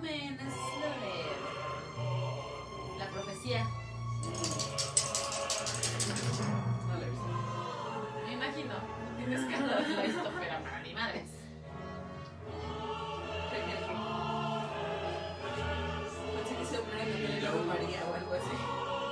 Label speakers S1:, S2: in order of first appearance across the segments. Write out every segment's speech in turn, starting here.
S1: Omen, es lo de la profecía.
S2: No la he visto.
S1: Me imagino. No tienes que haberlo visto, pero para mi madre.
S3: Pensé que se ponía que la María o algo así.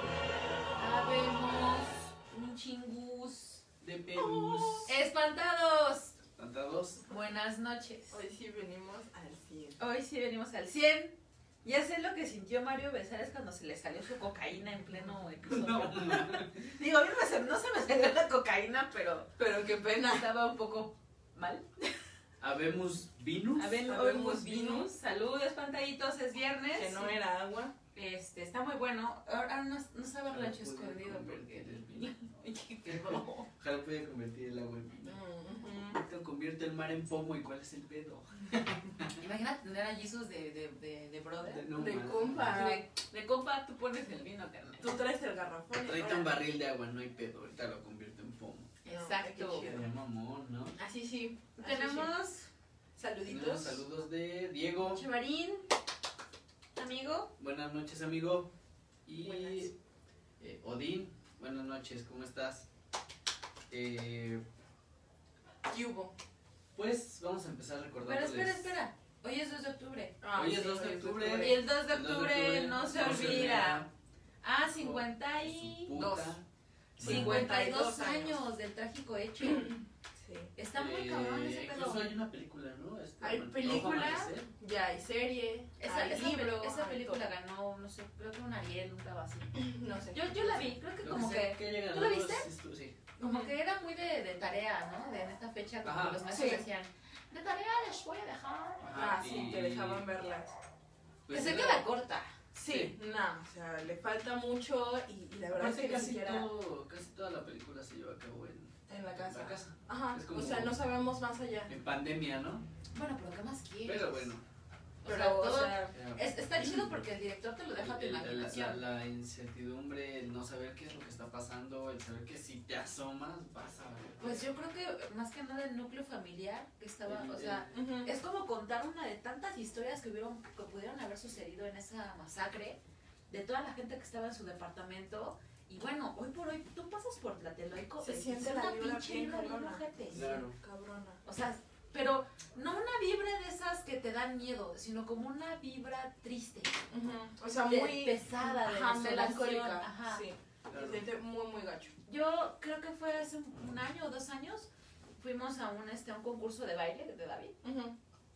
S1: Habemos un chingus.
S2: De Perus.
S1: ¡Espantados!
S2: ¿Tantados?
S1: Buenas noches.
S3: Hoy sí venimos al 100.
S1: Hoy sí venimos al 100. Ya sé lo que sintió Mario Besares cuando se le salió su cocaína en pleno episodio.
S2: No.
S1: Digo, a mí no se me salió la cocaína, pero
S3: Pero qué pena.
S1: estaba un poco mal.
S2: Habemos Venus.
S1: Habemos Venus. Salud, espantaditos, es viernes.
S3: Que no era agua.
S1: Está muy bueno. Ahora no sabe
S2: Ojalá
S1: rancho
S2: pudiera
S1: escondido
S2: convertir
S1: porque...
S2: el vino.
S1: Oye, perdón.
S2: Ojalá pudiera convertir el agua en vino. Te convierte el mar en pomo y ¿cuál es el pedo?
S1: Imagínate tener a Jesus de brother.
S2: No,
S3: De
S2: man.
S3: compa.
S1: De compa, tú pones el vino, carnal.
S3: Tú traes el garrafón.
S2: Tráete un barril de agua, no hay pedo. Ahorita lo convierto en pomo.
S1: Exacto.
S3: qué chido.
S2: Ya mamón, ¿no?
S3: Así sí.
S1: Tenemos
S3: Saluditos.
S2: Tenemos saludos de Diego.
S1: Chemarín, amigo.
S2: Buenas noches, amigo. Y
S3: Buenas.
S2: Odín, buenas noches, ¿cómo estás?
S3: ¿Qué hubo?
S2: Pues vamos a empezar
S1: Pero
S2: recordándoles.
S1: espera. Hoy es 2 de octubre.
S2: Hoy es 2 de octubre.
S1: Y el 2 de octubre no se olvida. Ah,
S2: Por
S1: 50 y...
S2: su puta.
S1: 52 años del trágico hecho.
S3: Sí.
S1: Está muy cabrón ese pedo.
S2: Incluso hay una película, ¿no?
S3: Hay
S2: bueno,
S3: película,
S2: Rojo Amanecer.
S3: ya hay serie, hay libro.
S1: Esa
S3: hay
S1: película
S3: todo.
S1: ganó, no sé, creo que un Ariel, un pedo así.
S3: No sé.
S1: Yo la vi, creo que
S2: Lo
S1: como
S2: sé
S1: que...
S2: llega
S1: ¿tú la
S2: a los-
S1: viste?
S2: Sí.
S1: Como que era muy de tarea, ¿no? De en esta fecha, como
S2: Ajá.
S1: que los maestros
S3: Sí.
S1: decían, de tarea les voy a dejar.
S3: Ah, sí, te dejaban verlas.
S2: Pues
S1: que se
S2: era-
S1: queda corta.
S3: Sí, no, o sea, le falta mucho y la verdad es
S2: Aparte
S3: que ni
S2: casi,
S3: siquiera
S2: casi toda la película se lleva a cabo
S3: en la casa.
S2: la casa.
S3: Ajá,
S2: Es como-
S3: o sea, no sabemos más allá.
S2: En pandemia, ¿no?
S1: Bueno, pero ¿qué más quieres?
S2: Pero bueno.
S1: O sea,
S3: Pero, o
S1: todo...
S3: sea,
S1: Está chido porque el director te lo deja a tu imaginación.
S2: La incertidumbre, el no saber qué es lo que está pasando, el saber que si te asomas vas a ver.
S1: Pues yo creo que más que nada el núcleo familiar que estaba, o sea,
S3: ujú.
S1: es como contar una de tantas historias que pudieron haber sucedido en esa masacre, de toda la gente que estaba en su departamento. Y bueno, hoy por hoy tú pasas por Tlatelolco,
S3: Se
S1: es
S3: siente
S1: una
S3: la vibra
S1: pinche
S3: bien
S1: vibra bien
S3: cabrona.
S1: ojete.
S2: Claro.
S3: Cabrona.
S1: O sea, pero no una vibra de esas que te dan miedo, sino como una vibra triste,
S3: Ujú. O sea,
S1: de-
S3: muy
S1: pesada, de
S3: ajá,
S1: desolación.
S3: melancólica.
S1: Ajá.
S3: Sí,
S2: Claro.
S3: se siente muy, muy gacho.
S1: Yo creo que fue hace un año o 2 años, fuimos a un concurso de baile de David.
S3: Ujú.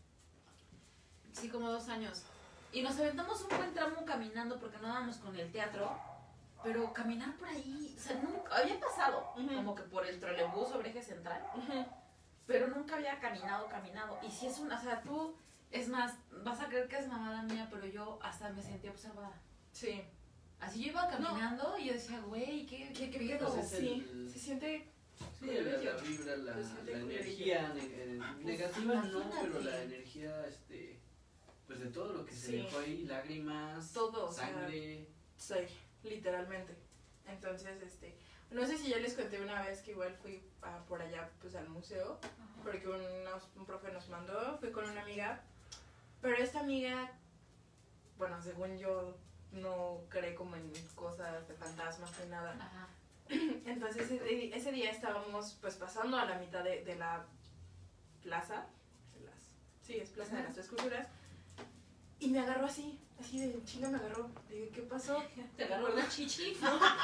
S1: Sí, como 2 años. Y nos aventamos un buen tramo caminando porque no dábamos con el teatro. Pero caminar por ahí, o sea, nunca había pasado
S3: Ujú.
S1: como que por el trolebús sobre eje central,
S3: Ujú.
S1: pero nunca había caminado. Y si es una, o sea, tú, es más, vas a creer que es mamada mía, pero yo hasta me sentí observada.
S3: Sí.
S1: Así yo iba caminando y yo decía, güey, ¿qué pedo?
S2: Pues es
S3: Sí,
S2: el-
S3: se siente
S2: Sí, la vibra, la
S3: Se siente
S2: energía negativa no,
S1: imagínate.
S2: pero la energía, pues de todo lo que se
S3: Sí.
S2: dejó ahí, lágrimas,
S3: Todo, o sea,
S2: sangre.
S3: sí, literalmente. Entonces, no sé si ya les conté una vez que igual fui por allá, pues al museo, porque un profe nos mandó, fui con una amiga, pero esta amiga, bueno, según yo, no cree como en cosas de fantasmas ni nada.
S1: Ajá.
S3: Entonces ese día estábamos pues pasando a la mitad de la plaza, sí, es Plaza de las Tres Culturas, y me agarró así de chinga me agarró. Le dije, ¿qué pasó?
S1: ¿Te agarró la chichi?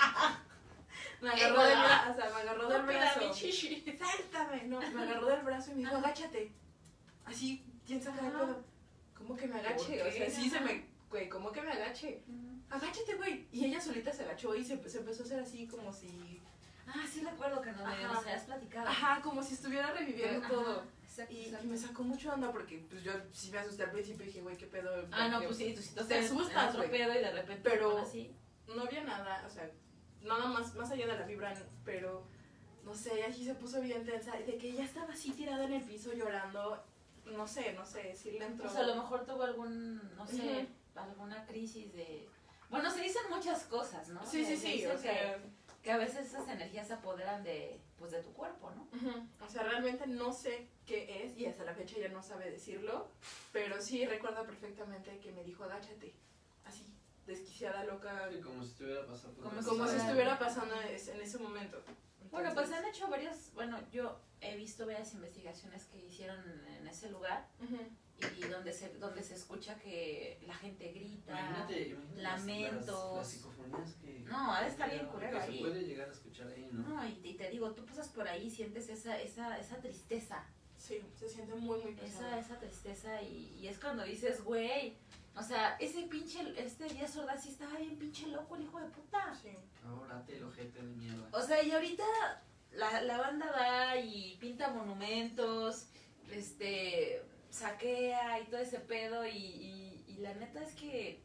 S3: Me agarró del
S1: Hola.
S3: brazo, o sea, me agarró del
S1: Tócala,
S3: brazo.
S1: mi chichi.
S3: Sáltame, no, me agarró del brazo y me dijo, agáchate. Así, ¿quién saca de
S1: Ajá.
S3: pedo? ¿Cómo que me
S1: ¿Por
S3: agache?
S1: qué?
S3: O sea, sí se
S1: Ajá.
S3: me, güey, ¿cómo que me agache? Agáchate, güey. Y ella solita se agachó y se empezó a hacer así como si,
S1: Ah, sí recuerdo que nos
S3: Ajá.
S1: habías platicado.
S3: ajá, como si estuviera reviviendo
S1: Ajá,
S3: todo.
S1: Exacto,
S3: Y
S1: exacto.
S3: me sacó mucho onda porque pues yo sí me asusté al principio y dije, güey, ¿qué pedo?
S1: Ah, no,
S3: Porque
S1: pues sí, tú sí
S3: te asustas,
S1: otro
S3: güey.
S1: pedo y de repente
S3: Pero-
S1: te pones así.
S3: no había nada, o sea, nada más allá de la vibra, pero no sé, así se puso bien tensa, de que ella estaba así tirada en el piso llorando, no sé, si le entró.
S1: Pues a lo mejor tuvo no sé, alguna crisis de... Bueno, se dicen muchas cosas, ¿no?
S3: Sí,
S1: Se
S3: o
S1: dice
S3: sea,
S1: que a veces esas energías se apoderan de tu cuerpo, ¿no?
S3: o sea, realmente no sé qué es y hasta la fecha fecha ya no sabe decirlo, pero sí recuerda perfectamente que me dijo agáchate, así, desquiciada, loca,
S2: Sí, como si estuviera pasando.
S3: como si estuviera pasando en ese momento.
S1: Bueno, pues
S3: Entonces,
S1: han hecho varios, bueno, yo he visto varias investigaciones que hicieron en ese lugar
S3: ujú,
S1: y donde se escucha que la gente grita,
S2: Imagínate
S1: lamentos.
S2: las psicofonías que...
S1: No, ha de estar bien culero
S2: que
S1: ahí.
S2: se puede llegar a escuchar ahí, ¿no?
S1: No, y te digo, tú pasas por ahí y sientes esa tristeza,
S3: sí, se siente muy, muy pesado.
S1: esa tristeza y es cuando dices, güey, o sea, este Díaz Ordaz sí estaba bien pinche loco el hijo de puta.
S3: Sí.
S2: Ahora te el ojete de mierda.
S1: O sea, y ahorita la banda va y pinta monumentos, saquea y todo ese pedo y la neta es que,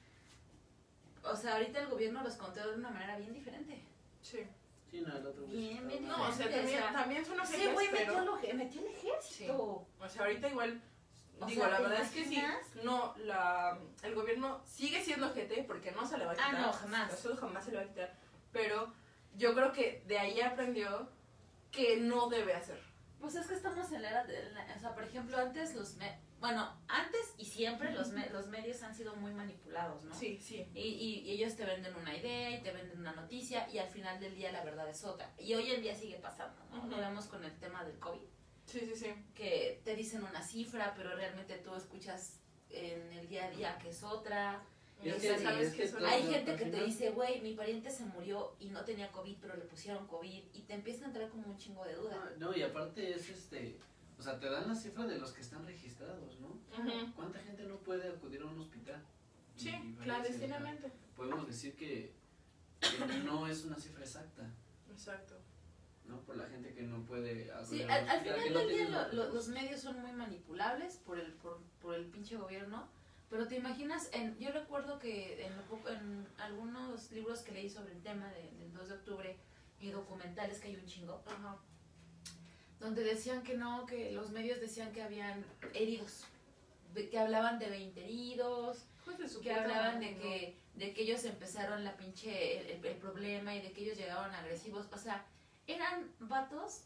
S1: o sea, ahorita el gobierno los conteó de una manera bien diferente.
S3: Sí.
S2: Sí, no, el otro...
S1: Bien, bien
S3: No, o sea, también son
S1: Sí,
S3: ojetes,
S1: güey,
S3: pero...
S1: metió el ejército.
S3: O sea, ahorita igual,
S1: O
S3: digo,
S1: sea,
S3: la
S1: ¿te
S3: verdad es que sí,
S1: imaginas?
S3: no, el gobierno sigue siendo ojete porque no se le va a quitar.
S1: No, jamás.
S3: Eso jamás se le va a quitar, pero yo creo que de ahí aprendió que no debe hacer.
S1: Pues es que estamos en la era o sea, por ejemplo, antes antes y siempre los medios han sido muy manipulados, ¿no?
S3: Sí, sí.
S1: Y ellos te venden una idea y te venden una noticia y al final del día la verdad es otra. Y hoy en día sigue pasando, ¿no?
S3: Ujú.
S1: Lo vemos con el tema del COVID,
S3: Sí, sí, sí.
S1: que te dicen una cifra, pero realmente tú escuchas en el día a día que es otra.
S2: Y es
S1: O
S2: que-
S1: sea,
S2: y
S3: sabes
S2: es
S3: que eso
S2: todo-
S1: Hay
S2: al
S1: gente que te
S2: final-
S1: dice, güey, mi pariente se murió y no tenía COVID, pero le pusieron COVID y te empieza a entrar como un chingo de duda.
S2: No, y aparte es o sea, te dan la cifra de los que están registrados, ¿no?
S3: Ujú.
S2: ¿Cuánta gente no puede acudir a un hospital?
S3: Sí,
S2: Y fallece?
S3: clandestinamente.
S2: O sea, podemos decir que no es una cifra exacta,
S3: Exacto.
S2: ¿no? Por la gente que no puede acudir
S1: Sí,
S2: a un
S1: al
S2: hospital,
S1: final
S2: que no
S1: del día
S2: tiene los recursos.
S1: los medios son muy manipulables por el pinche gobierno, pero te imaginas, yo recuerdo que en algunos libros que leí sobre el tema del 2 de octubre y documentales que hay un chingo,
S3: Ajá.
S1: donde decían que no, que los medios decían que habían heridos, que hablaban de 20 heridos,
S3: Hijos de su
S1: que
S3: puta
S1: hablaban
S3: madre,
S1: de que ellos empezaron el problema y de que ellos llegaban agresivos, o sea, eran vatos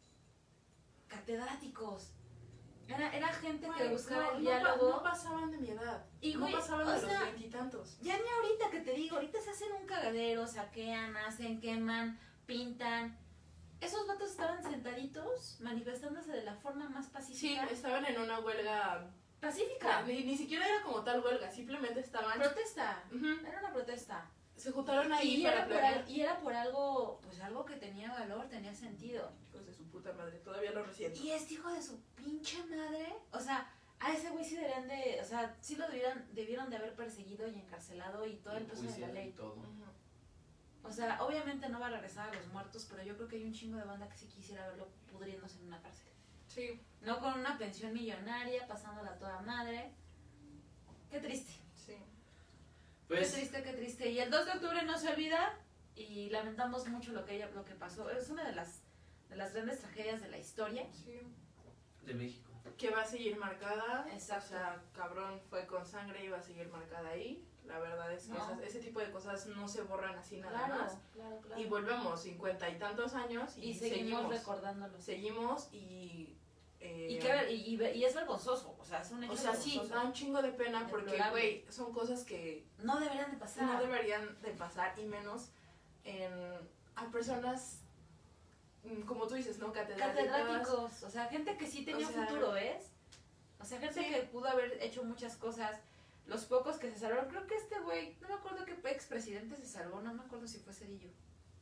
S1: catedráticos. Era gente
S3: ¿no?
S1: que
S3: Güey,
S1: buscaba el
S3: no
S1: diálogo.
S3: pasaban de mi edad.
S1: Y,
S3: no
S1: güey,
S3: pasaban
S1: o
S3: de los
S1: sea,
S3: veintitantos.
S1: Ya ni ahorita que te digo, ahorita se hacen un cagadero, saquean, hacen, queman, pintan. Esos vatos estaban sentaditos manifestándose de la forma más
S3: Sí,
S1: pacífica.
S3: estaban en una huelga.
S1: Pacífica.
S3: Ni siquiera era como tal huelga, simplemente estaban.
S1: Protesta.
S3: Ujú.
S1: Era una protesta.
S3: Se juntaron ahí
S1: Y
S3: para
S1: era,
S3: planear.
S1: y era por algo, pues algo que tenía valor, tenía sentido.
S3: Hijos de su puta madre, todavía lo resiento.
S1: Y este hijo de su pinche madre, o sea, a ese güey sí deberían de, o sea, sí lo debieron de haber perseguido y encarcelado y todo el peso de la
S2: Enjuiciado y
S1: ley.
S2: todo.
S3: Ujú.
S1: O sea, obviamente no va a regresar a los muertos, pero yo creo que hay un chingo de banda que sí quisiera verlo pudriéndose en una cárcel.
S3: Sí,
S1: No con una pensión millonaria, pasándola a toda madre. Qué triste,
S3: sí.
S2: Pues,
S1: qué triste, qué triste. Y el 2 de octubre no se olvida y lamentamos mucho lo que pasó. Es una de las grandes tragedias de la historia.
S3: Sí.
S2: de México.
S3: Que va a seguir marcada.
S1: Exacto.
S3: O sea, cabrón, fue con sangre y va a seguir marcada ahí. La verdad es que
S1: No.
S3: ese tipo de cosas no se borran así nada
S1: Claro,
S3: más.
S1: claro, claro.
S3: Y volvemos 50 y tantos años
S1: Y seguimos recordándolo.
S3: Seguimos y...
S1: Y es vergonzoso, o sea, es un hecho
S3: o sea, sí,
S1: vergonzoso.
S3: da un chingo de pena porque,
S1: Deplorable.
S3: güey, son cosas que
S1: No deberían de pasar.
S3: no deberían de pasar y menos a personas, como tú dices, ¿no?
S1: Catedráticos, o sea, gente que sí tenía
S3: O sea,
S1: futuro, ¿ves? O sea, gente
S3: sí.
S1: que pudo haber hecho muchas cosas. Los pocos que se salvaron, creo que este güey, no me acuerdo qué expresidente se salvó, no me acuerdo si fue Cedillo.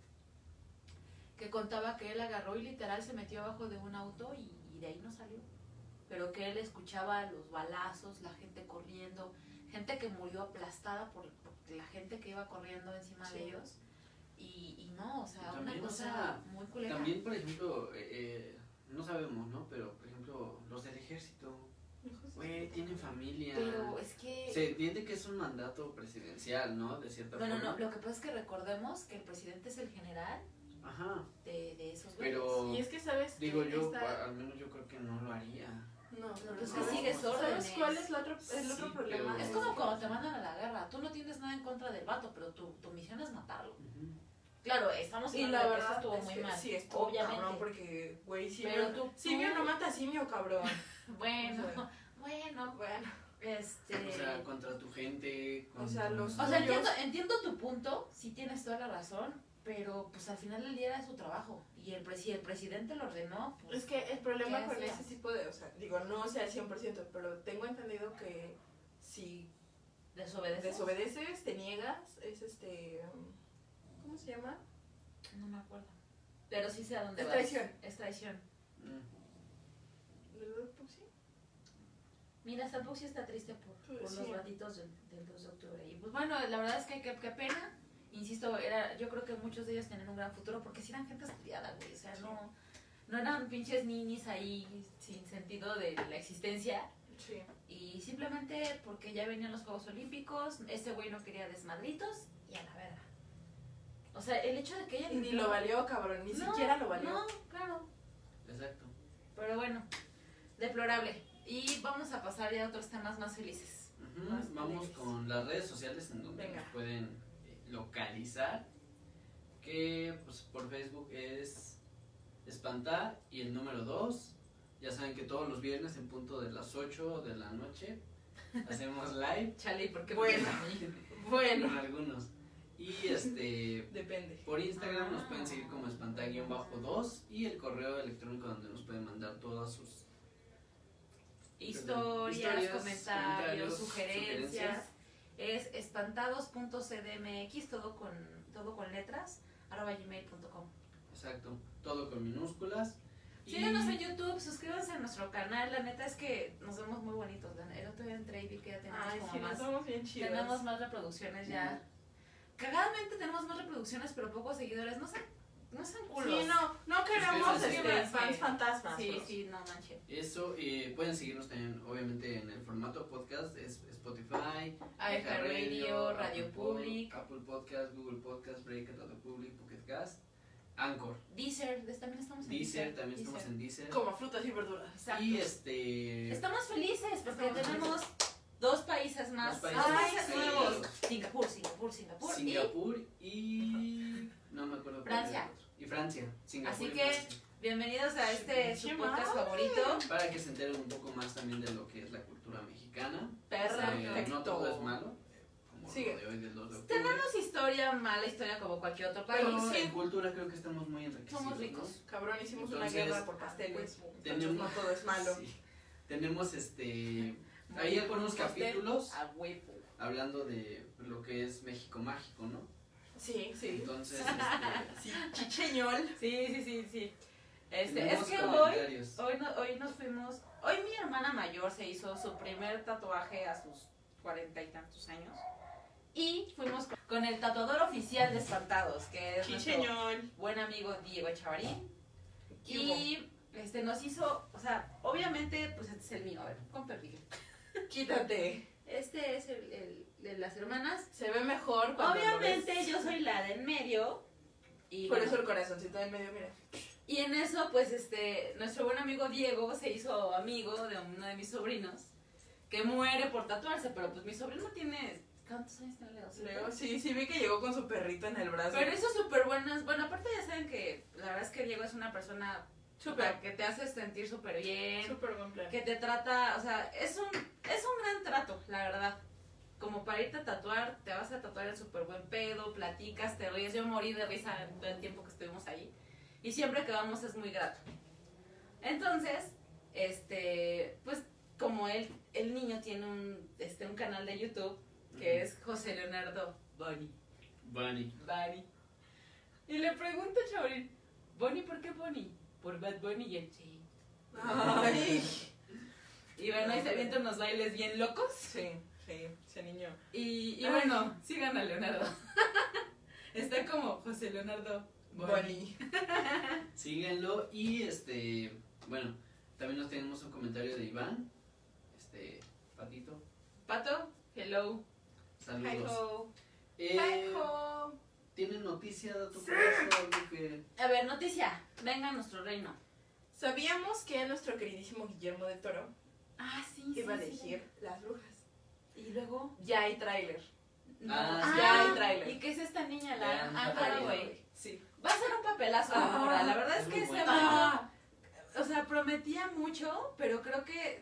S1: Que contaba que él agarró y literal se metió abajo de un auto y de ahí no salió. Pero que él escuchaba los balazos, la gente corriendo, gente que murió aplastada por la gente que iba corriendo encima
S3: Sí.
S1: de ellos. Y no, o sea,
S2: Y
S1: una
S2: también, o
S1: cosa
S2: sea,
S1: muy culera.
S2: También, por ejemplo, no sabemos, ¿no? Pero, por ejemplo, los del ejército, güey, tienen familia.
S1: Pero es que...
S2: Se entiende que es un mandato presidencial, ¿no? De cierta
S1: Bueno,
S2: forma.
S1: no, lo que pasa es que recordemos que el presidente es el general
S2: Ajá.
S1: de esos güeyes.
S2: Pero,
S3: Y es que, ¿sabes?
S2: digo
S3: que
S2: yo,
S3: esta-
S2: al menos yo creo que no lo haría.
S3: No,
S1: Pero
S3: no,
S1: es
S2: que
S3: no.
S1: sigues órdenes.
S3: ¿Sabes cuál es el otro
S2: Sí,
S3: problema?
S2: pero-
S1: Es como cuando te mandan a la guerra. Tú no tienes nada en contra del vato, pero tu misión es matarlo.
S2: Ujú.
S1: Claro, estamos
S3: Y
S1: hablando
S3: la
S1: de que eso
S3: verdad
S1: estuvo
S3: es
S1: muy
S3: que
S1: mal.
S3: sí, estuvo
S1: obviamente.
S3: cabrón porque, güey,
S1: Pero tú-
S3: simio no mata simio, cabrón.
S1: Bueno,
S3: O sea,
S1: bueno,
S3: Bueno,
S2: O sea, contra tu gente.
S3: O sea, los-
S1: O sea,
S3: Ellos-
S1: entiendo tu punto, sí tienes toda la razón, pero pues al final del día era su trabajo. Y si el presidente lo ordenó, pues...
S3: es que el problema
S1: ¿Qué
S3: con
S1: hacías?
S3: ese tipo de, o sea, digo, no sea al 100%, pero tengo entendido que si desobedeces, te niegas, es ¿cómo se llama?
S1: No me acuerdo. Pero sí sé a dónde
S3: Es
S1: vas.
S3: traición.
S1: Es traición.
S3: Pues sí.
S1: Mira, San sí está triste por
S3: Sí.
S1: los ratitos del 2 de octubre. Y pues bueno, la verdad es que qué pena. Insisto, yo creo que muchos de ellos tienen un gran futuro porque sí eran gente estudiada, güey. O sea, no eran pinches ninis ahí sin sentido de la existencia.
S3: Sí.
S1: Y simplemente porque ya venían los Juegos Olímpicos, ese güey no quería desmadritos y a la verga. O sea, el hecho de que ella...
S3: Y ni lo valió, cabrón, ni siquiera lo valió.
S1: No, claro.
S2: Exacto.
S1: Pero bueno, deplorable. Y vamos a pasar ya a otros temas más felices.
S2: Ujú,
S1: Más
S2: vamos
S1: alegres.
S2: con las redes sociales en donde
S3: Venga.
S2: nos pueden localizar. Que pues por Facebook es Espantar y el número 2. Ya saben que todos los viernes en punto de las 8 de la noche hacemos live.
S1: Chale, ¿y por qué
S3: Bueno.
S1: me pones a mí?
S3: Bueno,
S2: Con algunos. Y
S3: depende.
S2: por Instagram nos pueden seguir como espantar-2 y el correo electrónico donde nos pueden mandar todas sus
S1: Historias, comentarios, sugerencias. Es espantados.cdmx, todo con letras, @gmail.com.
S2: Exacto, todo con minúsculas. Y
S1: Síganos en YouTube, suscríbanse a nuestro canal, la neta es que nos vemos muy bonitos. El otro día entré y vi que ya tenemos
S3: Ay,
S1: como
S3: sí,
S1: más.
S3: nos somos bien chidos.
S1: Tenemos más reproducciones ya. Cagadamente tenemos más reproducciones, pero pocos seguidores. No sean culos.
S3: Sí, no queremos
S2: Suscríbanse.
S3: fans fantasmas.
S1: Sí,
S3: bros.
S1: sí, no manches.
S2: Eso, pueden seguirnos también, obviamente, en el formato podcast, es Spotify,
S1: iHeartRadio, Radio
S2: Apple
S1: Public,
S2: Apple Podcast, Google Podcast, Breaker, Radio Public, Pocket Cast, Anchor,
S1: Deezer, también estamos en
S2: Deezer, también estamos en Deezer.
S3: Como frutas y verduras.
S1: Exacto.
S2: Y
S1: Estamos felices porque
S3: Estamos
S1: tenemos 2 países más.
S2: Dos
S1: Dos
S2: países
S1: países
S3: más.
S1: nuevos. Singapur.
S2: Singapur y no me acuerdo cuál
S1: Francia.
S2: era el otro. Y Francia, Singapur
S1: Así
S2: y
S1: que-
S2: Francia.
S1: Bienvenidos a su
S3: ¡Qué
S1: podcast
S3: madre!
S1: favorito.
S2: Para que se enteren un poco más también de lo que es la cultura mexicana.
S3: Perfecto.
S2: No todo es malo, como
S3: Sigue.
S2: lo de hoy del 2 de octubre.
S1: Tenemos mala historia como cualquier otro país.
S2: Pero
S3: sí.
S2: en cultura creo que estamos muy enriquecidos.
S1: Somos
S2: ¿no?
S1: ricos.
S3: Cabrón, hicimos
S2: Entonces,
S3: una guerra por pasteles. Entonces
S2: Tenemos,
S3: no todo es malo.
S2: sí. Tenemos ahí algunos capítulos
S1: A huevo.
S2: hablando de lo que es México mágico, ¿no?
S3: Sí.
S2: Entonces,
S3: Sí, chicheñol.
S1: Sí. Es
S2: tenemos
S1: que
S2: comentarios.
S1: hoy nos fuimos. Hoy mi hermana mayor se hizo su primer tatuaje a sus 40 y tantos años. Y fuimos con el tatuador oficial de Espantados, que es nuestro
S3: Chicheñol.
S1: buen amigo Diego Chavarín.
S3: ¿Qué
S1: Y nos hizo, o sea, obviamente, pues este es el mío. A ver, con permiso.
S3: Quítate.
S1: Este es el de las hermanas.
S3: Se ve mejor cuando
S1: Obviamente
S3: lo ves.
S1: yo soy la del medio. Y
S3: Por
S1: bueno,
S3: eso el corazoncito del medio, mira.
S1: y en eso, pues, nuestro buen amigo Diego se hizo amigo de uno de mis sobrinos que muere por tatuarse, pero pues mi sobrino tiene... ¿Cuántos años tiene Leo?
S3: Luego, sí vi que llegó con su perrito en el brazo.
S1: Pero hizo súper buenas... Bueno, aparte ya saben que la verdad es que Diego es una persona
S3: Súper.
S1: que te hace sentir súper bien,
S3: Súper buen plan.
S1: que te trata... O sea, es un gran trato, la verdad. Como para irte a tatuar, te vas a tatuar en súper buen pedo, platicas, te ríes. Yo morí de risa todo el tiempo que estuvimos ahí. Y siempre que vamos es muy grato. Entonces, pues como el niño tiene un canal de YouTube que es José Leonardo Bunny.
S2: Bunny.
S1: Y le pregunto a Chaurín, ¿Bunny por qué Bunny? Por Bad Bunny y él, sí.
S3: Ay.
S1: Y bueno, ahí se avientan unos bailes bien locos.
S3: Sí, ese niño.
S1: Y
S3: Ay.
S1: bueno, sigan a Leonardo. Está como José Leonardo Bunny.
S3: Bunny.
S2: Síguenlo y bueno, también nos tenemos un comentario de Iván, Patito,
S1: Pato, hello.
S2: saludos.
S3: Hi-ho.
S2: Eh,
S3: Hi-ho.
S2: ¿Tienen noticia, dato curioso, algo que...
S1: A ver, noticia. Venga a nuestro reino.
S3: ¿Sabíamos que nuestro queridísimo Guillermo del Toro
S1: Ah, sí,
S3: iba a elegir Las Brujas?
S1: Y luego...
S3: Ya hay tráiler.
S1: No.
S2: Ah,
S3: sí. Ya hay tráiler.
S1: ¿Y qué es esta niña?
S2: Ya,
S1: La Anne
S2: Hathaway.
S1: Hathaway.
S3: Sí.
S1: Va a ser un papelazo de Mora. La verdad es que ese vato, o sea, prometía mucho, pero creo que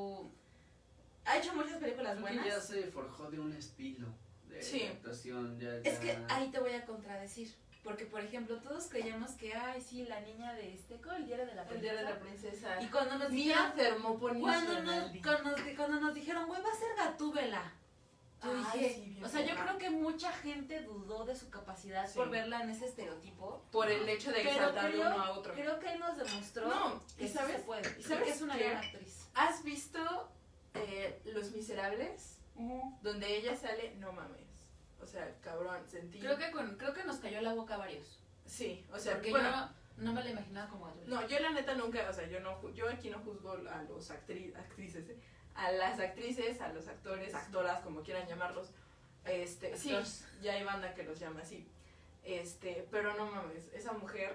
S1: ha hecho muchas películas
S2: Creo
S1: buenas.
S2: que ya se forjó de un estilo de actuación.
S1: Es que ahí te voy a contradecir. Porque, por ejemplo, todos creíamos que, ay, sí, la niña de el diario de la
S3: El
S1: princesa.
S3: día de la princesa.
S1: Y cuando nos
S3: Mia
S1: dijeron,
S3: Thermopolis Rinaldi.
S1: cuando nos dijeron, güey, va a ser Gatúbela. Yo
S3: Ay,
S1: dije,
S3: sí, bien
S1: o sea, yo
S3: poca.
S1: creo que mucha gente dudó de su capacidad
S3: Sí.
S1: por verla en ese estereotipo.
S3: Por el hecho de
S1: Pero
S3: exaltar de uno a otro.
S1: creo que él nos demostró
S3: No,
S1: que
S3: ¿y
S1: sí
S3: sabes?
S1: se puede.
S3: ¿Y
S1: Y
S3: sabes
S1: que es una
S3: qué?
S1: gran actriz.
S3: ¿Has visto Los Miserables? Donde ella sale, no mames. O sea, cabrón, sentí.
S1: Creo que nos cayó la boca a varios.
S3: Sí, o sea,
S1: Porque
S3: bueno,
S1: yo no me la imaginaba como Gatúbela.
S3: no, yo la neta nunca, o sea, yo aquí no juzgo a los actrices, a las actrices, a los actores, actoras, como quieran llamarlos. Sí,
S1: Actors.
S3: ya hay banda que los llama así. Pero no mames, esa mujer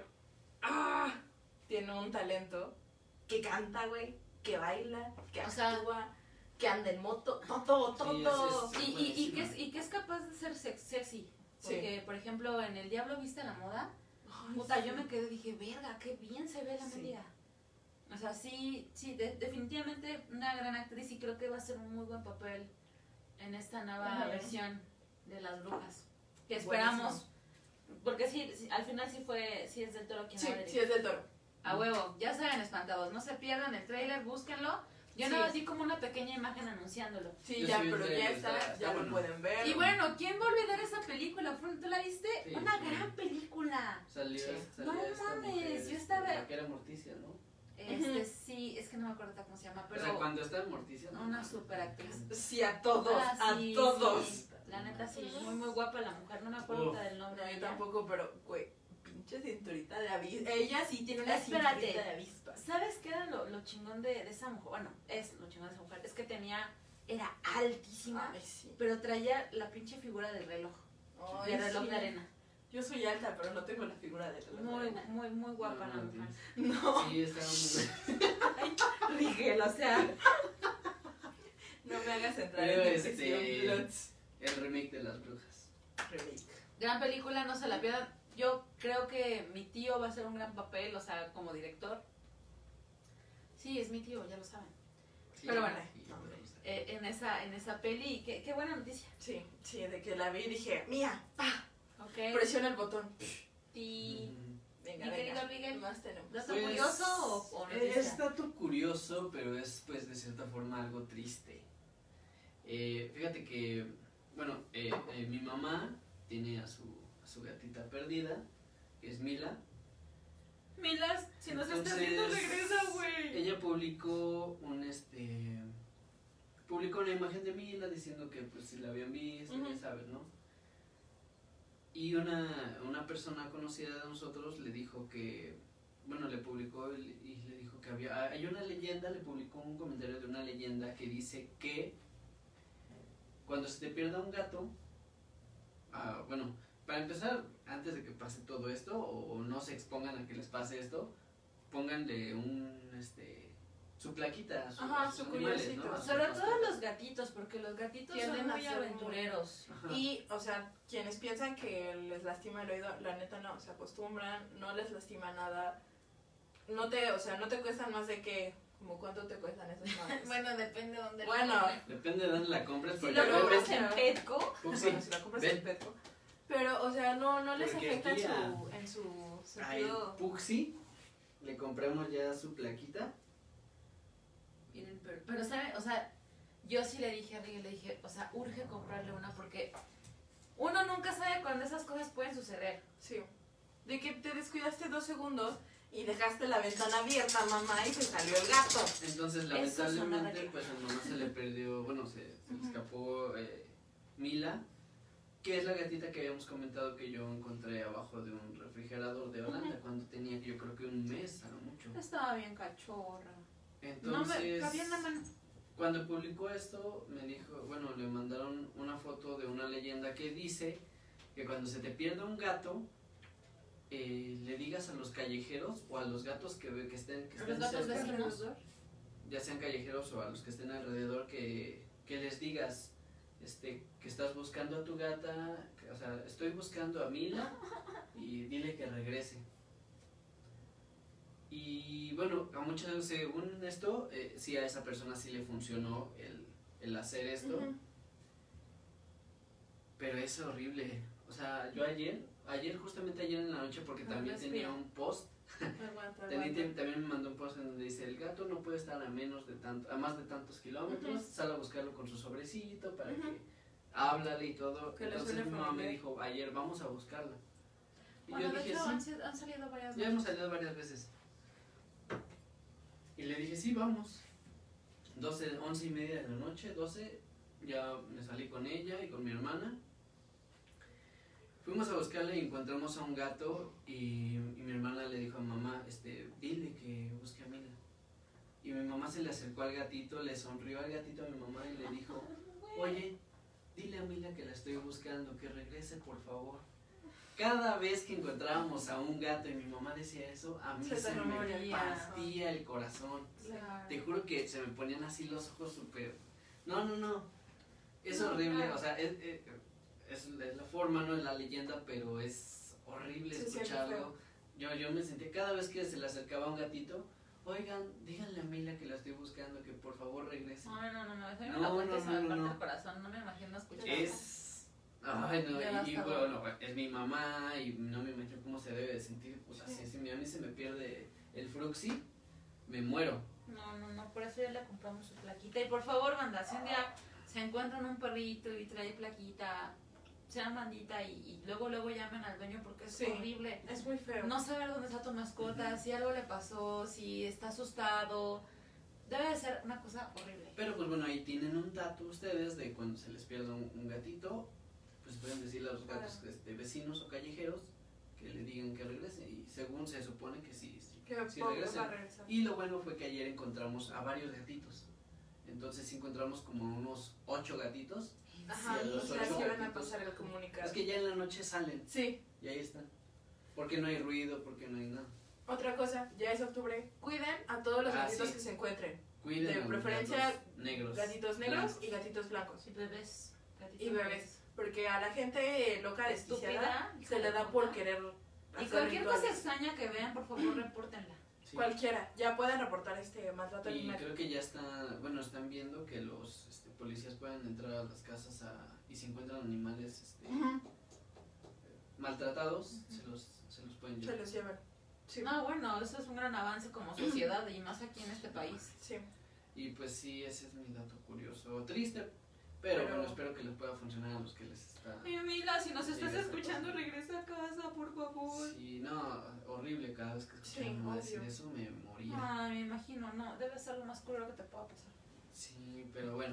S3: tiene un talento que canta, güey, que baila, que
S1: O sea,
S3: actúa, que anda en moto, todo.
S2: Sí,
S1: Y que es capaz de ser sexy. Porque, por ejemplo, en El Diablo Viste la Moda,
S3: Ay,
S1: puta,
S3: sí.
S1: yo me quedé y dije, verga, qué bien se ve la
S3: Sí.
S1: mendiga. O sea, sí, definitivamente una gran actriz y creo que va a ser un muy buen papel en esta nueva
S3: Ajá.
S1: versión de Las Brujas. Que esperamos, porque sí, al final sí es del Toro quien
S3: Sí,
S1: la va a
S3: sí es del Toro.
S1: A huevo, ya saben, espantados, no se pierdan el tráiler, búsquenlo. Yo
S3: Sí.
S1: nada más vi como una pequeña imagen anunciándolo.
S3: Sí,
S2: Yo
S3: ya,
S2: sí vi el
S3: pero ya
S2: trailer,
S3: está,
S2: está
S3: ya lo
S2: bueno.
S3: pueden ver.
S1: Y bueno, ¿quién va a olvidar esa película? ¿Tú la viste?
S2: Sí,
S1: Una
S2: sí.
S1: gran película.
S2: Salía,
S3: Sí.
S2: salía
S1: No
S2: esta
S1: mames,
S2: mujer,
S1: yo estaba-
S2: la que era Morticia, ¿no?
S1: Sí, es que no me acuerdo cómo se llama,
S2: O sea,
S1: pero
S2: cuando está en Morticia. no
S1: una
S2: mames.
S1: super actriz.
S3: Sí, a todos,
S1: Sí,
S3: a todos.
S1: sí, la neta sí, muy muy guapa la mujer, no me acuerdo ahorita del nombre
S3: No,
S1: de
S3: yo
S1: ella.
S3: tampoco, pero, güey, pinche cinturita de avispa. Ella sí tiene una
S1: Espérate.
S3: cinturita de avispa.
S1: ¿Sabes qué era lo chingón de esa mujer? Bueno, es lo chingón de esa mujer, es que era altísima,
S3: Ay, sí.
S1: pero traía la pinche figura del reloj,
S3: Ay,
S1: de reloj
S3: sí.
S1: de arena.
S3: Yo soy alta, pero no tengo la figura de reloj de
S1: Muy,
S3: arena.
S1: muy, muy guapa
S2: No,
S1: la
S2: no,
S1: mujer.
S3: No,
S2: Sí, estaba muy
S1: Rigel, o sea,
S3: no me hagas entrar
S2: Pero,
S3: en depresión, Bloods.
S2: el remake de Las Brujas.
S3: Remake.
S1: gran película, no se la pierdan. Yo creo que mi tío va a hacer un gran papel, o sea, como director. Sí, es mi tío, ya lo saben.
S2: Sí,
S1: Pero bueno,
S2: sí,
S3: no, hombre.
S1: En esa peli, qué buena noticia.
S3: Sí, sí, de que la vi y dije, mía,
S1: Ok.
S3: presiona el botón.
S1: Y
S3: Venga,
S1: Mi querido
S3: venga.
S1: Miguel,
S3: ¿Qué más tenemos?
S1: ¿dato
S2: Pues,
S1: curioso o noticia?
S2: Es dato curioso, pero es pues de cierta forma algo triste. Fíjate que, bueno, mi mamá tiene a su gatita perdida, que es Mila.
S1: Milas, si nos estás
S2: Entonces,
S1: viendo, regresa, güey.
S2: Ella publicó publicó una imagen de Mila diciendo que pues si la habían visto,
S3: Ujú.
S2: ya sabes, ¿no? Y una persona conocida de nosotros le dijo que, bueno, le publicó y le dijo que hay una leyenda, le publicó un comentario de una leyenda que dice que cuando se te pierda un gato, bueno, para empezar, antes de que pase todo esto, o no se expongan a que les pase esto, pónganle su plaquita a sus,
S3: Ajá,
S2: a sus
S3: su
S2: animales,
S3: curiosito.
S2: ¿no? A sus
S1: Sobre todo
S2: mascotas.
S1: los gatitos, porque los gatitos
S3: Tienden
S1: son
S3: a
S1: muy
S3: ser
S1: aventureros.
S2: Ajá.
S3: Y, o sea, quienes piensan que les lastima el oído, la neta no, se acostumbran, no les lastima nada. No te cuestan más de que, como cuánto te cuestan esas madres.
S1: Bueno, depende de dónde
S3: Bueno,
S1: lo compres.
S2: Depende de dónde la compres,
S1: Si
S2: porque
S1: lo
S3: pero-
S1: compras en Petco,
S2: Puxi,
S3: bueno, si la compras
S2: ven.
S3: en Petco. Pero, o sea, no les
S2: Porque
S3: afecta
S2: aquí
S3: en su
S2: a
S3: sentido.
S2: Puxi le compramos ya su plaquita.
S1: miren, pero ¿saben? O sea, yo sí le dije a Miguel, le dije, o sea, urge comprarle una porque uno nunca sabe cuándo esas cosas pueden suceder.
S3: Sí. De que te descuidaste 2 segundos y dejaste la ventana abierta, mamá, y se salió el gato.
S2: Entonces,
S1: Eso sonaba
S2: lamentablemente,
S1: que-
S2: pues a mi mamá se le perdió, bueno, se le escapó Mila, que es la gatita que habíamos comentado que yo encontré abajo de un refrigerador de Holanda
S1: Ujú.
S2: cuando tenía yo creo que un mes a lo mucho.
S1: Estaba bien cachorra. No
S2: Entonces,
S1: me cabía en la mano.
S2: cuando publicó esto, me dijo, bueno, le mandaron una foto de una leyenda que dice que cuando se te pierda un gato, le digas a los callejeros o a los gatos que estén
S1: Los gatos
S2: cerca,
S1: vecinos.
S2: ya sean callejeros o a los que estén alrededor, que les digas que estás buscando a tu gata, o sea, estoy buscando a Mila y dile que regrese. Y bueno, a muchas, según esto, sí a esa persona sí le funcionó el hacer esto, pero es horrible. O sea, yo ayer justamente ayer en la noche, porque también tenía un post, también me mandó un post en donde dice, el gato no puede estar a más de tantos kilómetros, sale a buscarlo con su sobrecito para que háblale y todo.
S3: Que
S2: entonces mi mamá me dijo, ayer vamos a buscarla. Y
S1: Bueno,
S2: yo
S1: de
S2: dije,
S1: hecho,
S2: sí,
S1: han salido varias
S2: ya hemos salido varias veces. Y le dije, sí, vamos. 11:30 de la noche, 12, ya me salí con ella y con mi hermana. Fuimos a buscarla y encontramos a un gato y mi hermana le dijo a mamá, dile que busque a Mila. Y mi mamá se le acercó al gatito, le sonrió al gatito a mi mamá y le dijo, oye, dile a Mila que la estoy buscando, que regrese por favor. Cada vez que encontrábamos a un gato y mi mamá decía eso, a mí se me partía el corazón.
S1: Claro.
S2: Te juro que se me ponían así los ojos súper... No. Es horrible,
S1: claro.
S2: o sea, es la forma, no es la leyenda, pero es horrible escucharlo. Yo me sentía, cada vez que se le acercaba un gatito, oigan, díganle a Mila que la estoy buscando, que por favor regrese.
S1: No, eso a mí me lo cuentes, se me parte el corazón, no me imagino escucharlo.
S2: Ay, no, y bueno, es mi mamá y no me imagino cómo se debe de sentir. Pues así, si a mí se me pierde el fruxi, me muero.
S1: No, por eso ya le compramos su plaquita. Y por favor, banda, si un día se encuentran un perrito y trae plaquita, sean bandita y luego llamen al dueño porque es horrible.
S3: Es muy feo.
S1: No saber dónde está tu mascota, si algo le pasó, si está asustado. Debe de ser una cosa horrible.
S2: Pero pues bueno, ahí tienen un dato ustedes de cuando se les pierde un gatito, pues pueden decirle a los gatos vecinos o callejeros que le digan que regrese y según se supone que sí regresan. Y lo bueno fue que ayer encontramos a varios gatitos. Entonces encontramos como unos 8 gatitos.
S3: Ajá,
S2: y a los 8
S3: van a
S2: gatitos,
S3: pasar el comunicado.
S2: es que ya en la noche salen.
S3: Sí.
S2: Y ahí están. Porque no hay ruido, porque no hay nada.
S3: Otra cosa, ya es octubre. Cuiden a todos los gatitos que se encuentren.
S2: Cuiden
S3: de preferencia
S2: gatitos negros,
S3: y gatitos blancos.
S1: Y bebés.
S3: Y bebés. Porque a la gente loca estúpida se le da por querer.
S1: Y cualquier cosa extraña que vean, por favor, repórtenla.
S3: Sí. Cualquiera, ya pueden reportar maltrato animal.
S2: Y creo que ya están viendo que los policías pueden entrar a las casas y si encuentran animales maltratados, se los pueden llevar.
S3: Se los llevan. Sí.
S1: No, bueno, eso es un gran avance como sociedad y más aquí en este país.
S3: Sí.
S2: Y pues sí, ese es mi dato curioso. Triste, pero bueno, espero que les pueda funcionar a los que les está...
S1: Mila, si nos estás escuchando, regresa a casa, por favor.
S2: Sí, no, horrible, cada vez que escuchaba a mi mamá decir eso me moría.
S1: Ah, me imagino, no, debe ser lo más cruel que te pueda pasar.
S2: Sí, pero bueno.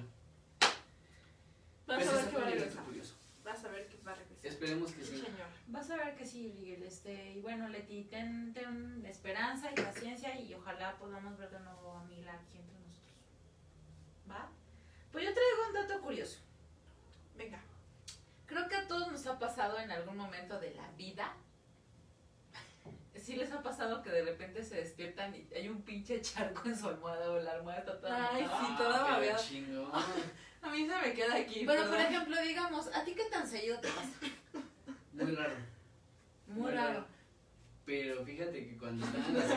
S3: Vas a ver
S2: que
S3: va a regresar.
S2: Curioso.
S3: Vas a ver que va a regresar.
S2: Esperemos que sí.
S3: Señor.
S1: Vas a ver que sí, Miguel. Y bueno, Leti, ten esperanza y paciencia y ojalá podamos ver de nuevo a Mila aquí entre nosotros. ¿Va? Pues yo traigo un dato curioso.
S3: Venga.
S1: Creo que a todos nos ha pasado en algún momento de la vida. Sí les ha pasado que de repente se despiertan y hay un pinche charco en su almohada o la almohada está toda...
S3: Ay, sí, toda babeada.
S2: A
S3: A mí se me queda aquí.
S1: Bueno, por ejemplo, digamos, ¿a ti qué tan seguido te pasa?
S2: Muy raro.
S1: Muy raro.
S2: Pero fíjate que cuando estaba en la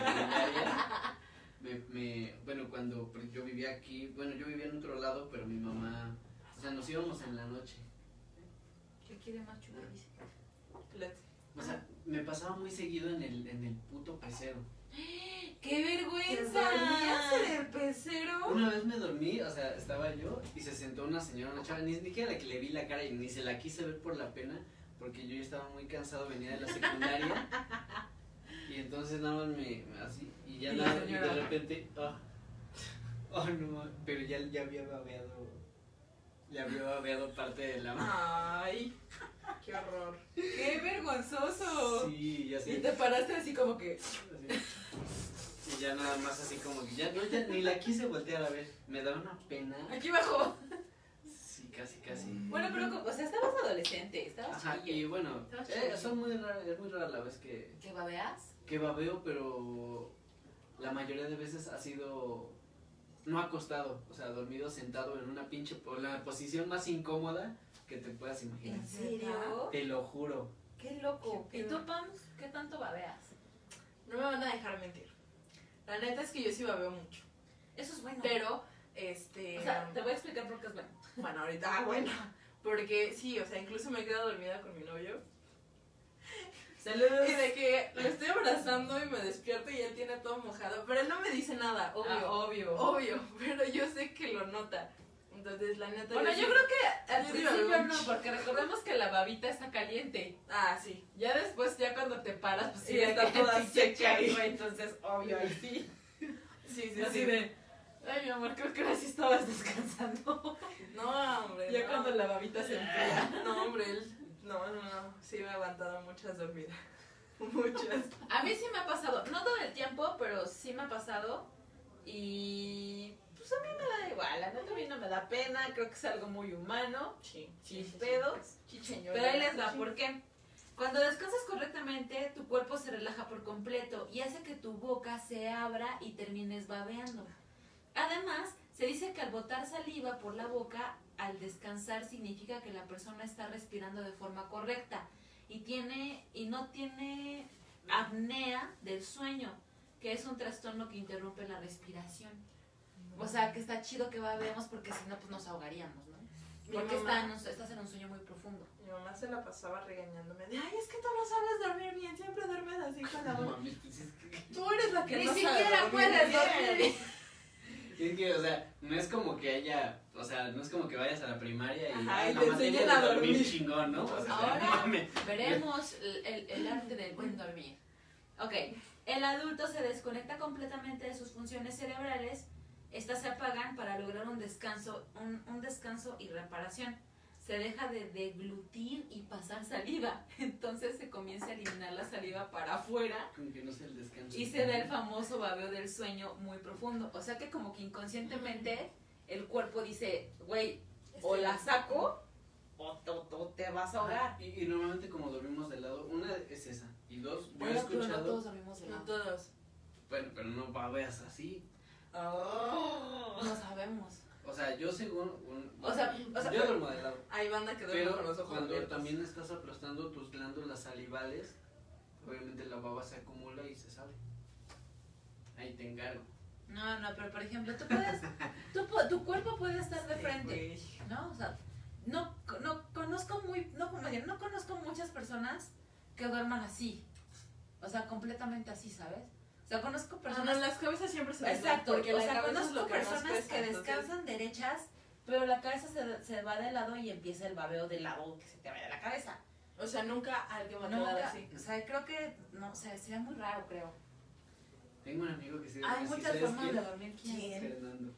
S2: secundaria, bueno, cuando yo vivía aquí, bueno, yo vivía en otro lado, pero mi mamá, o sea, nos íbamos en la noche.
S1: ¿Qué quiere más chulo? Dice.
S2: O sea, me pasaba muy seguido en el puto pecero.
S1: ¡Qué vergüenza!
S3: ¿Dormías en el pecero?
S2: Una vez me dormí, o sea, estaba yo y se sentó una señora, una chava, ni siquiera la que le vi la cara y ni se la quise ver por la pena, porque yo ya estaba muy cansado, venía de la secundaria. Y entonces nada más así, y ya nada, y de repente, no, pero ya había babeado parte de la...
S3: Ay, qué horror.
S1: ¡Qué vergonzoso!
S2: Sí, ya sé.
S1: Y te paraste así como que...
S2: Así. Y ya nada más así como que ya ni la quise voltear a ver, me daba una pena.
S1: Aquí abajo.
S2: Sí, casi.
S1: Bueno, pero, o sea, estabas adolescente, estabas
S2: Ajá,
S1: chiquilla.
S2: y bueno, es muy rara la vez que...
S1: ¿Que babeas?
S2: Que babeo, pero la mayoría de veces ha sido no acostado, o sea, dormido sentado en una pinche, la posición más incómoda que te puedas imaginar.
S1: ¿En serio?
S2: Te lo juro.
S1: Qué loco.
S3: Qué
S1: ¿Y
S3: pedo.
S1: tú, Pam, qué tanto babeas?
S3: No me van a dejar mentir. La neta es que yo sí babeo mucho.
S1: Eso es bueno.
S3: Pero,
S1: O sea, te voy a explicar por qué es bueno.
S3: bueno, ahorita, bueno. Porque sí, o sea, incluso me he quedado dormida con mi novio.
S1: Saludos.
S3: Y de que lo estoy abrazando y me despierto y él tiene todo mojado. Pero él no me dice nada, obvio.
S1: Obvio.
S3: Obvio, pero yo sé que lo nota. Entonces, la neta.
S1: Bueno,
S3: sí-
S1: yo creo que al
S3: yo sí
S1: principio
S3: babeo
S1: no,
S3: mucho.
S1: porque recordemos que la babita está caliente.
S3: Ah, sí.
S1: Ya después, ya cuando te paras, pues sí,
S3: Y está
S1: que
S3: toda
S1: pinche
S3: seca ahí.
S1: charco, entonces, obvio, ahí sí.
S3: Sí, sí,
S1: Así
S3: sí.
S1: de, ay, mi amor, creo que ahora sí estabas descansando.
S3: No, hombre.
S1: Ya
S3: no.
S1: cuando la babita se enfría.
S3: No, hombre, él. No. Sí, me ha aguantado muchas dormidas. Muchas.
S1: A mí sí me ha pasado, no todo el tiempo, pero sí me ha pasado. Y pues a mí me da igual, la neta a mí no me da pena, creo que es algo muy humano,
S3: Sí.
S1: sin pedos.
S3: Chicheño.
S1: Pero ahí les va, ¿por qué? Cuando descansas correctamente, tu cuerpo se relaja por completo y hace que tu boca se abra y termines babeando. Además, se dice que al botar saliva por la boca, al descansar significa que la persona está respirando de forma correcta y no tiene apnea del sueño, que es un trastorno que interrumpe la respiración. O sea, que está chido que babeemos porque si no, pues nos ahogaríamos, ¿no?
S3: Mi
S1: Porque
S3: mamá-
S1: estás en un sueño muy profundo.
S3: Mi mamá se la pasaba regañándome de, ay, es que tú no sabes dormir bien, siempre duermes así con la
S2: No
S3: boca.
S2: mames, pues es que,
S3: Tú eres la que
S1: Ni
S3: no sabe
S1: siquiera
S3: dormir
S1: puedes
S3: bien.
S1: dormir bien.
S2: es que, o sea, no es como que haya, o sea, no es como que vayas a la primaria y
S3: Ajá,
S2: ay,
S3: y te
S2: mamá,
S3: enseñan
S2: tengo
S3: a
S2: que dormir
S3: dormir.
S2: chingón, ¿no? O sea,
S1: Ahora
S2: no mames.
S1: veremos el arte del buen dormir. Ok, el adulto se desconecta completamente de sus funciones cerebrales. Estas se apagan para lograr un descanso y reparación. Se deja de deglutir y pasar saliva. Entonces se comienza a eliminar la saliva para afuera
S2: Como que no sé el descanso.
S1: y se da el famoso babeo del sueño muy profundo. O sea que como que inconscientemente el cuerpo dice, güey, o la saco o te vas a ahogar.
S2: Y normalmente como dormimos de lado, una es esa, y dos, yo he
S1: Bueno, pero no
S2: escuchado,
S1: todos dormimos de
S3: No
S1: lado.
S3: todos.
S2: bueno, pero no babeas así.
S1: No sabemos.
S2: O sea, yo según
S1: O sea,
S2: yo duermo de lado.
S3: Hay banda que duerme
S2: Pero
S3: con los ojos
S2: cuando
S3: abiertos.
S2: también estás aplastando tus glándulas salivales, obviamente la baba se acumula y se sale. Ahí te encargo.
S1: No, pero por ejemplo, tu cuerpo puede estar de
S3: Sí,
S1: frente,
S3: güey.
S1: ¿no? O sea, no conozco muchas personas que duerman así. O sea, completamente así, ¿sabes? O sea, conozco
S3: No,
S1: personas.
S3: las cabezas siempre se les
S1: Exacto,
S3: porque
S1: o
S3: la
S1: sea,
S3: cabeza es
S1: conozco
S3: lo que más
S1: personas
S3: pesa,
S1: que
S3: entonces-
S1: descansan derechas, pero la cabeza se va de lado y empieza el babeo de lado que se te vaya de la cabeza.
S3: O sea, nunca alguien va a quedar
S1: Nunca,
S3: así.
S1: o sea, creo que, no, o sea, sería muy raro, creo.
S2: Tengo un amigo que sí
S1: Hay
S2: así,
S1: muchas
S2: ¿sabes
S1: formas
S2: quién?
S1: de dormir. ¿Quién?
S2: Fernando.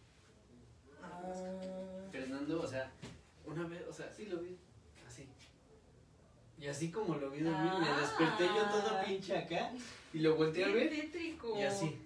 S1: No.
S2: Fernando, o sea, una vez, o sea, sí lo vi, así. Y así como lo vi dormir, me desperté yo todo pinche acá y lo volteé a
S1: Qué
S2: ver
S1: tétrico.
S2: y así.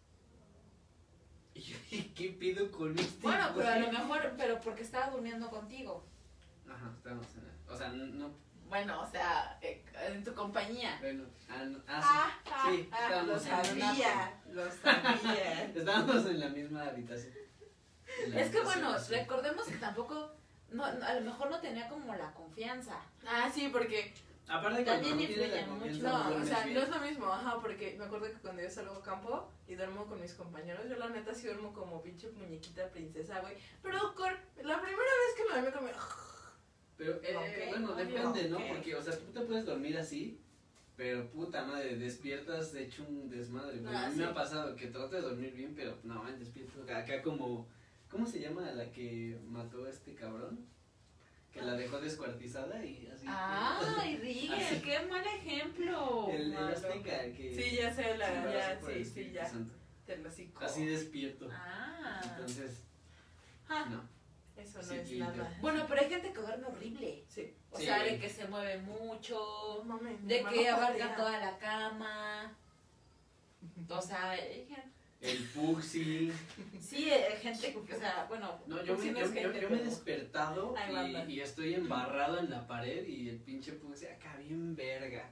S2: Y yo dije, ¿qué pido con este?
S1: Bueno, pero a
S2: güey?
S1: lo mejor, pero porque estaba durmiendo contigo.
S2: Ajá, estábamos en la, o sea, no,
S1: Bueno, o sea, en tu compañía.
S2: bueno, sí, estábamos
S3: lo
S2: en la
S3: sabía, lo sabía.
S2: estábamos en la misma habitación. En la
S1: Es que
S2: habitación,
S1: bueno,
S2: así.
S1: recordemos que tampoco, a lo mejor no tenía como la confianza.
S3: Ah, sí, porque
S2: Aparte
S1: También
S2: cuando no tienes la
S1: influye
S2: confianza,
S1: mucho.
S3: no, o
S2: duermes
S3: sea,
S2: bien.
S3: no es lo mismo, ajá, porque me acuerdo que cuando yo salgo a campo y duermo con mis compañeros, yo la neta sí duermo como pinche muñequita princesa, güey. Pero la primera vez que me dormí con mi...
S2: Pero,
S3: Ok,
S2: bueno,
S3: obvio,
S2: depende, ¿no?
S3: ok.
S2: Porque, o sea, tú te puedes dormir así, pero puta madre, despiertas hecho un desmadre. Güey.
S3: Ah,
S2: A mí
S3: sí.
S2: me ha pasado que trato de dormir bien, pero no, man, despierto acá como... ¿Cómo se llama la que mató a este cabrón? Que la dejó descuartizada y así.
S1: Ay, Rigel,
S2: Así.
S1: qué mal ejemplo.
S2: El
S3: malo.
S2: Azteca, el que...
S3: Sí, ya sé,
S2: Así por el
S3: sí,
S2: Espíritu
S3: ya,
S2: Santo.
S3: te lo cico.
S2: Así despierto.
S1: Ah.
S2: Entonces,
S1: Ah.
S2: no.
S3: Eso no
S2: Sí,
S3: es
S2: sí,
S3: nada.
S1: Bueno, pero hay gente que duerme horrible.
S3: Sí.
S1: O
S2: Sí.
S1: sea, de que se mueve mucho,
S3: No mames, mi
S1: de
S3: hermano
S1: que abarca
S3: patea.
S1: toda la cama. O sea, hay gente.
S2: El Puxi.
S1: Sí, hay gente que, o sea, bueno,
S2: No, yo
S1: sí
S2: me,
S1: no es
S2: yo,
S1: gente,
S2: yo me he
S1: pero-
S2: despertado
S3: Ay, banda.
S2: y estoy embarrado en la pared y el pinche Puxi acá bien verga.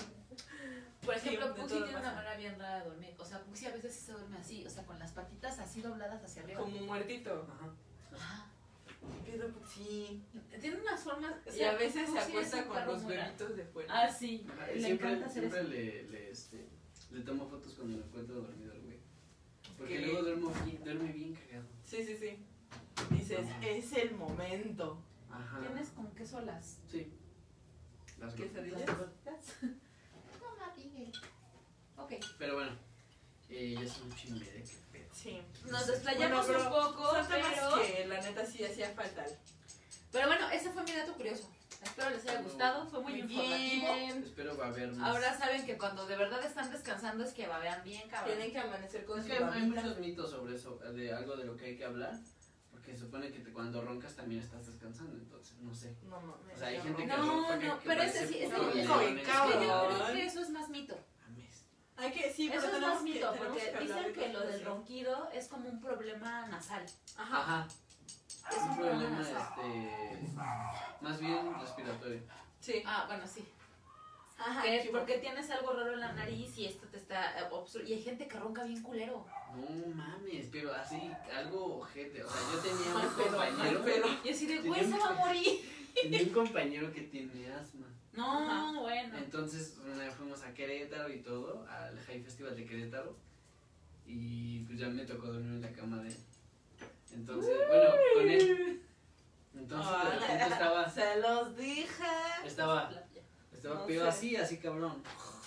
S1: Por
S3: Sí,
S1: ejemplo,
S3: de
S1: Puxi
S3: todo
S1: tiene una
S3: pasa.
S1: manera bien rara de dormir. O sea, Puxi a veces sí se duerme así, o sea, con las patitas así así dobladas hacia arriba.
S3: Como muertito.
S2: Ajá.
S1: Ajá.
S3: Pero sí.
S1: Tiene unas formas. o
S3: Y
S1: sea,
S3: a veces
S1: tú
S3: se
S1: sí eres
S3: acuesta
S1: un
S3: con
S1: perro
S3: los
S1: muy raro.
S3: bebitos de fuera.
S1: Ah, sí.
S2: Ajá, y
S1: Le
S2: siempre,
S1: encanta hacer
S2: siempre
S1: eso.
S2: le tomo fotos cuando me encuentro dormido al güey. Porque
S3: ¿Qué?
S2: luego duerme bien cagado.
S3: Sí, sí, sí. Dices, es el momento.
S2: Ajá.
S1: ¿Tienes con qué solas?
S2: Sí. Las
S3: ¿Quesadillas?
S1: ¿Las gorditas? Mamá, Miguel. Ok.
S2: Pero bueno, ya es un chingo de qué pedo.
S3: Sí.
S1: Nos desplayamos
S3: Bueno, pero
S1: un poco,
S3: son temas
S1: pero...
S3: que la neta sí hacía falta.
S1: Pero bueno, ese fue mi dato curioso. Espero les haya gustado, fue muy informativo.
S3: bien.
S2: Espero va a haber más.
S1: Ahora saben que cuando de verdad están descansando es que babean bien, cabrón.
S3: Tienen que amanecer con
S2: Es
S3: su
S2: que hay
S3: babita.
S2: muchos mitos sobre eso, de algo de lo que hay que hablar. Porque se supone que cuando roncas también estás descansando, entonces no sé.
S3: No mames.
S2: O sea, hay
S3: qué
S2: gente que
S3: horror.
S1: No,
S2: ronca
S1: no,
S2: que
S1: pero
S2: parece
S1: ese sí, ese
S2: puto
S1: sí.
S2: león,
S3: Es
S1: Es
S3: que
S1: que yo
S3: cabrón.
S1: creo que eso es más mito.
S2: Mames.
S3: Hay que, sí, pero
S1: Eso es
S3: tenemos
S1: más mito,
S3: tenemos
S1: porque
S3: que hablar
S1: dicen
S3: de
S1: que lo
S3: cosas
S1: del
S3: así.
S1: ronquido es como un problema nasal.
S3: Ajá.
S2: Ajá.
S1: Es
S2: Un
S1: un problema
S2: problema,
S1: nasal.
S2: más bien respiratorio.
S3: Sí.
S1: Ah, bueno, sí.
S3: Ajá.
S1: Que
S3: sí,
S1: porque tienes algo raro en la nariz y esto te está obstruyendo. Y hay gente que ronca bien culero.
S2: No mames, pero así, algo ojete. O sea, yo tenía
S3: Mal
S2: un
S3: pedo, mal
S2: compañero.
S3: pedo.
S1: Y así de,
S2: Tenía
S1: güey, se
S2: un-
S1: va a morir.
S2: Tenía un compañero que tiene asma.
S1: No,
S3: Ajá.
S1: bueno.
S2: Entonces, una vez fuimos a Querétaro y todo, al High Festival de Querétaro. Y pues ya me tocó dormir en la cama de él. Entonces, bueno, con él. Entonces, de repente estaba,
S3: Se los dije.
S2: estaba
S3: No
S2: pero
S3: sé.
S2: así cabrón.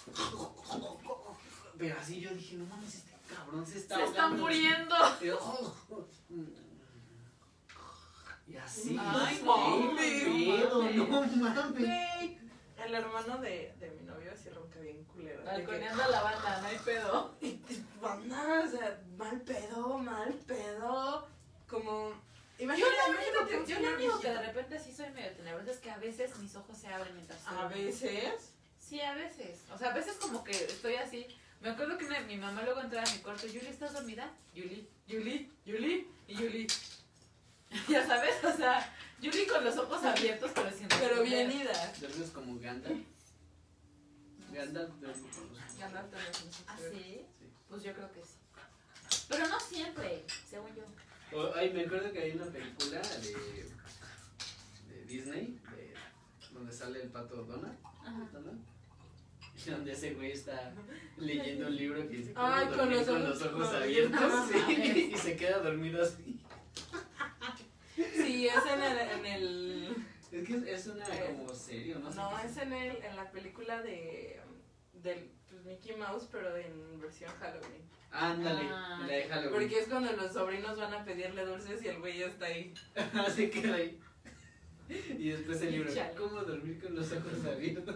S2: Pero así yo dije, no mames, este cabrón se está
S1: Se está
S2: ahogando.
S1: muriendo.
S2: Y yo, y así.
S3: Ay,
S2: qué
S3: mames,
S2: pedo,
S3: mames.
S2: no mames.
S3: Güey, el hermano de mi novio sí ronca bien culero. De que,
S1: Balconeando a la banda, no hay pedo.
S3: banda, o sea, mal pedo. Como.
S1: Yo
S3: Imagínate,
S1: lo único que de repente sí soy medio tenebrosa es que a veces mis ojos se abren mientras estoy
S3: A
S1: dormida.
S3: veces.
S1: Sí, a veces. O sea, a veces como que estoy así. Me acuerdo que mi mamá luego entraba a mi cuarto. Yuli, ¿estás dormida? Yuli. Y Yuli. Ya sabes, o sea, Yuli con los ojos abiertos pero sin
S3: Pero
S1: responder.
S3: bien ida.
S2: Duermes como Gandalf. Gandalf duerme con los ojos.
S3: Gandalf también se nos
S1: ¿Ah,
S3: hace.
S1: sí?
S2: Sí.
S1: Pues yo creo que sí. Pero no siempre, según yo.
S2: Ay, me acuerdo que hay una película de Disney donde sale el pato Donald.
S1: Ajá.
S2: Donald, y donde ese güey está leyendo un libro que dice
S3: Ay,
S2: cómo
S3: con
S2: dormir
S3: los
S2: con los
S3: ojos
S2: ojos
S3: abiertos.
S2: abiertos,
S1: No
S2: sí,
S1: mames.
S2: y se queda dormido así.
S3: Sí, es en el.
S2: Es que es una como serio, ¿no?
S3: No, es en la película del pues, Mickey Mouse, pero en versión Halloween.
S2: Ándale,
S1: Ah.
S2: la de Halloween.
S3: Porque es cuando los sobrinos van a pedirle dulces y el güey ya está ahí.
S2: Se queda ahí. Y después el libro,
S1: Chale.
S2: ¿cómo dormir con los ojos abiertos?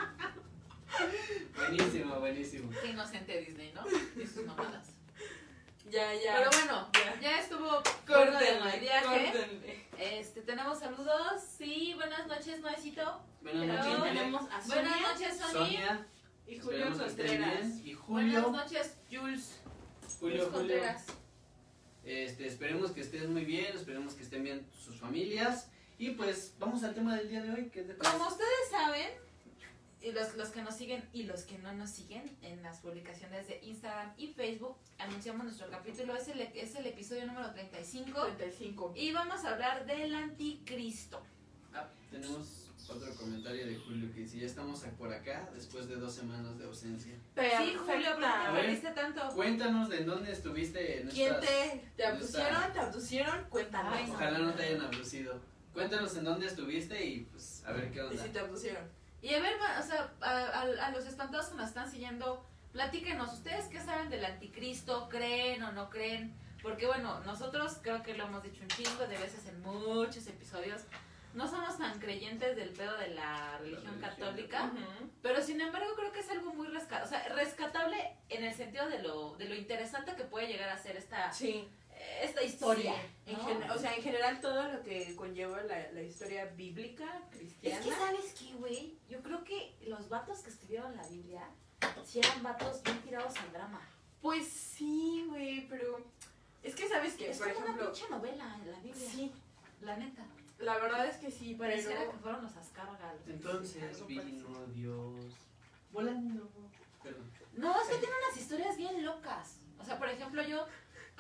S2: Buenísimo, buenísimo.
S1: Qué inocente Disney, ¿no? Y sus mamadas.
S3: Ya.
S1: Pero bueno,
S3: Ya.
S1: ya estuvo bueno de
S3: Córtenle,
S1: viaje.
S3: córtenle.
S1: Tenemos saludos. Sí, buenas noches, Noecito.
S2: Buenas
S1: Pero
S2: noches, María.
S3: Tenemos a
S1: Buenas
S3: Sonia
S1: noches, Sony.
S2: Sonia.
S3: y Julio
S2: Esperemos que estén
S3: Contreras.
S2: bien. Y
S1: Buenas
S2: Julio.
S1: noches, Jules.
S2: Julio.
S1: Contreras.
S2: Esperemos que estén muy bien, esperemos que estén bien sus familias. Y pues vamos al tema del día de hoy, que es de
S1: Como ustedes saben, y los que nos siguen y los que no nos siguen en las publicaciones de Instagram y Facebook, anunciamos nuestro capítulo, es el episodio número 35
S3: 35.
S1: y vamos a hablar del anticristo.
S2: tenemos otro comentario de Julio que dice, ya estamos por acá después de 2 semanas de ausencia.
S1: Sí, Julio, ¿por qué
S2: A
S1: te
S2: ver.
S1: perdiste tanto?
S2: Cuéntanos de dónde estiste en
S3: ¿Quién
S2: estas...
S3: te abducieron? ¿Te abducieron? Cuéntanos.
S1: Ay,
S2: Ojalá no te hayan abducido. Cuéntanos en dónde estuviste y pues a ver qué
S3: ¿Y
S2: onda.
S3: si te abducieron?
S1: Y a ver, o sea, a los espantados que nos están siguiendo, platíquenos, ¿ustedes qué saben del anticristo? ¿Creen o no creen? Porque bueno, nosotros creo que lo hemos dicho un chingo de veces en muchos episodios, no somos tan creyentes del pedo de la religión católica,
S3: Ujú.
S1: pero sin embargo creo que es algo muy rescatable en el sentido de lo interesante que puede llegar a ser esta
S3: Sí.
S1: historia.
S3: Sí.
S1: ¿no?
S3: O sea, en general todo lo que conlleva la historia bíblica, cristiana.
S1: Es que, ¿sabes qué, güey? Yo creo que los vatos que escribieron la Biblia, sí eran vatos bien tirados al drama.
S3: Pues sí, güey, pero es que sabes que,
S1: Es
S3: por
S1: como
S3: ejemplo,
S1: una pinche novela en la Biblia.
S3: sí,
S1: La neta.
S3: la verdad es que sí,
S1: Pareciera
S3: pero
S1: que fueron los Ascarga.
S2: Entonces
S3: Algo
S2: vino Dios volando. Perdón.
S1: No, es que tiene unas historias bien locas. O sea, por ejemplo, yo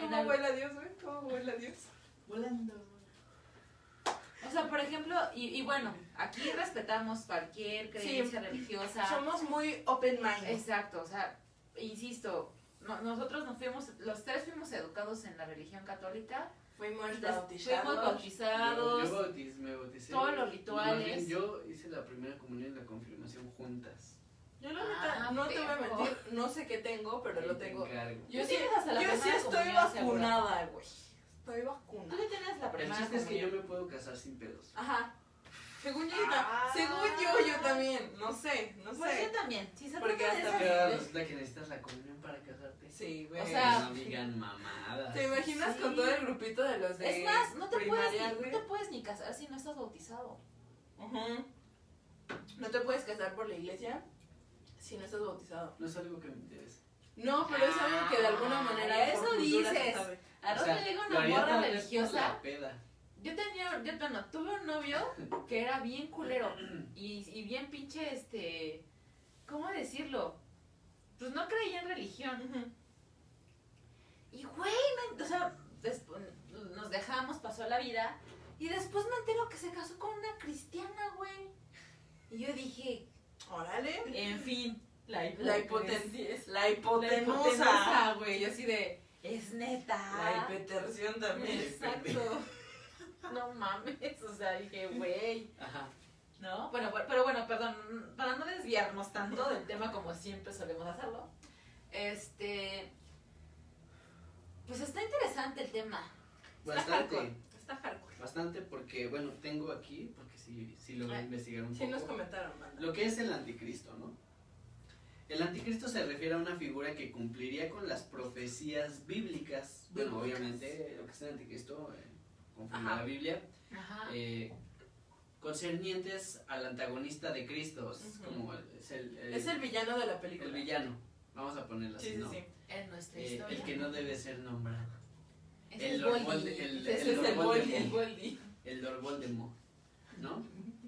S3: ¿Cómo vuela Dios, güey? ¿Cómo vuela Dios?
S2: Volando.
S1: O sea, por ejemplo, y bueno, aquí respetamos cualquier creencia religiosa.
S3: Somos muy open mind.
S1: Exacto, o sea, insisto, nosotros los tres fuimos educados en la religión católica.
S3: Fuimos
S1: bautizados.
S2: Me bauticé.
S1: Todos los rituales.
S2: Más bien, yo hice la primera comunión y la confirmación juntas.
S3: Yo la neta, no te voy a mentir, no sé qué tengo, pero lo tengo.
S1: Yo sí, hasta la
S3: yo sí estoy
S1: comunión,
S3: vacunada, güey. Estoy
S1: Tú
S3: vacunada.
S1: ya tienes la
S2: El
S1: primera
S2: chiste es que yo
S1: comunión.
S2: me puedo casar sin pedos.
S3: Ajá. Según yo también. No sé.
S1: Pues yo también. Si se
S3: Porque
S1: trata de
S3: hasta
S1: esas-
S2: Pero resulta que necesitas la comunión para casarte.
S3: Sí, güey.
S1: O sea,
S2: no digan mamadas.
S3: ¿te imaginas
S1: Sí.
S3: con todo el grupito de los de
S1: Es más, no te
S3: primaria,
S1: puedes ni casar si no estás bautizado.
S3: Ujú. No te puedes casar por la iglesia si no estás bautizado.
S2: No es algo que me interesa.
S3: No, pero es algo que de alguna manera
S1: eso
S3: por cultura se
S1: dices.
S3: sabe.
S1: A
S2: O
S1: Rosa
S2: sea,
S1: llega
S2: lo
S1: una
S2: haría
S1: morra
S2: tal vez por
S1: religiosa.
S2: la peda.
S1: Tuve un novio que era bien culero y bien pinche, ¿cómo decirlo? Pues no creía en religión.
S3: Ujú.
S1: Y güey, o sea, después nos dejamos, pasó la vida y después me entero que se casó con una cristiana, güey. Y yo dije,
S3: Órale.
S1: en fin,
S3: La
S1: hipotenusa,
S3: hipotenusa.
S1: güey. Yo así de, es neta.
S3: La hipertensión también.
S1: Exacto. No mames, o sea, dije, güey.
S2: Ajá.
S1: ¿No? Bueno, pero bueno, perdón, para no desviarnos tanto del tema como siempre solemos hacerlo. Pues está interesante el tema.
S2: Bastante.
S3: Está hardcore.
S2: Bastante porque, bueno, tengo aquí, porque sí logré investigar un
S3: Sí nos
S2: poco.
S3: comentaron, banda.
S2: Lo que es el anticristo, ¿no? El anticristo se refiere a una figura que cumpliría con las profecías bíblicas. Bueno, obviamente lo que es el anticristo, conforme a la Biblia,
S1: Ajá.
S2: concernientes al antagonista de Cristo. Es
S3: Ujú.
S2: como
S3: Es el villano de la película.
S2: el villano, vamos a ponerlo así,
S3: Sí,
S2: ¿no?
S3: sí.
S1: En nuestra historia.
S2: El que no debe ser nombrado.
S1: Ese
S2: el
S1: es
S2: Lord
S1: Voldy.
S2: Ese
S3: es el
S2: Lord
S3: Voldy.
S1: El Voldy.
S2: El Lord Voldemort, ¿no?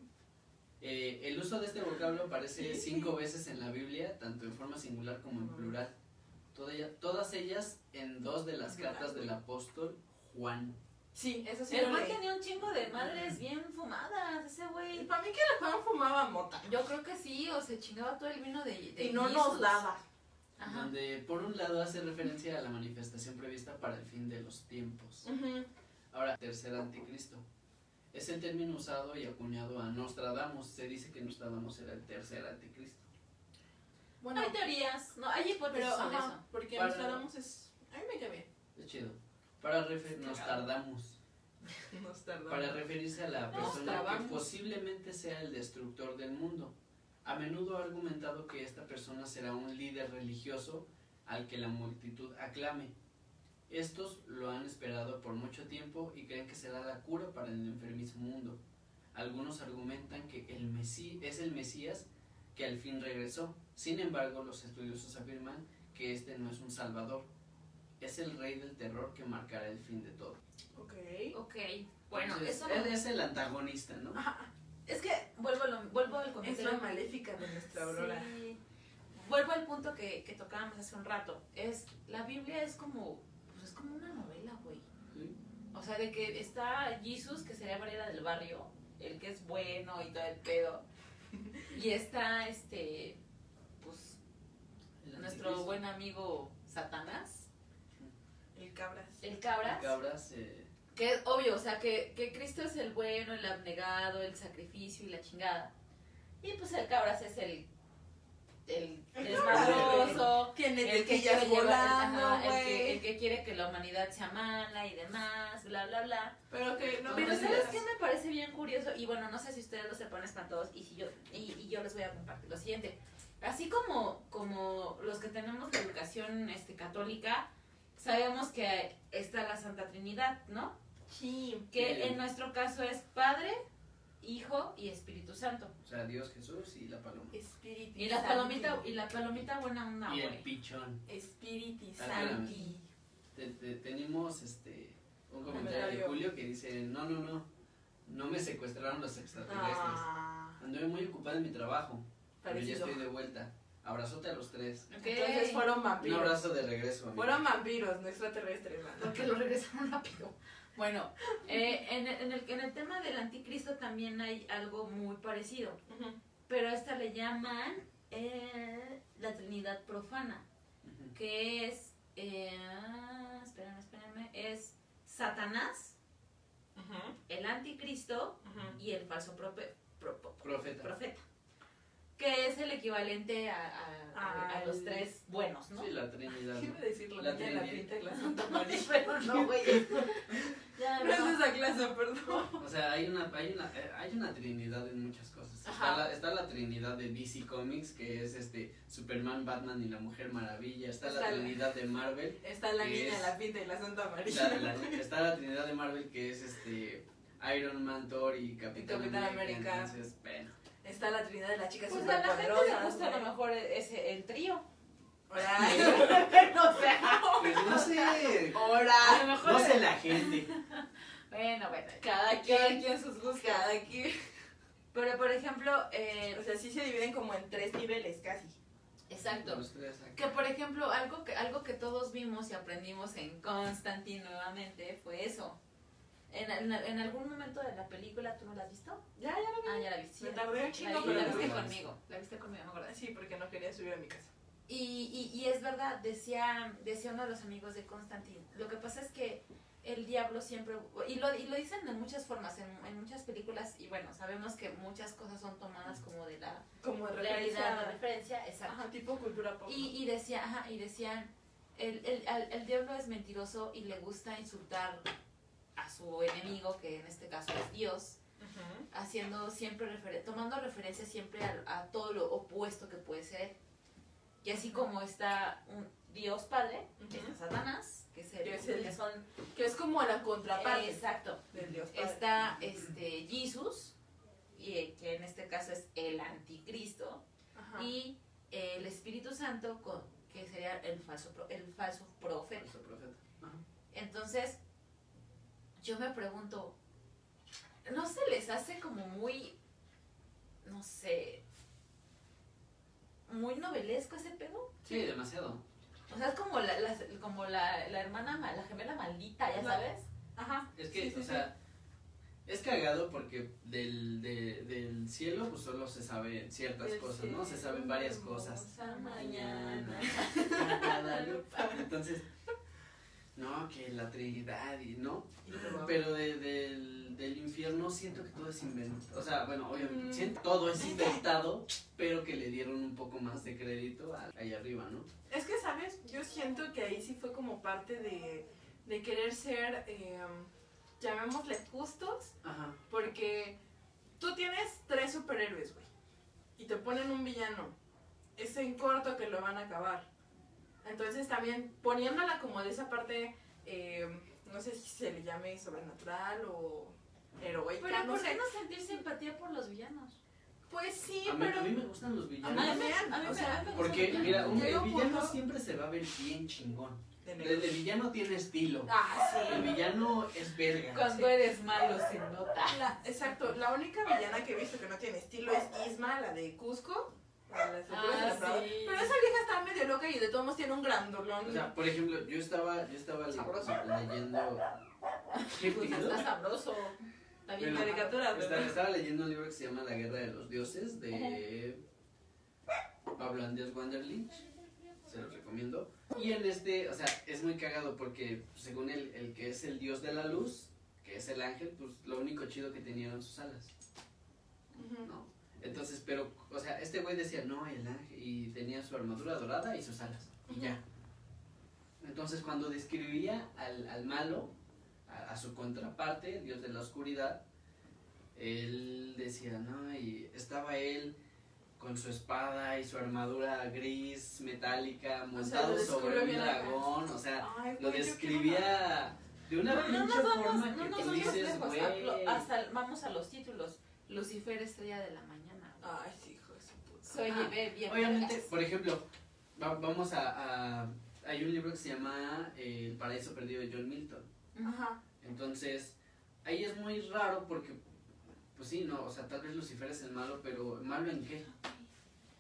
S2: El uso de este vocablo aparece 5 veces en la Biblia, tanto en forma singular como en plural. Todas ellas en 2 de las cartas del apóstol Juan.
S3: Sí, eso sí
S1: El
S3: lo
S1: güey
S3: leí.
S1: tenía un chingo de madres bien fumadas, ese
S3: Y
S1: güey.
S3: para mí que el Juan fumaba mota.
S1: Yo creo que sí, o se chingaba todo el vino de
S3: Y no
S1: Jesus.
S3: nos daba.
S1: Ajá.
S2: Donde por un lado hace referencia a la manifestación prevista para el fin de los tiempos.
S3: Ujú.
S2: Ahora, tercer anticristo. Es el término usado y acuñado a Nostradamus. Se dice que Nostradamus era el tercer anticristo.
S3: Bueno,
S1: Hay teorías, no, hay hipótesis
S3: pero
S1: sobre
S3: ajá,
S1: eso.
S3: porque
S2: Para-
S3: nos tardamos es... A mí me cae bien.
S2: Es chido. Nos tardamos.
S3: Nos tardamos.
S2: Para referirse a la persona que
S3: Nostradamus.
S2: posiblemente sea el destructor del mundo. A menudo ha argumentado que esta persona será un líder religioso al que la multitud aclame. Estos lo han esperado por mucho tiempo y creen que será la cura para el enfermizo mundo. Algunos argumentan que es el Mesías que al fin regresó. Sin embargo, los estudiosos afirman que este no es un salvador. Es el rey del terror que marcará el fin de todo.
S3: Ok.
S1: Ok, bueno,
S2: Entonces,
S1: eso
S2: él es el antagonista, ¿no?
S1: es que vuelvo al
S3: Es
S1: comentario.
S3: la maléfica de nuestra Aurora.
S1: Sí. Vuelvo al punto que tocábamos hace un rato. La Biblia es como, pues es como una novela, güey.
S2: Sí.
S1: O sea, de que está Jesus, que sería Varela del Barrio, el que es bueno y todo el pedo. Y está, pues,
S2: El
S1: nuestro
S2: anticristo.
S1: buen amigo Satanás,
S3: El cabras.
S1: el Cabras.
S2: Cabras,
S1: Que es obvio, o sea, que Cristo es el bueno, el abnegado, el sacrificio y la chingada. Y pues el Cabras es el
S3: Cabras,
S1: desmadroso,
S3: Tiene
S1: el que
S3: tequillas
S1: quiere llevar,
S3: volando,
S1: ajá,
S3: güey.
S1: el que quiere que la humanidad sea mala y demás, bla, bla, bla.
S3: Pero que no
S1: Pero
S3: me
S1: ¿sabes
S3: digas.
S1: qué me parece bien curioso? Y bueno, no sé si ustedes lo sepan espantados y si yo les voy a compartir lo siguiente. Así como los que tenemos la educación católica, sabemos que está la Santa Trinidad, ¿no?
S3: Sí.
S1: Que
S2: Sí.
S1: en nuestro caso es Padre, Hijo y Espíritu Santo.
S2: o sea, Dios, Jesús y la paloma.
S3: Espíritu
S1: Y la
S3: Santi.
S1: palomita buena onda,
S2: Y el
S1: güey.
S2: pichón.
S3: Espíritu
S2: Espérame.
S3: Santi.
S2: Tenemos un comentario de Julio que dice, no me secuestraron los extraterrestres.
S3: Ah,
S2: Anduve muy ocupado en mi trabajo, pero ya
S3: parecido.
S2: estoy de vuelta. Abrazote a los tres.
S1: Ok.
S3: Entonces fueron
S2: Un
S3: vampiros.
S2: abrazo de regreso, amigo.
S3: Fueron vampiros, no extraterrestres, ¿no?
S1: Porque lo regresaron rápido. Bueno, en el tema del anticristo también hay algo muy parecido.
S3: Ujú.
S1: Pero a esta le llaman la Trinidad profana.
S2: Ujú.
S1: Que es, espérenme, es Satanás,
S3: Ujú.
S1: el anticristo
S3: Ujú.
S1: y el falso
S2: Profeta.
S1: profeta, que es el equivalente a los
S3: Al-
S1: tres buenos, ¿no?
S2: Sí, la Trinidad.
S3: ¿Qué iba a decir? La
S2: La
S3: niña de la
S2: Trinidad.
S3: pinta y la Santa María.
S1: Pero no, güey. Ya,
S3: No es
S1: no.
S3: esa clase, perdón.
S2: O sea, hay una trinidad en muchas cosas.
S1: Ajá.
S2: Está la trinidad de DC Comics, que es Superman, Batman y la Mujer Maravilla. Está la
S3: Está la-
S2: trinidad de Marvel.
S3: Está la
S2: ¿Qué
S3: niña de
S2: es?
S3: la pinta y la Santa María.
S2: Está la trinidad de Marvel, que es Iron Man, Thor y Capitán
S3: Capitán América.
S2: Entonces, bueno.
S3: Está la trinidad de las chicas
S1: Pues a la gente le
S3: superpoderosas.
S1: gusta a lo
S3: güey.
S1: mejor el trío.
S3: Hola.
S1: No sé.
S2: Pues no sé.
S1: A
S3: Hola.
S1: lo mejor.
S2: No sé la gente.
S1: Bueno.
S3: Cada quien sus gustos. Cada quien.
S1: Pero por ejemplo,
S3: O sea, sí se dividen como en 3 niveles casi.
S1: exacto.
S2: Los tres acá.
S1: Que por ejemplo, algo que todos vimos y aprendimos en Constantine nuevamente fue eso. En algún momento de la película, ¿tú no la has visto?
S3: Ya la vi.
S1: Ah, ya la viste.
S3: Me tardé un chingo,
S1: La
S3: pero
S1: viste
S2: la vi.
S1: conmigo. La viste conmigo, me acuerdo.
S3: Sí, porque no quería subir a mi casa.
S1: Y es verdad, decía uno de los amigos de Constantine, lo que pasa es que el diablo siempre, y lo dicen de muchas formas, en muchas películas, y bueno, sabemos que muchas cosas son tomadas como de la
S3: Como de
S1: realidad de
S3: referencia.
S1: referencia, exacto.
S3: Ajá, tipo cultura pop.
S1: Y decían, el diablo es mentiroso y le gusta insultar a su enemigo, que en este caso es Dios,
S3: Ujú.
S1: haciendo siempre tomando referencia siempre a todo lo opuesto que puede ser. Y así como está un Dios Padre,
S3: Ujú.
S1: está Satanás, que
S3: Que
S1: son
S3: Que es como la contraparte
S1: exacto.
S3: del Dios Padre.
S1: Está Jesús, que en este caso es el anticristo,
S3: Ajá.
S1: y el Espíritu Santo, que sería el falso profeta.
S2: Falso profeta. Ajá.
S1: Entonces, yo me pregunto, ¿no se les hace como muy, no sé, muy novelesco ese pedo?
S2: Sí, demasiado.
S1: O sea, es como la hermana, la gemela maldita, ya
S3: No.
S1: sabes.
S3: Ajá.
S2: Es que,
S3: Sí, sí,
S2: o sea, es cagado porque del cielo pues solo se saben ciertas
S3: Del
S2: cosas, ¿no? Se saben
S3: cielo,
S2: varias cosas.
S3: hermosa mañana.
S2: Entonces, no, que la Trinidad y no.
S3: Y luego-
S2: Pero del infierno siento que todo es inventado. O sea, bueno, obviamente,
S3: Mm.
S2: siento que todo es inventado, pero que le dieron un poco más de crédito ahí arriba, ¿no?
S3: Es que, ¿sabes? Yo siento que ahí sí fue como parte de querer ser, llamémosle justos,
S2: Ajá.
S3: porque tú tienes 3 superhéroes, güey, y te ponen un villano. Es en corto que lo van a acabar. Entonces también poniéndola como de esa parte, no sé si se le llame sobrenatural o heroica,
S1: Pero
S3: no
S1: ¿por qué
S3: sé.
S1: no sentir simpatía por los villanos?
S3: Pues sí,
S2: A
S3: pero...
S2: mí me gustan los
S3: A mí
S2: villanos.
S3: también, o sea,
S1: me gusta
S2: Porque,
S1: el
S2: mira,
S1: villano.
S3: Llega
S2: el
S3: un
S2: villano
S3: punto-
S2: siempre se va a ver bien chingón.
S3: de
S2: El
S3: negro.
S2: villano tiene estilo.
S3: Ah,
S2: El
S3: sí.
S2: villano es verga.
S1: Cuando eres malo se nota.
S3: Exacto, la única villana que he visto que no tiene estilo es Isma, la de Cusco. La de las locuras del emperador.
S1: sí.
S3: Pero esa vieja está medio loca y de todos modos tiene un grandolón.
S2: O sea, por ejemplo, yo estaba
S1: Sabroso.
S2: leyendo. ¿Qué
S1: Pues
S2: pido?
S1: está sabroso. Está bien
S2: Bueno,
S1: caricatura,
S2: Estaba leyendo un libro que se llama La Guerra de los Dioses de Pablo Andrés Wanderlich. Se los recomiendo. Y o sea, es muy cagado porque según el que es el dios de la luz, que es el ángel, pues lo único chido que tenía eran sus alas,
S3: Ujú.
S2: ¿no? Entonces, pero, o sea, este güey decía, no, el ángel, y tenía su armadura dorada y sus alas, y ya. Entonces, cuando describía al malo, a su contraparte, el dios de la oscuridad, él decía, no, y estaba él con su espada y su armadura gris, metálica, montado
S3: lo
S2: sobre
S3: describe
S2: un
S3: bien acá.
S2: dragón, o sea,
S3: Ay,
S2: lo
S3: güey, yo
S2: describía de una
S1: No
S2: pinche
S1: nos
S2: forma
S1: vamos,
S2: que
S1: no nos
S2: tú
S1: vamos
S2: dices,
S1: lejos.
S2: güey.
S1: Hasta vamos a los títulos. Lucifer, estrella de la mañana.
S3: Ay, sí, hijo de su puta.
S1: Soy
S2: Ah,
S1: bien
S2: Obviamente,
S1: vergas.
S2: por ejemplo, vamos hay un libro que se llama El paraíso perdido de John Milton.
S3: Ajá.
S2: Entonces, ahí es muy raro porque, pues sí, no, o sea, tal vez Lucifer es el malo, pero ¿malo en qué?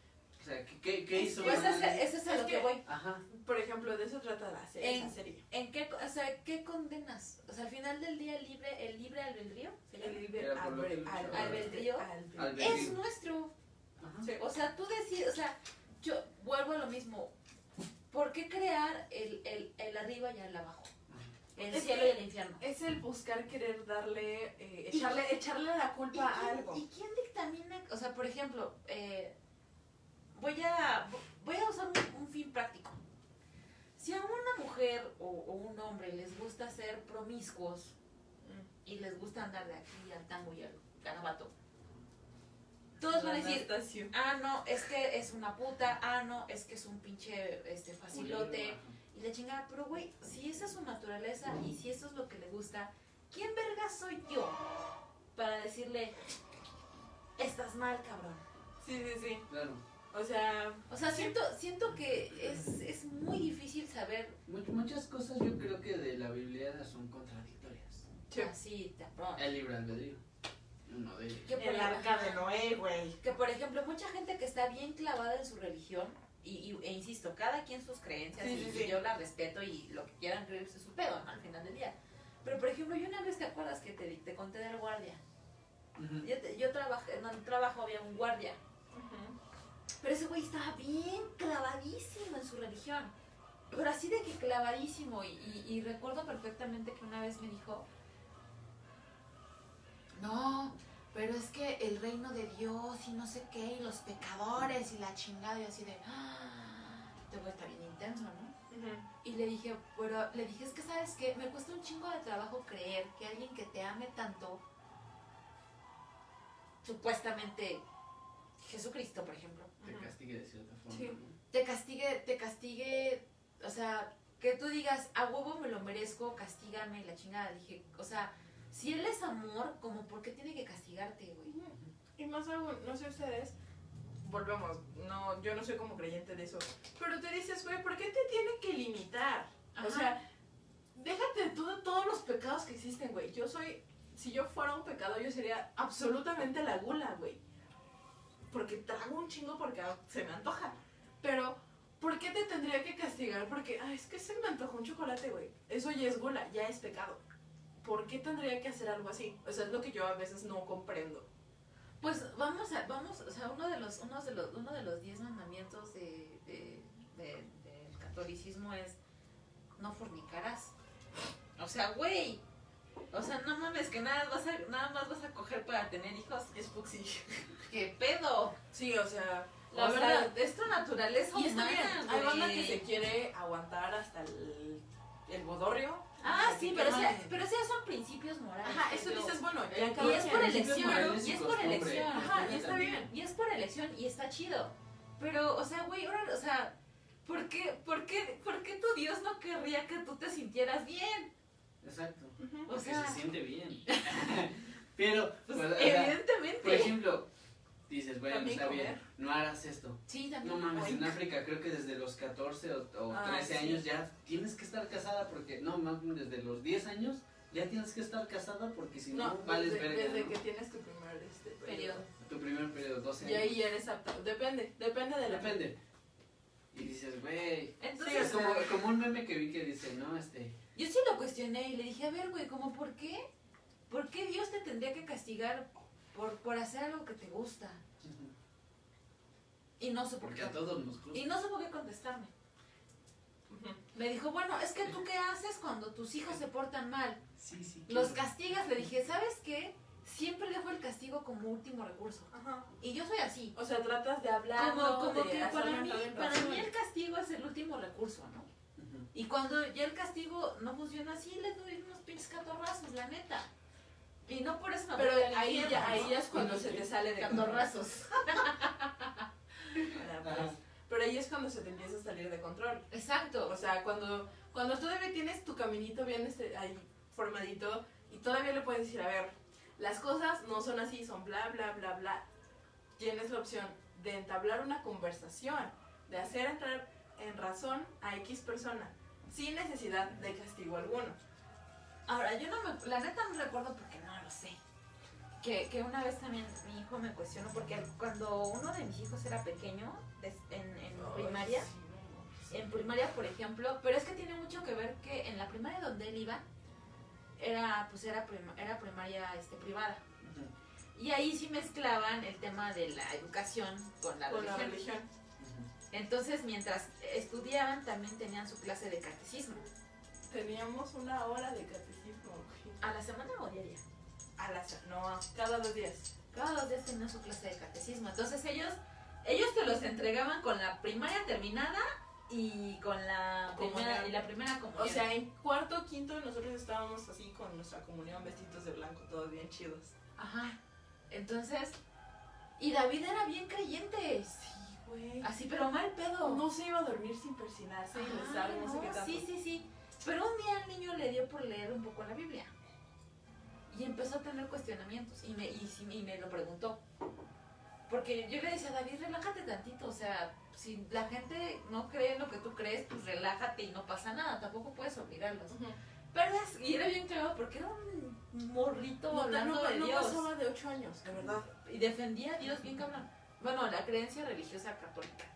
S2: O sea, ¿qué hizo?
S1: Pues
S2: mal?
S1: ese es a
S3: Es
S1: lo que
S3: que-
S1: voy.
S2: Ajá.
S3: Por ejemplo, de eso trata la serie.
S1: En-
S3: esa serie.
S1: ¿En qué, o sea, qué condenas? O sea, al final del día el libre albedrío, ¿se llama?
S3: El libre
S2: Era por lo que luchaba.
S1: Albedrío.
S2: Albedrío.
S1: Es nuestro.
S2: Ajá.
S3: Sí.
S1: O sea, tú decides, o sea, yo vuelvo a lo mismo. ¿Por qué crear el arriba y el abajo? El
S3: Es
S1: cielo
S3: que-
S1: y el infierno.
S3: Es el buscar querer darle, echarle la culpa a algo.
S1: ¿Y quién dictamina? O sea, por ejemplo, voy a usar un fin práctico. Si a una mujer o un hombre les gusta ser promiscuos y les gusta andar de aquí al tango y al garabato, todos van a decir,
S3: Anastasio.
S1: ah, no, es que es una puta, ah, no, es que es un pinche facilote.
S2: Ajá.
S1: Y la chingada, pero güey, si esa es su naturaleza y si eso es lo que le gusta, ¿quién verga soy yo para decirle, estás mal, cabrón?
S3: Sí, sí, sí.
S2: Claro.
S3: O sea,
S1: O sea, siento que es muy difícil saber
S2: Muchas cosas yo creo que de la Biblia son contradictorias.
S3: sí.
S1: así, cabrón.
S2: El libre albedrío. Uno de ellos.
S1: Que por,
S3: El arca de Noé, güey.
S1: que por ejemplo, mucha gente que está bien clavada en su religión, e insisto, cada quien sus creencias,
S3: Sí,
S1: y,
S3: sí,
S1: y
S3: sí.
S1: yo la respeto y lo que quieran creerse es su pedo, ¿no? Al final del día. Pero por ejemplo, yo una vez, ¿te acuerdas que te conté del guardia?
S2: Ujú.
S1: Yo trabajé, en el trabajo había un guardia. Pero ese güey estaba bien clavadísimo en su religión. Pero así de que clavadísimo. Y recuerdo perfectamente que una vez me dijo, no, pero es que el reino de Dios y no sé qué, y los pecadores y la chingada. Y así de, este güey está bien intenso, ¿no? Y le dije, es que, ¿sabes qué? Me cuesta un chingo de trabajo creer que alguien que te ame tanto, supuestamente Jesucristo, por ejemplo,
S2: Te castigue de cierta forma.
S3: Sí.
S2: ¿no?
S1: te castigue, o sea, que tú digas, a huevo me lo merezco, castígame y la chingada. Dije, o sea, si él es amor, como por qué tiene que castigarte, güey.
S3: Y más aún, no sé ustedes, volvemos, no, yo no soy como creyente de eso, pero te dices, güey, ¿por qué te tiene que limitar?
S1: Ajá.
S3: O sea, déjate tú de todos los pecados que existen, güey. Yo soy, si yo fuera un pecado, yo sería absolutamente la gula, güey. Porque trago un chingo porque se me antoja. Pero, ¿por qué te tendría que castigar? Porque, es que se me antojó un chocolate, güey. Eso ya es gula, ya es pecado. ¿Por qué tendría que hacer algo así? O sea, es lo que yo a veces no comprendo.
S1: Pues vamos, o sea, uno de los 10 mandamientos del catolicismo es no fornicarás. O sea, güey. O sea, no mames que nada más vas a coger para tener hijos.
S3: Es puxi.
S1: ¿Qué pedo?
S3: Sí, o sea,
S1: La
S3: o sea,
S1: verdad, es tu naturaleza
S3: y está
S1: humana,
S3: bien, hay banda
S1: güey.
S3: que se quiere aguantar hasta el bodorrio.
S1: Ah,
S3: Así
S1: sí,
S3: que
S1: pero
S3: no,
S1: sí ya son principios morales.
S3: Ajá, eso
S1: yo-
S3: dices, bueno, ya
S2: Y
S1: Y
S3: cada
S1: es
S3: quien.
S1: por
S2: principios
S1: elección,
S2: morales
S1: y es por
S2: costumbre.
S1: elección.
S3: Ajá, y está bien.
S1: Y es por elección y está chido. Pero, o sea, güey, ahora, o sea, ¿por qué tu Dios no querría que tú te sintieras bien?
S2: Exacto.
S3: Ujú.
S1: O
S2: Porque
S1: sea,
S2: se siente bien. Pero,
S1: pues,
S2: pues, o sea,
S1: evidentemente.
S2: por ejemplo, dices, bueno,
S3: También
S2: está bien,
S3: comer.
S2: no harás esto.
S1: Sí,
S2: No
S1: también.
S2: mames, en
S3: Oink.
S2: África creo que desde los 14 o
S3: Ah,
S2: 13
S3: sí.
S2: años ya tienes que estar casada porque, no, más bien desde los 10 años ya tienes que estar casada porque si no,
S3: No,
S2: vales
S3: desde,
S2: verga,
S3: desde
S2: ¿no?
S3: que tienes tu primer
S1: Periodo.
S2: Tu primer periodo, 12
S3: Y
S2: años.
S3: ahí eres apta. Depende de la
S2: Depende. Y dices, güey.
S1: Entonces,
S3: Sí,
S2: Es como un meme que vi que dice, no,
S1: yo sí lo cuestioné y le dije, a ver, güey, ¿cómo por qué? ¿Por qué Dios te tendría que castigar por hacer algo que te gusta? Y no sé por
S2: porque
S1: qué.
S2: a todos nos gusta.
S1: Y no supo qué contestarme.
S3: Ujú.
S1: Me dijo, bueno, es que tú qué haces cuando tus hijos se portan mal.
S2: Sí, sí.
S1: Los castigas. Le dije, ¿sabes qué? Siempre dejo el castigo como último recurso.
S3: Ajá.
S1: Y yo soy así.
S3: O sea, tratas de hablar.
S1: Como que para
S3: hacerlo
S1: mí,
S3: entrar en
S1: para
S3: razón.
S1: mí el castigo es el último recurso, ¿no?
S2: Ujú.
S1: Y cuando ya el castigo no funciona así, le doy unos pinches catorrazos, la neta. Y no por eso me
S3: Pero
S1: voy al
S3: ahí
S1: infierno,
S3: ya, ahí
S1: ¿no?
S3: ya es cuando se te sale de
S1: Catorrazos.
S3: Ahora, pues,
S2: Ajá.
S3: pero ahí es cuando se te empieza a salir de control.
S1: Exacto.
S3: O sea, cuando todavía tienes tu caminito bien ahí formadito y todavía le puedes decir, a ver, las cosas no son así, son bla, bla, bla, bla. Tienes la opción de entablar una conversación, de hacer entrar en razón a X persona, sin necesidad de castigo alguno.
S1: Ahora, yo no me, la neta no recuerdo porque no lo sé. que una vez también mi hijo me cuestionó, porque cuando uno de mis hijos era pequeño, en primaria, en primaria, por ejemplo, pero es que tiene mucho que ver que en la primaria donde él iba, era primaria privada. Y ahí sí mezclaban el tema de la educación con la religión. Entonces, mientras estudiaban, también tenían su clase de catecismo.
S3: Teníamos 1 hora de catecismo.
S1: ¿A la semana o diaria?
S3: No, cada 2 días.
S1: Cada 2 días tenían su clase de catecismo. Entonces ellos te los entregaban con la primaria terminada y con la primera comunión.
S3: O sea, en cuarto, quinto nosotros estábamos así con nuestra comunión, vestidos de blanco, todos bien chidos.
S1: Ajá. Entonces, y David era bien creyente.
S3: Sí, güey.
S1: Así, pero mal pedo.
S3: No se iba a dormir sin persinarse y rezar, no sé qué tanto.
S1: Sí. Pero un día al niño le dio por leer un poco la Biblia. Y empezó a tener cuestionamientos. Y me lo preguntó. Porque yo le decía, David, relájate tantito. O sea, si la gente no cree en lo que tú crees, pues relájate y no pasa nada. Tampoco puedes obligarlos. Pero y era bien claro porque era un morrito hablando de Dios.
S3: No pasaba de 8 años, de verdad.
S1: Y defendía a Dios bien cabrón. Bueno, la creencia religiosa católica.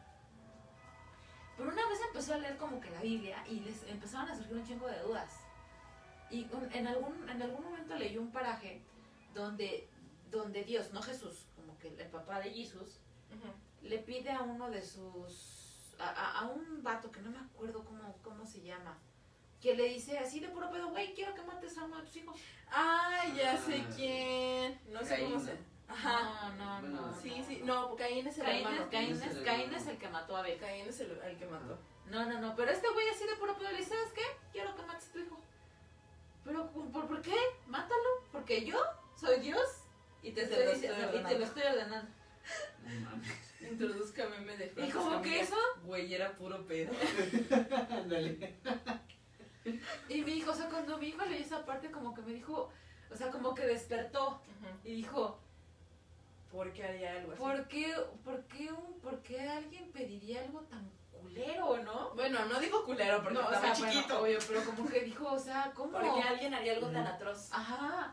S1: Pero una vez empezó a leer como que la Biblia y les empezaron a surgir un chingo de dudas. Y en algún momento leyó un paraje donde Dios, no Jesús, como que el papá de Jesús, le pide a uno de sus... a un vato que no me acuerdo cómo se llama, que le dice así de puro pedo, güey, quiero que mates a uno de tus hijos.
S3: Ay, ya sé quién. No sé cómo se... Ajá.
S2: No.
S3: Sí. No, Caín es el hermano.
S1: Caín es el que mató a Abel.
S3: Caín es el que mató.
S1: No. Pero este güey así de puro pedo le dice, ¿sabes qué? Quiero que mates a tu hijo. ¿Pero por qué? Mátalo. Porque yo soy Dios y te lo estoy ordenando.
S2: No mames.
S3: Introduzca meme de Francis.
S1: ¿Y como que eso?
S3: Güey, era puro pedo.
S2: Ándale.
S1: Y mi hijo, o sea, cuando mi hijo leyó esa parte, como que me dijo, o sea, como que despertó y dijo,
S3: ¿por qué haría algo así?
S1: ¿Por qué alguien pediría algo tan culero, no?
S3: Bueno, no digo culero porque
S1: no,
S3: estaba
S1: chiquito. Bueno, obvio, pero como que dijo, o sea, ¿cómo?
S3: ¿Por qué alguien haría algo tan atroz?
S1: Ajá.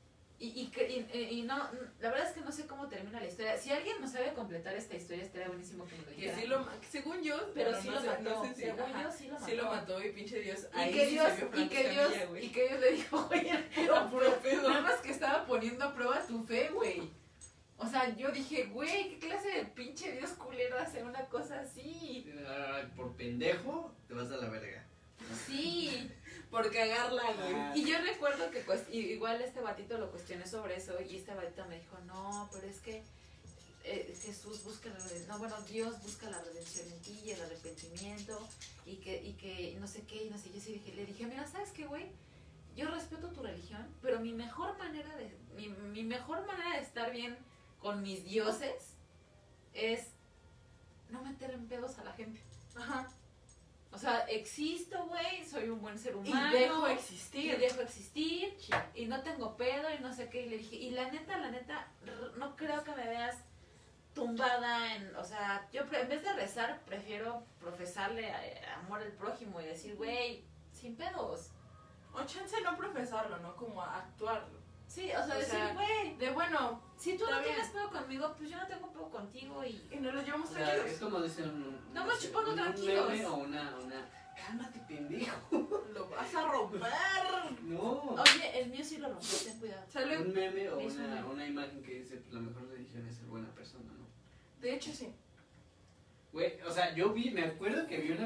S1: Y no, la verdad es que no sé cómo termina la historia. Si alguien no sabe completar esta historia, estaría buenísimo que me lo dijera.
S3: Que sí según yo,
S1: pero sí
S3: no
S1: lo
S3: sé,
S1: mató.
S3: No sé si,
S1: según yo sí lo mató.
S3: Sí lo mató y pinche Dios.
S1: Y que Dios le dijo, güey, era puro pedo. Nada más que estaba poniendo a prueba tu fe, güey. O sea, yo dije, güey, ¿qué clase de pinche Dios culero hace una cosa así?
S2: Por pendejo, te vas a la verga.
S1: Sí.
S3: Por cagarla, güey.
S1: Y yo recuerdo que pues igual este batito lo cuestioné sobre eso y este batito me dijo, no, pero es que Jesús busca la redención, no, bueno, Dios busca la redención en ti y el arrepentimiento y que no sé qué, y no sé, yo sí le dije, mira, ¿sabes qué, güey? Yo respeto tu religión, pero mi mejor manera de estar bien con mis dioses es no meter en pedos a la gente.
S3: Ajá.
S1: O sea, existo, güey, soy un buen ser humano.
S3: Y dejo existir.
S1: Sí. Y no tengo pedo y no sé qué. Y le dije, y la neta, no creo que me veas tumbada en... O sea, yo en vez de rezar, prefiero profesarle amor al prójimo y decir, güey, sin pedos.
S3: O chance no profesarlo, ¿no? Como actuarlo.
S1: Sí, o sea, decir, güey,
S3: de bueno,
S1: si tú no tienes pedo conmigo, pues yo no tengo pedo contigo y
S3: nos lo llevamos
S2: O sea,
S3: tranquilos.
S2: es como decir
S1: Vamos chupando tranquilos.
S2: Un meme o una cálmate, pendejo.
S3: Lo vas a romper.
S2: No.
S1: Oye, el mío sí lo rompió, ten cuidado.
S2: Un meme o una imagen que dice, pues la mejor religión es ser buena persona, ¿no?
S3: De hecho, sí.
S2: Güey, o sea, me acuerdo que vi una...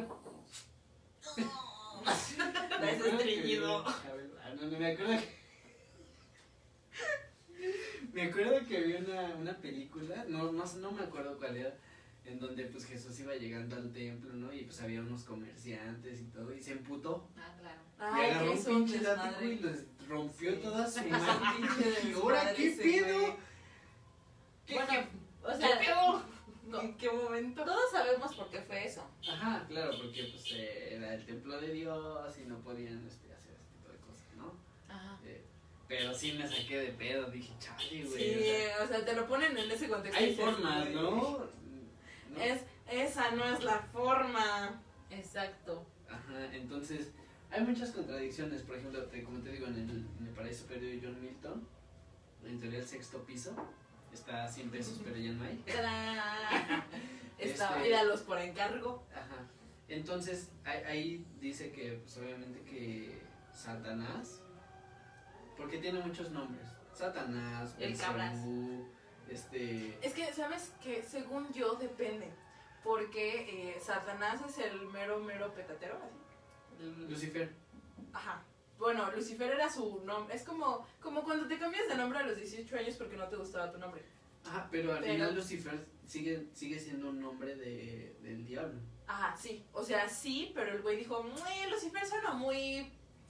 S3: Me has estreñido.
S2: Me acuerdo que vi una película, no me acuerdo cuál era, en donde pues Jesús iba llegando al templo, ¿no? Y pues había unos comerciantes y todo, y se emputó.
S1: Ah, claro.
S2: Y agarró un pinche látigo y les rompió toda su imagen. ¿Y ahora qué pedo?
S1: Bueno, o
S2: ¿Qué
S1: sea,
S2: pedo?
S3: ¿En qué momento?
S1: todos sabemos por qué fue eso.
S2: Ajá, claro, porque pues era el templo de Dios y no podían hacer ese tipo de cosas, ¿no?
S1: Ajá.
S2: Pero sí me saqué de pedo, dije, chale, güey.
S3: Sí, o sea, te lo ponen en ese contexto.
S2: Hay formas, ¿no?
S3: Esa no es la forma.
S1: Exacto.
S2: Ajá, entonces hay muchas contradicciones. Por ejemplo, como te digo, en el Paraíso Perdido de John Milton, en teoría el sexto piso, está a 100 pesos, pero ya no hay.
S1: ¡Tarán! Está,
S2: Este-
S1: míralos por encargo.
S2: Ajá. Entonces, ahí dice que, pues obviamente que Satanás, porque tiene muchos nombres. Satanás,
S1: El cabras.
S2: Belcebú,
S3: Es que, ¿sabes qué? Según yo, depende. Porque Satanás es el mero petatero, así.
S2: Lucifer.
S3: Ajá. Bueno, Lucifer era su nombre. Es como cuando te cambias de nombre a los 18 años porque no te gustaba tu nombre.
S2: Ajá, pero al
S3: Pero-
S2: final Lucifer sigue siendo un nombre del diablo.
S3: Ajá, sí. O sea, sí, pero el güey dijo, Lucifer suena muy...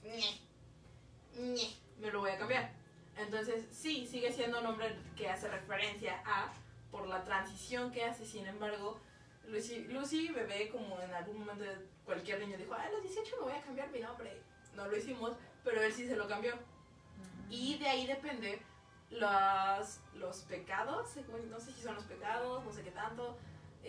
S3: me lo voy a cambiar. Entonces, sí, sigue siendo un nombre que hace referencia a, por la transición que hace. Sin embargo, Lucy bebé, como en algún momento cualquier niño dijo, a los 18 me voy a cambiar mi nombre. No lo hicimos, pero él sí se lo cambió. Y de ahí depende los pecados, no sé si son los pecados, no sé qué tanto,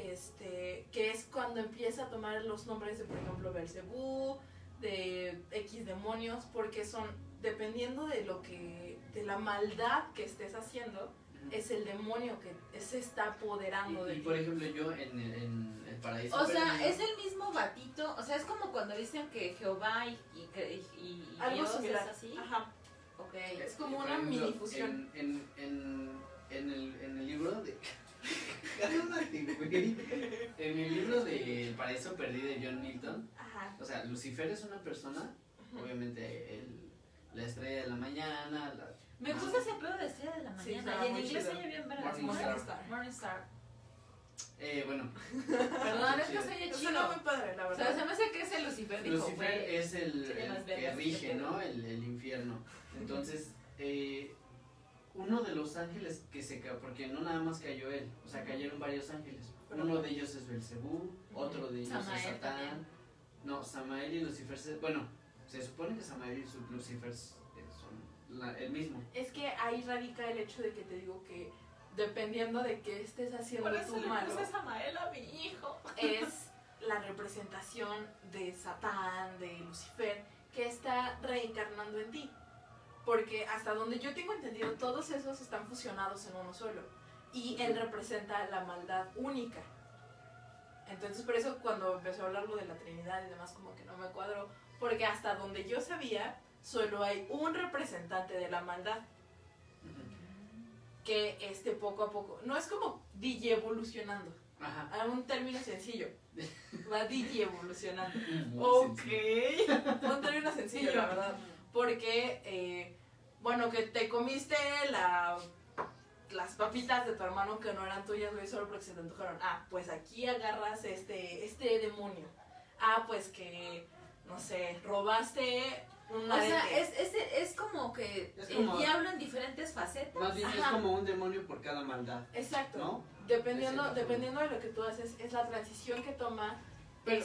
S3: que es cuando empieza a tomar los nombres de, por ejemplo, Belcebú, de X demonios, porque son, dependiendo de la maldad que estés haciendo, es el demonio que se está apoderando de
S2: Y
S3: ti.
S2: por ejemplo, yo en el paraíso
S1: O sea,
S2: perdido,
S1: es el mismo batito. O sea, es como cuando dicen que Jehová y
S3: Algo
S1: Dios
S3: similar.
S1: es así.
S3: Ajá.
S1: Ok.
S3: Es como
S2: por
S3: una
S2: ejemplo,
S3: mini fusión.
S2: En el libro de... Cálmate, güey. En el libro de El paraíso perdido de John Milton,
S3: Ajá.
S2: o sea, Lucifer es una persona, obviamente la estrella de la mañana,
S1: Me gusta ese pedo de estrella de la
S3: Sí,
S1: mañana.
S3: está
S1: y en
S3: muy
S1: inglés
S3: chido.
S1: se oye bien verga.
S2: Morningstar.
S1: Morningstar.
S2: Bueno.
S1: Perdón, es que
S2: chido.
S1: se oye
S3: Eso
S1: chido.
S3: no muy padre, la
S1: O
S3: verdad.
S1: sea, se me hace que ese Lucifer dijo,
S2: Lucifer
S1: güey.
S2: es el
S1: sería más
S2: que
S1: vergas
S2: rige,
S1: este
S2: ¿no? El infierno. Entonces, uno de los ángeles que porque no nada más cayó él, o sea, cayeron varios ángeles. Uno de ellos es Belcebú, otro de ellos
S1: Samael
S2: es Satán.
S1: también.
S2: No, Samael y Lucifer, bueno, se supone que Samael y Lucifer son el mismo.
S3: Es que ahí radica el hecho de que te digo que dependiendo de qué estés haciendo tú malo,
S1: Samael a mi hijo.
S3: es la representación de Satán, de Lucifer, que está reencarnando en ti. Porque hasta donde yo tengo entendido, todos esos están fusionados en uno solo. Y él representa la maldad única. Entonces por eso cuando empezó a hablar lo de la Trinidad y demás, como que no me cuadró. Porque hasta donde yo sabía, solo hay un representante de la maldad. Que poco a poco, no es como DJ evolucionando,
S2: Ajá.
S3: a un término sencillo, va DJ evolucionando.
S2: Muy
S3: Ok,
S2: sencillo.
S3: un término sencillo, la verdad, porque, bueno, que te comiste las papitas de tu hermano que no eran tuyas, güey, solo porque se te antojaron. Ah, pues aquí agarras este demonio. Ah, pues que, no sé, robaste un
S1: O sea,
S3: arete.
S1: es como que
S2: Es
S1: el
S2: como-
S1: diablo en diferentes facetas.
S2: Más bien es
S3: Ajá.
S2: como un demonio por cada maldad,
S3: Exacto.
S2: ¿no?
S3: Dependiendo
S2: De cierta
S3: dependiendo de lo que tú haces, es la transición que toma
S2: Pero-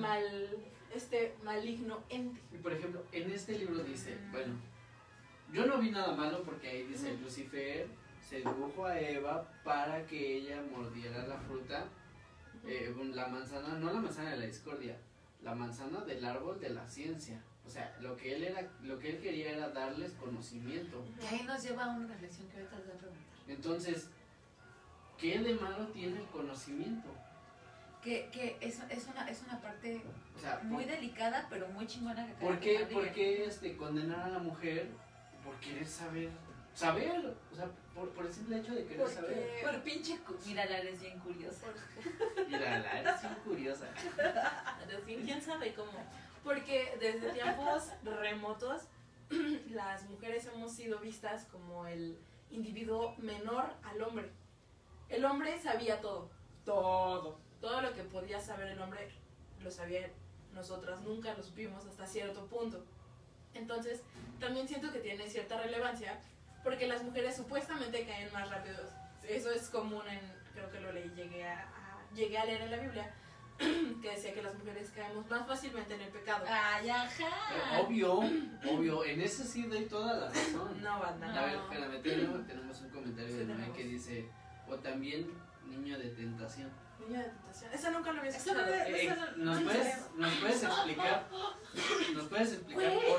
S3: este maligno ente.
S2: Y por ejemplo, en este libro dice, bueno, yo no vi nada malo porque ahí dice, Lucifer sedujo a Eva para que ella mordiera la fruta, la manzana, no la manzana de la discordia, la manzana del árbol de la ciencia. O sea, lo que él quería era darles conocimiento.
S1: Y ahí nos lleva a una reflexión que ahorita les voy a preguntar.
S2: Entonces, ¿qué de malo tiene el conocimiento?
S1: Que es una parte
S2: O sea,
S1: muy delicada, pero muy chingona que
S2: ¿por
S1: cada
S2: qué,
S1: quien la
S2: por qué condenar a la mujer por querer saber? O sea, por el simple hecho de querer saber.
S1: Por pinche. Mira, la eres bien curiosa.
S2: Mira, la eres bien curiosa.
S3: En fin, quién sabe cómo. Porque desde tiempos remotos las mujeres hemos sido vistas como el individuo menor al hombre. El hombre sabía todo. Todo lo que podía saber el hombre lo sabía él. Nosotras nunca lo supimos hasta cierto punto. Entonces, también siento que tiene cierta relevancia porque las mujeres supuestamente caen más rápido. Eso es común creo que lo leí, llegué a leer en la Biblia, que decía que las mujeres caemos más fácilmente en el pecado.
S1: Ay,
S2: Pero
S1: ajá.
S2: obvio, en eso sí doy toda la razón.
S3: No, banda.
S2: A ver, espérame, tenemos un comentario
S3: Sí,
S2: de Noé
S3: tenemos.
S2: que dice, o también niño de tentación.
S3: Niño de tentación. Esa nunca lo había
S1: Esa
S3: escuchado.
S1: no-
S2: ¿Nos puedes explicar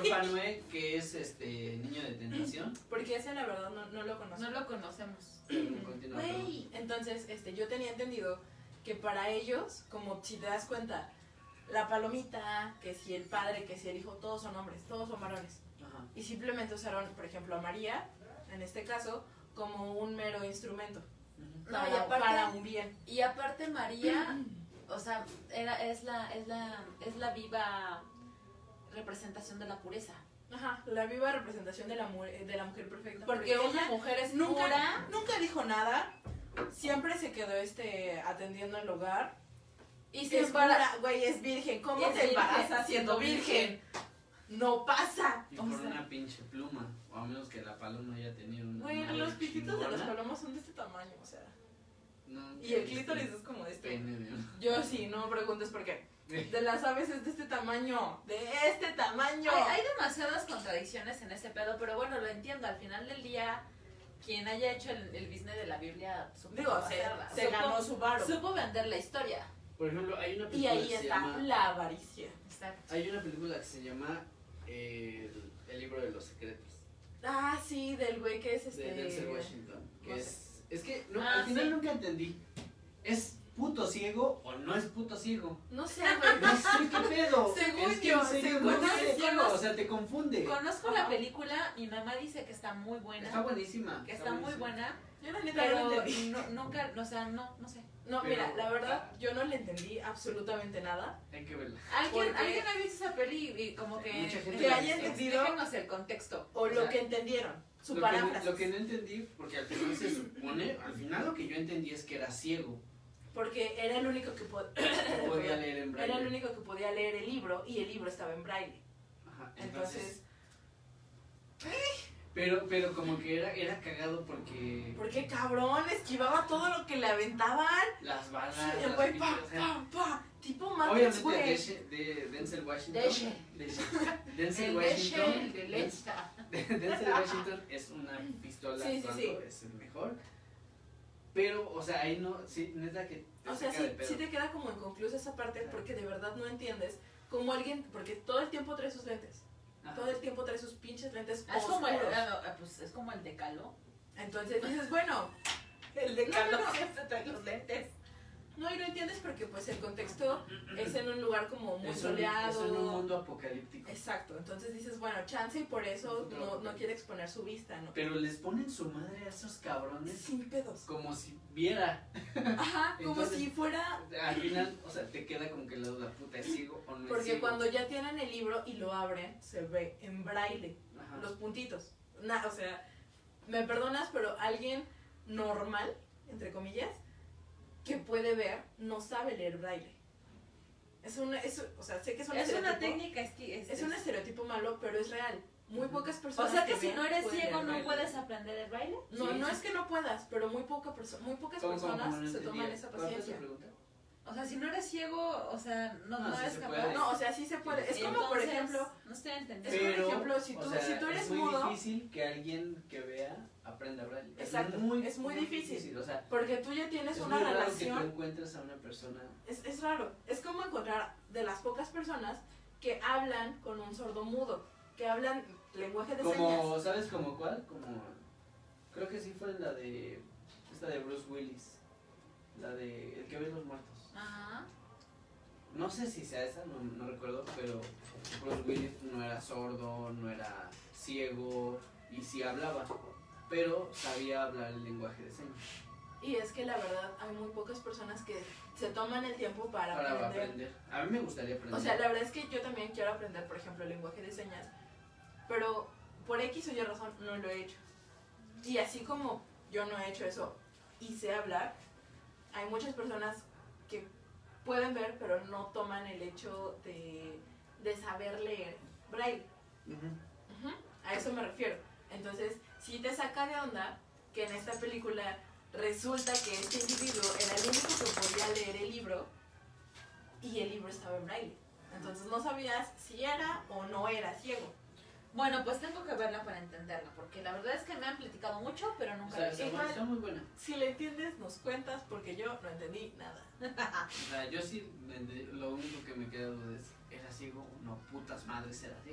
S2: Papá Noé, que es niño de tentación.
S3: Porque ese la verdad no lo conozco.
S1: No lo conocemos.
S2: Continúa,
S3: Güey, entonces yo tenía entendido que para ellos, como si te das cuenta, la palomita, que si el padre, que si el hijo, todos son hombres, todos son varones.
S2: Ajá.
S3: Y simplemente usaron, por ejemplo, a María, en este caso, como un mero instrumento.
S2: Ujú.
S1: No, y aparte-
S3: para un bien.
S1: Y aparte María, o sea, es la viva representación de la pureza.
S3: Ajá, la viva representación de la mujer perfecta.
S1: Porque una
S3: ella
S1: mujer es pura.
S3: nunca dijo nada, siempre se quedó atendiendo el hogar.
S1: Y
S3: Se
S1: se embaraza.
S3: embaraza, güey, es virgen. ¿Cómo
S1: Es
S3: se embaraza
S1: virgen,
S3: siendo virgen? No pasa.
S2: Y
S3: O
S2: por
S3: sea,
S2: una pinche pluma. O a menos que la paloma haya tenido una.
S3: güey,
S2: madre
S3: los pititos de los
S2: chingona.
S3: palomas son de este tamaño, o sea.
S2: No,
S3: Y el clítoris es como de este.
S2: Pene de
S3: Yo sí, no me preguntes por qué. De las aves es de este tamaño. De este tamaño.
S1: Hay demasiadas contradicciones en ese pedo, pero bueno, lo entiendo. Al final del día, quien haya hecho el business de la Biblia supo
S3: Digo,
S1: hacerla.
S3: se ganó su varo.
S1: Supo vender la historia.
S2: Por ejemplo, hay una
S3: Y
S2: película
S3: ahí
S2: que se
S3: está
S2: llama.
S3: la avaricia.
S1: Exacto.
S2: Hay una película que se llama El libro de los secretos.
S3: Ah, sí, del güey que es
S2: De Denzel Washington. Que
S3: no
S2: es que no,
S1: Ah,
S2: al final
S1: sí.
S2: nunca entendí. ¿Es puto ciego o no es puto ciego?
S3: No sé, güey.
S2: No sé qué pedo.
S3: Según
S2: es que
S3: yo,
S2: en serio
S3: según
S2: no
S3: yo,
S2: sé,
S1: ciegos.
S2: o sea, te confunde.
S1: Conozco
S3: Ajá.
S1: la película, mi mamá dice que está muy buena.
S2: Está buenísima.
S1: Que está muy
S2: buenísima.
S1: buena,
S3: Yo la neta no
S1: pero
S3: lo entendí.
S1: nunca, o sea, no sé.
S3: No,
S2: Pero-
S3: mira, la verdad, yo no le entendí absolutamente nada.
S2: Hay que verla.
S1: ¿Alguien
S3: Porque-
S1: ha visto esa peli y como que...
S2: Mucha gente
S3: Que
S2: la
S3: haya
S2: dice.
S3: entendido.
S1: Explíquenos el contexto.
S3: O
S2: O
S3: lo
S2: sea,
S3: que entendieron. Su
S2: Lo
S3: paráfrasis.
S2: que no entendí, porque al final se supone, al final lo que yo entendí es que era ciego.
S3: Porque era el único que
S2: No podía leer en braille.
S3: Era el único que podía leer el libro y el libro estaba en braille.
S2: Ajá,
S3: Entonces,
S2: pero como que era cagado porque
S3: porque cabrón, esquivaba todo lo que le aventaban.
S2: las balas,
S3: Sí, el
S2: las
S3: güey,
S2: pinches,
S3: pa,
S2: o sea,
S3: pa, pa. Tipo Matrix,
S2: obviamente
S3: güey.
S2: de Denzel Washington. Denzel
S1: El
S2: Washington.
S1: el de Lechta.
S2: Denzel Washington es una pistola
S3: Sí, sí,
S2: actuando,
S3: sí.
S2: es el mejor. Pero, o sea, ahí no, sí, neta que te
S3: O sea,
S2: saca de
S3: sí,
S2: pedo.
S3: sí te queda como inconclusa esa parte porque de verdad no entiendes cómo alguien, porque todo el tiempo trae sus lentes.
S2: Ajá.
S3: Todo el tiempo trae sus pinches lentes
S1: Es como
S3: oscuros.
S1: pues es como el de Calo.
S3: Entonces dices, bueno, el de
S1: No,
S3: Carlos.
S1: no, siempre trae los lentes.
S3: No, y no entiendes porque pues el contexto es en un lugar como muy
S2: Es
S3: soleado.
S2: en un mundo apocalíptico.
S3: Exacto, entonces dices, bueno, chance y por eso no quiere exponer su vista, ¿no?
S2: Pero les ponen su madre a esos cabrones
S3: Sin pedos.
S2: como si viera.
S3: Ajá, como
S2: Entonces,
S3: si fuera...
S2: Al final, o sea, te queda como que la duda, puta, ¿es ciego o no es
S3: Porque
S2: ciego?
S3: cuando ya tienen el libro y lo abren, se ve en braille,
S2: Ajá.
S3: los puntitos. O sea, me perdonas, pero alguien normal, entre comillas, que puede ver, no sabe leer braille. O sea, sé que es un
S1: Es una
S3: estereotipo.
S1: técnica,
S3: Es un estereotipo malo, pero es real. Muy pocas
S1: O
S3: personas.
S1: sea que si
S3: ven
S1: no eres
S3: pueden
S1: ciego
S3: leer
S1: no
S3: braille.
S1: puedes aprender el braille.
S3: No,
S2: Sí,
S3: no
S2: sí.
S3: es que no puedas, pero muy pocas
S2: ¿Cómo
S3: personas
S2: no
S3: se
S2: entendía?
S3: toman esa
S2: ¿Cuál fue tu
S3: paciencia.
S2: pregunta?
S1: O sea, si no eres ciego, o sea, no
S2: No, sí
S1: eres
S2: se
S1: capaz.
S2: puede.
S3: No, o sea, sí se puede. Es como, por
S1: Entonces,
S3: ejemplo,
S1: no estoy entendiendo.
S3: Es por ejemplo, si
S2: o
S3: tú-
S2: sea,
S3: si tú eres
S2: es muy
S3: mudo-
S2: difícil que alguien que vea aprenda a hablar.
S3: Exacto, es muy difícil.
S2: O sea,
S3: porque tú ya tienes
S2: es
S3: una
S2: muy raro que tú
S3: relación.
S2: encuentres a una persona.
S3: Es raro. Es como encontrar de las pocas personas que hablan con un sordo mudo, que hablan lenguaje de señas.
S2: Como, ¿sabes como cuál? Como, creo que sí fue la de, esta de Bruce Willis. La de El que ve los muertos.
S1: Ajá.
S2: No sé si sea esa, no recuerdo, pero Bruce Willis no era sordo, no era ciego y sí hablaba, pero sabía hablar el lenguaje de señas
S3: Y es que la verdad hay muy pocas personas que se toman el tiempo para
S2: para
S3: aprender.
S2: aprender. A mí me gustaría aprender.
S3: O sea, la verdad es que yo también quiero aprender, por ejemplo, el lenguaje de señas, pero por X o Y razón no lo he hecho. Y así como yo no he hecho eso y sé hablar, hay muchas personas que pueden ver, pero no toman el hecho de saber leer braille.
S2: Ujú.
S3: Ujú, a eso me refiero. Entonces, sí te saca de onda que en esta película resulta que este individuo era el único que podía leer el libro y el libro estaba en braille. Entonces no sabías si era o no era ciego.
S1: Bueno, pues tengo que verla para entenderla, porque la verdad es que me han platicado mucho, pero
S2: O
S1: nunca
S2: sea,
S1: la he visto.
S3: igual-
S2: está muy buena.
S3: Si le entiendes, nos cuentas porque yo no entendí nada.
S2: O sea, yo sí, lo único que me queda duda es, ¿era ciego o no? Putas madres, era ciego.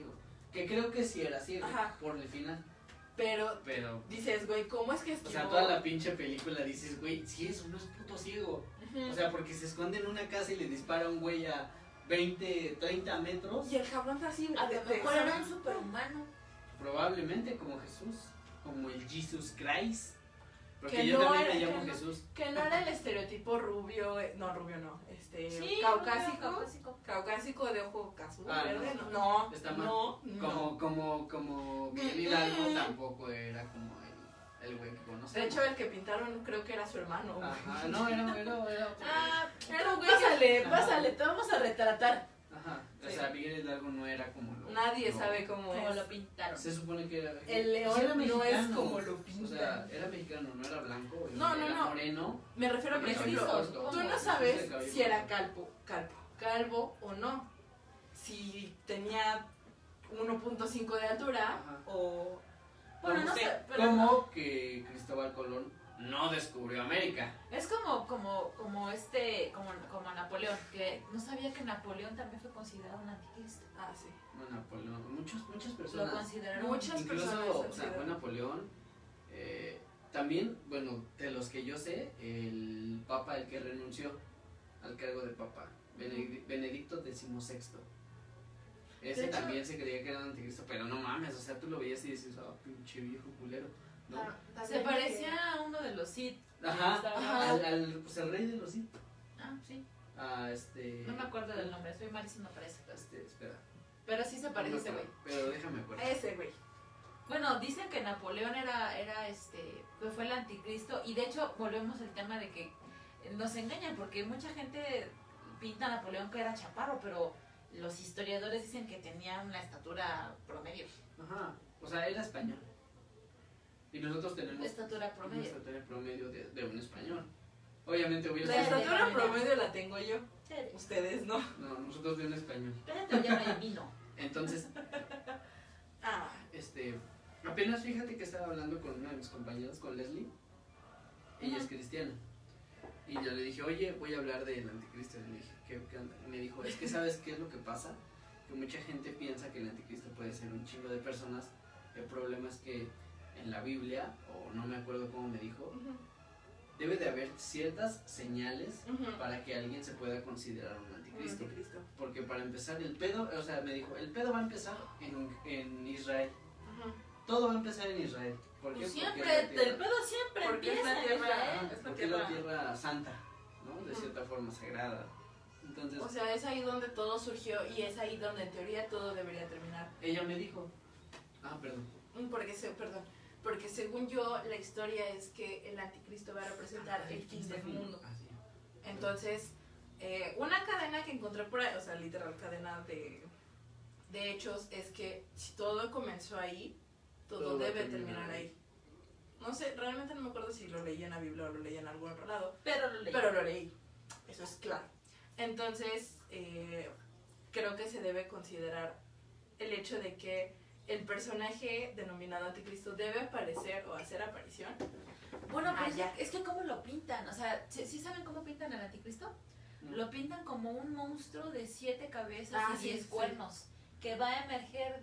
S2: Que creo que sí era ciego,
S3: Ajá.
S2: por el final.
S3: Pero
S2: Pero,
S3: dices, güey, ¿cómo es que
S2: o
S3: esquivó?
S2: sea, toda la pinche película dices, güey, sí, eso no es puto ciego.
S3: Ujú.
S2: O sea, porque se esconde en una casa y le dispara a un güey a 20, 30 metros.
S3: Y el cabrón está así.
S1: A lo mejor era un superhumano.
S2: Probablemente como Jesús, como el Jesus Christ. Porque
S3: Que
S2: yo
S3: no
S2: también
S3: era-
S2: me llamo
S3: que no-
S2: Jesús.
S3: Que no era el estereotipo rubio, no, rubio no,
S1: Sí,
S3: caucásico, caucásico de ojo azul,
S2: Ah,
S3: verde,
S2: no.
S3: no,
S2: Está mal.
S3: no.
S2: Como Miguel Hidalgo tampoco era como el güey que conocemos.
S3: De hecho, el que pintaron creo que era su hermano, güey.
S2: Ajá, no, era otro.
S1: Ah,
S3: Era un güey
S1: pásale,
S2: Ajá.
S1: pásale, te vamos a retratar.
S2: Ajá, o
S3: Sí.
S2: sea, Miguel Hidalgo no era como lo...
S3: Nadie
S2: lo-
S3: sabe cómo
S1: Como
S3: es.
S1: lo pintaron.
S2: Se supone que era...
S3: El león
S2: sí era
S3: no es
S2: mexicano.
S3: como lo
S2: O sea,
S3: pintan.
S2: era mexicano, no era blanco,
S3: No, no,
S2: era
S3: no.
S2: moreno.
S3: Me refiero a, por
S2: Mestizo,
S3: ejemplo,
S2: ¿cómo?
S3: tú no
S2: Mestizo
S3: sabes
S2: de cabello
S3: si era
S2: corto.
S3: calvo o no. Si tenía 1.5 de altura
S2: Ajá.
S3: o...
S1: Bueno,
S2: Como-
S1: no sé, pero
S2: como que Cristóbal Colón no descubrió América.
S1: es como Napoleón, que no sabía que Napoleón también fue considerado un anticristo.
S3: Ah, sí.
S2: No, Napoleón, muchas
S1: Lo
S2: personas.
S1: consideraron.
S3: Muchas personas
S2: Incluso,
S3: han
S2: o sea,
S3: sido.
S2: fue Napoleón. También, bueno, de los que yo sé, el papa, el que renunció al cargo de papa, Benedicto XVI. Ese
S3: De hecho-
S2: también se creía que era un anticristo, pero no mames, o sea, tú lo veías y dices, ah, pinche viejo culero, ¿no?
S1: Se parecía a uno de los Sith.
S2: Ajá,
S1: Estaba-
S2: pues el rey de los Sith.
S1: Ah, sí.
S2: No
S1: No me acuerdo del nombre, soy malísima para eso.
S2: Espera.
S1: Pero sí se parece
S2: No
S1: a
S2: me
S1: ese güey.
S2: acuerdo, pero déjame acuerdo.
S3: Ese güey.
S1: Bueno, dicen que Napoleón pues fue el anticristo, y de hecho volvemos al tema de que nos engañan, porque mucha gente pinta a Napoleón que era chaparro, pero los historiadores dicen que tenía una estatura promedio.
S2: Ajá, o sea, era español. Y nosotros tenemos
S1: Estatura
S2: una
S1: promedio.
S2: estatura promedio de un español. Obviamente hubiera
S3: La
S2: sido...
S3: estatura promedio la tengo yo.
S1: Chévere.
S3: Ustedes no.
S2: No, nosotros de un español.
S1: Espérate, ya me vino.
S2: Entonces,
S3: Ah,
S2: apenas fíjate que estaba hablando con una de mis compañeras, con Leslie. Ella es cristiana. Y yo le dije, oye, voy a hablar del anticristo. Y le dije, ¿qué onda? Y me dijo, es que ¿sabes qué es lo que pasa? Que mucha gente piensa que el anticristo puede ser un chingo de personas. El problema es que en la Biblia, o no me acuerdo cómo me dijo,
S3: ujú,
S2: debe de haber ciertas señales
S3: ujú.
S2: para que alguien se pueda considerar un
S3: Un
S2: anticristo.
S3: anticristo.
S2: Porque para empezar, el pedo, o sea, me dijo, el pedo va a empezar en Israel.
S3: Ujú.
S2: Todo va a empezar en Israel. ¿Por qué?
S1: Pues
S2: Porque
S1: siempre,
S2: es la tierra-
S1: el pedo siempre
S3: Porque es
S1: empieza
S3: la
S1: en
S3: tierra-
S1: Israel.
S3: es la
S2: porque es la
S3: tierra-
S2: tierra santa, ¿no? De cierta forma sagrada. Entonces,
S3: O sea, es ahí donde todo surgió y es ahí donde en teoría todo debería terminar.
S2: ella me dijo, perdón.
S3: Porque según yo, la historia es que el anticristo va a representar el fin del mundo.
S2: Ah, sí.
S3: Entonces, una cadena que encontré por ahí, o sea, literal cadena de hechos, es que si todo comenzó ahí, todo
S2: Todo va a
S3: debe
S2: terminar
S3: terminar ahí. No sé, realmente no me acuerdo si lo leí en la Biblia o lo leí en algún otro lado,
S1: Pero lo leí.
S3: pero lo leí. Eso es claro. Entonces, creo que se debe considerar el hecho de que el personaje denominado anticristo debe aparecer o hacer aparición.
S1: Bueno, pero
S3: ya.
S1: es que cómo lo pintan, o sea, ¿sí saben cómo pintan al anticristo?
S2: Mm.
S1: Lo pintan como un monstruo de 7 cabezas
S3: Ah,
S1: y
S3: sí,
S1: 10
S3: sí.
S1: cuernos, que va a emerger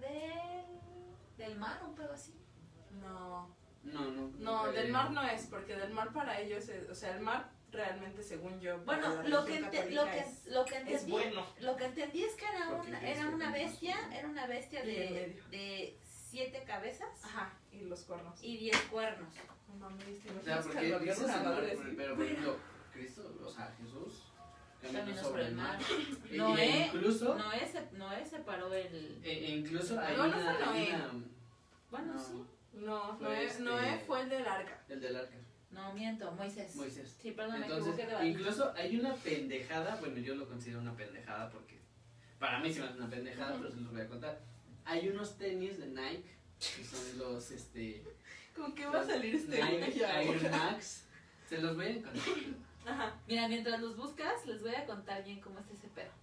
S1: del mar, un pedo así.
S3: No,
S2: No,
S3: del mar no es, porque del mar para ellos es, o sea, el mar realmente, según yo, para
S1: Bueno,
S3: la
S1: lo que,
S3: religión
S1: ente- lo,
S3: católica
S1: que, lo que
S3: es
S1: entendí,
S3: bueno.
S1: lo que entendí es que era
S2: Porque
S1: una,
S2: Cristo
S1: era una
S2: tenía
S1: bestia,
S2: más.
S1: era una bestia
S3: Y en medio.
S1: de 7 cabezas
S3: Ajá, y los cuernos.
S1: y 10 cuernos.
S3: No mames, ¿te
S2: O sea,
S3: imaginas
S2: porque
S3: cuando
S2: dices
S3: vieron a
S2: el mar,
S3: Madres?
S2: pero por ejemplo, Cristo, o sea, Jesús
S1: Caminó sobre el mar.
S2: Y-
S1: Noé,
S2: e incluso,
S1: Noé separó el...
S2: incluso hay
S3: No, no
S2: una,
S3: fue Noé.
S2: hay una-
S1: Bueno,
S2: no,
S1: sí.
S3: No,
S2: Fue
S3: Noé fue el del arca.
S2: el del arca,
S1: No, miento, Moisés.
S2: Moisés.
S1: Sí, perdón, me
S2: Entonces,
S1: equivoqué de bando.
S2: incluso hay una pendejada, bueno, yo lo considero una pendejada porque para mí se me hace una pendejada,
S3: Ujú.
S2: pero se los voy a contar. Hay unos tenis de Nike, que son los,
S3: ¿Con qué va a salir este
S2: Nike
S3: güey
S2: Air
S3: ahora?
S2: Max, se los voy a contar.
S3: Ajá.
S1: Mira, mientras los buscas, les voy a contar bien cómo está ese pedo.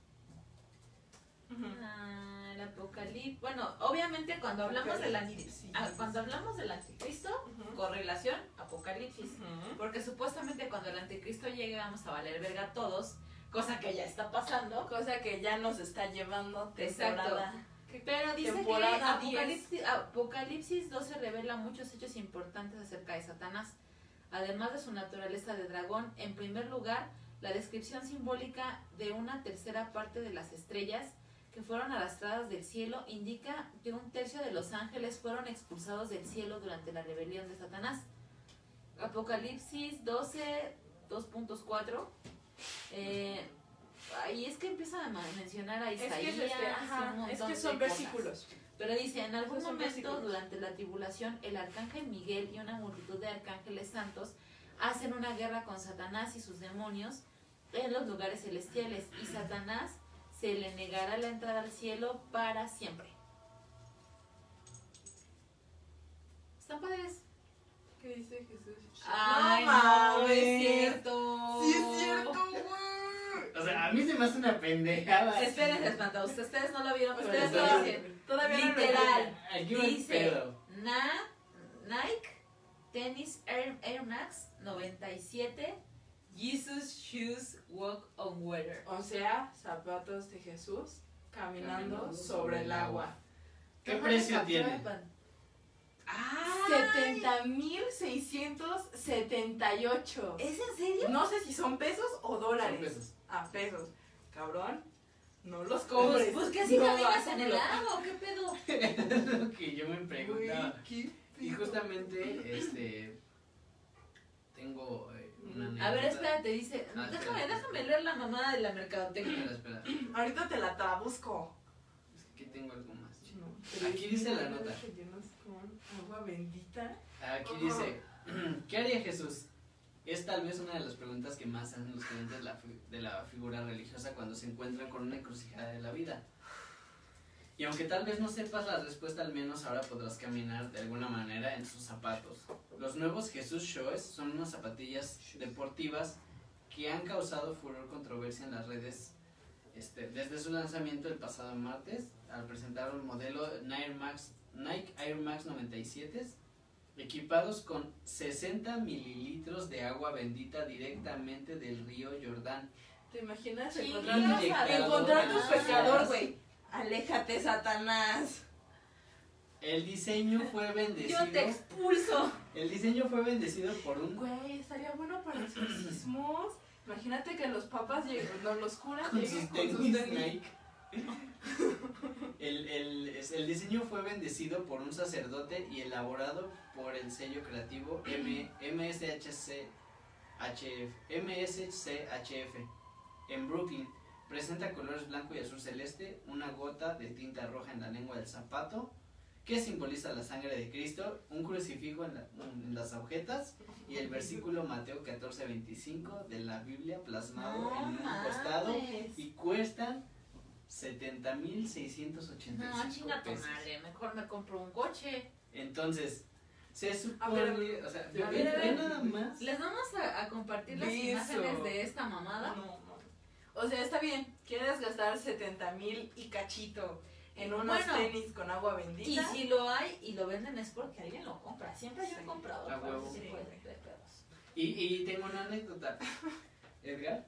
S3: Ujú.
S1: El apocalipsis. Bueno, obviamente cuando hablamos del
S3: Apocalipsis.
S1: cuando hablamos del anticristo,
S3: Ujú.
S1: correlación, apocalipsis.
S3: Ujú.
S1: Porque supuestamente cuando el anticristo llegue vamos a valer verga a todos, cosa que ya está pasando.
S3: Cosa que ya nos está llevando temporada.
S1: Exacto. Pero dice
S3: temporada
S1: que Apocalipsis 12 revela muchos hechos importantes acerca de Satanás. Además de su naturaleza de dragón, en primer lugar, la descripción simbólica de una tercera parte de las estrellas que fueron arrastradas del cielo indica que 1/3 de los ángeles fueron expulsados del cielo durante la rebelión de Satanás. Apocalipsis 12, 2.4. Ahí es que empieza a mencionar a Isaías.
S3: Es que son versículos.
S1: Pero dice, en algún
S3: Esos son
S1: momento
S3: versículos.
S1: durante la tribulación, el arcángel Miguel y una multitud de arcángeles santos hacen una guerra con Satanás y sus demonios en los lugares celestiales, y Satanás se le negará la entrada al cielo para siempre. ¿Están padres?
S3: ¿Qué dice Jesús?
S1: Ay,
S3: mames.
S1: es cierto.
S3: Sí es cierto, güey.
S2: O sea, a mí se me hace una pendejada.
S1: Espérense, espanta, ustedes no lo vieron, pero
S3: Ustedes
S1: les voy a
S3: no lo
S1: decir.
S3: Todavía no lo
S1: Literal.
S3: entienden.
S2: Aquí va el
S1: Dice
S2: pedo.
S1: Nike Tennis Air Max 97 Jesus Shoes Walk on Water.
S3: O sea, zapatos de Jesús caminando sobre el agua.
S2: ¿Qué precio tiene?
S1: Ah,
S3: 70,678.
S1: ¿Es en serio?
S3: No sé si son pesos o dólares.
S2: Son pesos.
S3: Ah, pesos. Cabrón, no los compres.
S1: Pues que así
S3: No
S1: caminas
S3: vas a
S1: en el
S3: comprar.
S1: agua, ¿qué pedo?
S2: Es lo que yo me preguntaba.
S3: Güey, qué
S2: Y
S3: pedo.
S2: justamente, tengo una anécdota.
S1: A ver, espérate, dice.
S2: Ah,
S1: Déjame leer la mamada de la mercadotecnia.
S2: Espera.
S3: Ahorita te la trabusco.
S2: Es que aquí tengo algo más.
S3: No,
S2: Aquí dice la nota.
S3: rellenos con agua bendita.
S2: Aquí dice, ¿qué haría Jesús? Es tal vez una de las preguntas que más hacen los creyentes de la figura religiosa cuando se encuentran con una encrucijada de la vida. Y aunque tal vez no sepas la respuesta, al menos ahora podrás caminar de alguna manera en sus zapatos. Los nuevos Jesús Shoes son unas zapatillas deportivas que han causado furor controversia en las redes desde su lanzamiento el pasado martes, al presentar un modelo Nike Air Max 97 equipados con 60 mililitros de agua bendita directamente del río Jordán.
S3: ¿Te imaginas
S1: Sí,
S3: encontrar
S2: inyectado
S3: tu
S2: en
S3: pecador,
S2: las
S3: güey? Aléjate, Satanás.
S2: El diseño fue bendecido.
S1: Yo te expulso.
S2: El diseño fue bendecido por un
S3: Güey, estaría bueno para exorcismos. Imagínate que los papas lleguen, no, los curas
S2: con
S3: lleguen
S2: sus
S3: con sus
S2: tenis
S3: tenis.
S2: Nike. El diseño fue bendecido por un sacerdote y elaborado por el sello creativo MSCHF en Brooklyn. Presenta colores blanco y azul celeste, una gota de tinta roja en la lengua del zapato, que simboliza la sangre de Cristo, un crucifijo en las agujetas y el versículo Mateo 14:25 de la Biblia plasmado en un costado, y cuestan 70,685
S1: No, chinga tu
S2: pesos.
S1: madre, mejor me compro un coche.
S2: Entonces, se
S3: A
S2: supone,
S3: ver,
S2: o sea,
S3: a ver,
S2: ve nada más.
S1: Les vamos a compartir las
S3: Eso.
S1: imágenes de esta mamada.
S3: No. O sea, está bien. Quieres gastar 70,000 y cachito en unos
S1: Bueno,
S3: tenis con agua bendita.
S1: Y si lo hay y lo venden es porque alguien lo compra. Siempre yo he
S3: Sí,
S1: comprado
S2: a
S1: para
S2: huevo.
S1: ese tipo
S3: Sí.
S1: de pedos.
S2: Y tengo una anécdota. Edgar.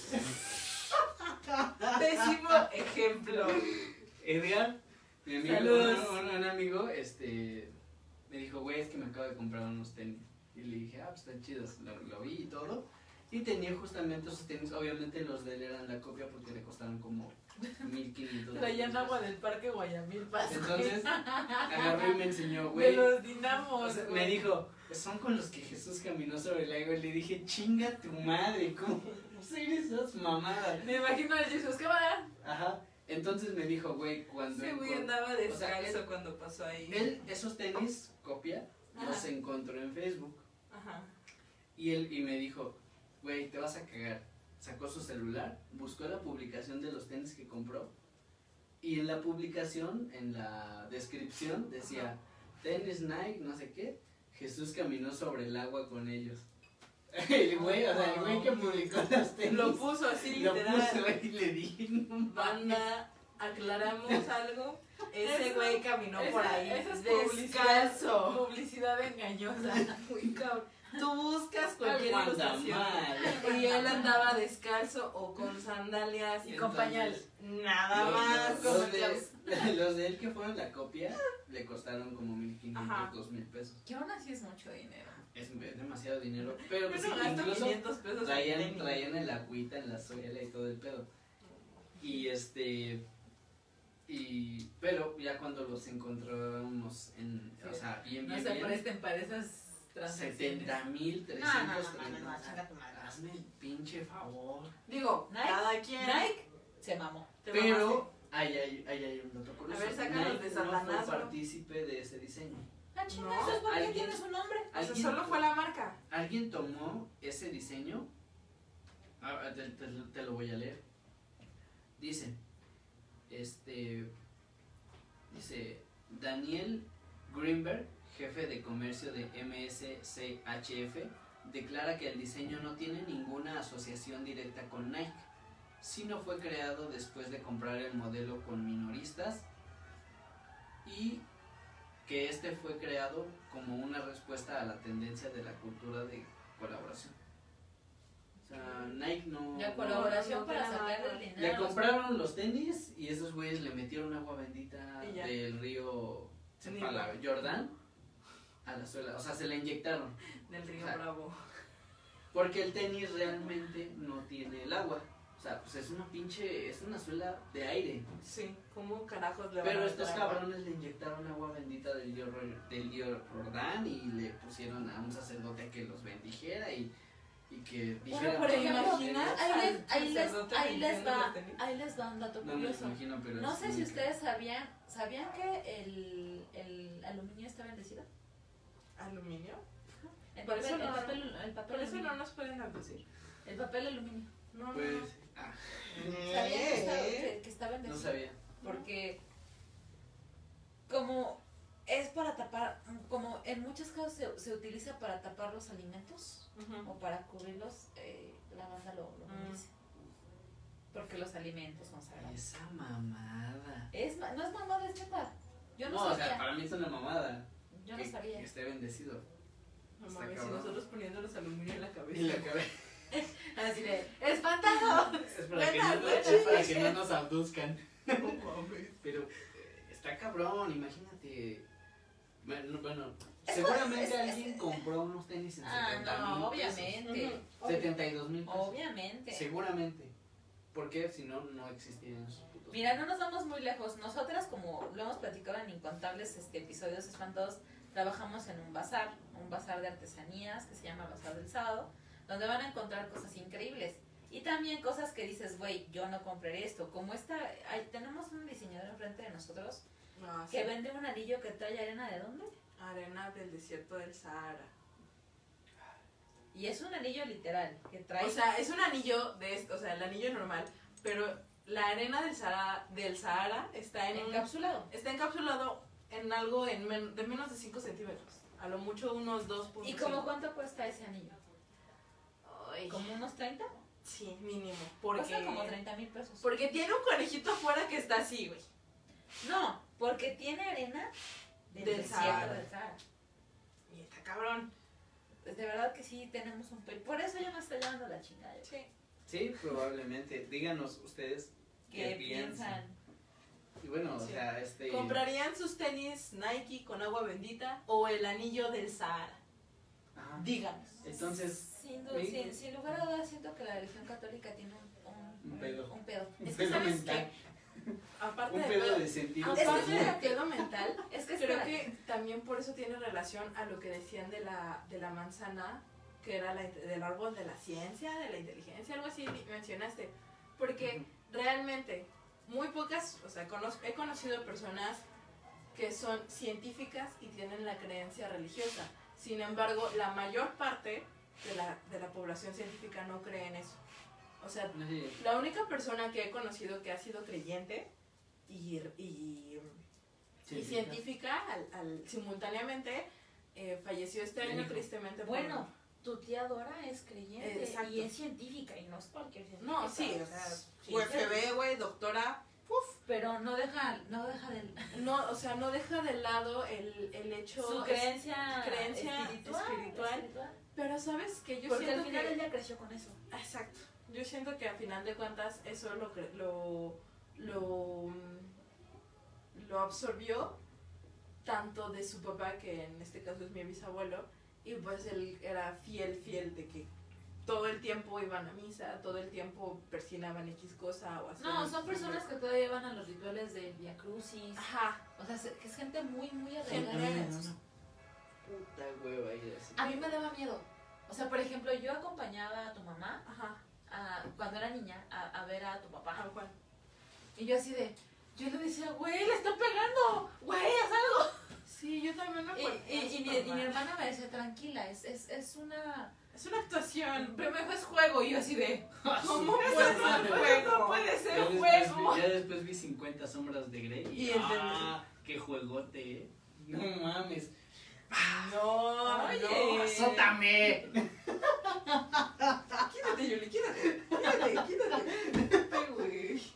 S3: Pésimo ejemplo.
S2: Edgar, mi amigo,
S3: Saludos.
S2: un amigo, me dijo, güey, es que me acabo de comprar unos tenis. Y le dije, pues están chidos. Lo vi y todo. Y tenía justamente esos tenis. Obviamente los de él eran la copia porque le costaron como 1,500.
S3: Traían agua del parque Guayamil Pascua.
S2: Entonces, agarró y me enseñó,
S3: De
S2: güey.
S3: los dinamos.
S2: O sea,
S3: güey.
S2: me dijo, son con los que Jesús caminó sobre el agua. Y le dije, chinga tu madre, ¿cómo son esas mamadas?
S3: Me imagino al Jesús, ¿qué va?
S2: Ajá. Entonces me dijo, güey, cuando...
S3: Ese güey andaba
S2: o sea,
S3: descalzo cuando pasó ahí.
S2: él, esos tenis, copia, los
S3: Ajá.
S2: encontró en Facebook.
S3: Ajá.
S2: Y me dijo, güey, te vas a cagar. Sacó su celular, buscó la publicación de los tenis que compró. Y en la publicación, en la descripción, decía, tenis Nike, no sé qué, Jesús caminó sobre el agua con ellos. El güey, o sea, el güey que publicó los tenis.
S3: Lo puso así,
S2: lo
S3: literal.
S2: puso y le dije, no mames.
S3: Banda, aclaramos algo. Ese
S1: Eso-
S3: güey caminó por ahí
S1: Esa es
S3: descalzo.
S1: publicidad engañosa.
S3: Muy cabrón. Tú buscas cualquier
S2: Aguanta
S3: ilustración.
S2: mal.
S3: Y él andaba descalzo o con sandalias
S1: Y con pañal.
S3: Nada
S2: Los-
S3: más.
S2: los
S3: Como
S2: de- Los de él que fueron la copia le costaron como 1,500,
S3: Ajá.
S2: 2,000 pesos.
S1: Que aún así es mucho dinero.
S2: Es demasiado dinero. Pero pues,
S3: Yo no gasto
S2: incluso
S3: 500 pesos en
S2: traían
S3: tenis.
S2: el agüita en la suela y todo el pedo. Y pero ya cuando los encontramos o sea, bien,
S1: No
S2: bien,
S1: se
S2: bien,
S1: presten para esas transacciones.
S2: 70,330.
S1: chinga tu madre.
S2: Hazme el pinche favor.
S3: Digo,
S1: Nike,
S3: cada quien.
S1: Nike se mamó.
S3: te
S2: Pero ahí hay un dato curioso.
S3: A ver, sácanos
S2: Nike
S3: de
S2: no
S3: Satanás,
S2: fue
S3: ¿no?
S2: partícipe de ese diseño.
S1: Ah, chinga,
S3: No,
S1: eso es porque
S2: alguien-
S1: tiene su nombre.
S3: mamaste. O sea,
S2: Alguien-
S3: solo fue la marca.
S2: Alguien tomó ese diseño. Te lo voy a leer. Dice, dice Daniel Greenberg, jefe de comercio de MSCHF, declara que el diseño no tiene ninguna asociación directa con Nike, sino fue creado después de comprar el modelo con minoristas y que este fue creado como una respuesta a la tendencia de la cultura de colaboración. O sea, Nike no...
S1: La colaboración
S3: no
S1: para
S3: tiene nada
S1: sacar
S3: que
S1: el
S3: ver.
S1: dinero.
S2: Le
S1: a los-
S2: compraron los tenis y esos güeyes le metieron agua bendita
S3: Y ya.
S2: del río
S3: Ni
S2: Jordán a la suela. O sea, se la inyectaron.
S3: Del Río
S2: Ajá.
S3: Bravo.
S2: Porque el tenis realmente no tiene el agua. O sea, pues es una suela de aire.
S3: Sí, ¿cómo carajos le van
S2: Pero
S3: a
S2: estos
S3: meter agua?
S2: cabrones le inyectaron agua bendita del río Jordán y le pusieron a un sacerdote que los bendijera y que dijera...
S1: Bueno, por
S3: ¿Te
S1: ejemplo,
S3: imaginas
S1: ahí
S3: al
S1: les
S3: sacerdote
S1: va
S3: limpiando los tenis?
S1: ahí les va un dato
S2: No me lo
S1: curioso.
S2: imagino, pero
S1: No
S2: es
S1: sé si
S2: muy-
S1: ustedes sabían que el aluminio está bendecido.
S3: ¿Aluminio?
S1: El
S3: Por
S1: papel,
S3: eso no-
S1: el papel
S3: Por eso
S1: aluminio.
S3: no nos pueden abducir.
S1: El papel aluminio.
S3: No, no,
S2: Pues...
S3: no.
S1: ¿Sabían que está
S2: No
S1: bendecido?
S2: sabía.
S1: Porque como es para tapar, como en muchos casos se utiliza para tapar los alimentos
S3: Ujú.
S1: o para cubrirlos, la banda lo bendice. Porque los alimentos son sagrados.
S2: Esa mamada.
S1: No es mamada, es neta. Yo no
S2: No, o
S1: sabía.
S2: sea, para mí es una mamada.
S1: Yo no
S2: que
S1: sabía.
S2: esté bendecido.
S3: No
S2: Está
S3: mames, si
S2: cabrón.
S3: nosotros poniéndonos aluminio en la cabeza.
S2: Y la cabeza.
S1: Así de, ¡espantado!
S2: Es
S3: Buenas
S2: para que no nos abduzcan.
S3: No mames.
S2: Pero está cabrón, imagínate. Bueno,
S1: Es
S2: seguramente
S1: es-
S2: alguien compró unos tenis en
S1: Ah,
S2: 70,000
S1: no,
S2: pesos.
S1: obviamente.
S2: 72,000 pesos.
S1: Obviamente.
S2: Seguramente. Porque si no, no existirían esos putos.
S1: Mira, no nos vamos muy lejos. Nosotras, como lo hemos platicado en incontables episodios espantosos, trabajamos en un bazar de artesanías que se llama Bazar del Sábado, donde van a encontrar cosas increíbles. Y también cosas que dices, güey, yo no compré esto. Como tenemos un diseñador enfrente de nosotros
S3: No,
S1: que
S3: sí.
S1: vende un anillo que trae arena de dónde?
S3: Arena del desierto del Sahara.
S1: Y es un anillo literal que trae.
S3: O sea, es un anillo de esto, o sea, el anillo normal, pero la arena del Sahara está
S1: encapsulado.
S3: está encapsulado en algo de menos de 5 centímetros. A lo mucho unos 2.5.
S1: ¿Y como cuánto cuesta ese anillo?
S3: Ay,
S1: ¿Como unos 30?
S3: sí, mínimo. Porque,
S1: Cuesta como 30,000 pesos.
S3: porque tiene un conejito afuera que está así, güey.
S1: No, porque tiene arena del
S3: Del
S1: desierto
S3: Sahara.
S1: del Sahara.
S3: Y está cabrón.
S1: Pues de verdad que sí tenemos un por eso ya me está llevando la chingada.
S3: Sí.
S2: Sí, probablemente. Díganos ustedes
S1: ¿Qué piensan?
S2: Y bueno, o
S3: Sí.
S2: sea,
S3: ¿Comprarían sus tenis Nike con agua bendita o el anillo del Sahara?
S2: Ajá.
S3: Díganos.
S2: Entonces,
S1: Sin lugar a dudas siento que la religión católica tiene
S2: Un pedo.
S1: un pedo.
S2: un
S3: Es que,
S2: pedo
S3: ¿sabes
S2: mental.
S3: Aparte
S2: Un
S3: de
S2: pedo de sentido
S3: aparte
S2: común.
S3: del pedo mental,
S1: Es que
S3: creo
S1: espera,
S3: que también por eso tiene relación a lo que decían de la manzana, que era del árbol de la ciencia, de la inteligencia, algo así mencionaste. Porque realmente muy pocas, o sea, he conocido personas que son científicas y tienen la creencia religiosa. Sin embargo, la mayor parte de la población científica no cree en eso. O sea,
S2: Sí.
S3: la única persona que he conocido que ha sido creyente y científica simultáneamente falleció este año
S2: Hijo.
S3: tristemente. por-
S1: bueno, tu tía Dora es creyente
S3: Exacto.
S1: y es científica y no es cualquier científica.
S3: No, sí, o sea,
S1: sí,
S3: UFB, güey, doctora,
S1: pero no deja del
S3: No, o sea, no deja de lado el hecho...
S1: su creencia
S3: espiritual. Pero ¿sabes qué? Yo
S1: Porque
S3: siento
S1: al final
S3: que...
S1: ella creció con eso.
S3: Exacto. Yo siento que al final de cuentas eso lo absorbió tanto de su papá, que en este caso es mi bisabuelo, y pues él era fiel de que todo el tiempo iban a misa, todo el tiempo persinaban X cosa o así.
S1: No, son personas que todavía van a los rituales del Via Crucis.
S3: Ajá.
S1: O sea, que es gente muy, muy
S3: Gente-
S1: arraigada.
S2: Puta hueva ir así.
S1: A mí me daba miedo. O sea, por ejemplo, yo acompañaba a tu mamá
S3: Ajá.
S1: cuando era niña a ver a tu papá.
S3: Tal cual.
S1: Y yo así de, yo le decía, güey, le está pegando, güey, haz algo.
S3: Sí, yo también me acuerdo.
S1: Y mi hermana me decía, tranquila, es una...
S3: Es una actuación.
S1: Pero me es juego, y yo así de,
S3: ¿Cómo
S1: eso
S3: puede
S1: no
S3: ser
S1: puede-
S3: juego?
S1: no puede ser
S2: Ya
S1: juego.
S2: ya después vi 50 sombras de Grey
S3: Y entendí.
S2: qué juegote, No mames.
S3: No,
S1: Oye.
S3: no.
S2: ¡Azótame!
S3: Quítate, Yuli, quítate. Güey.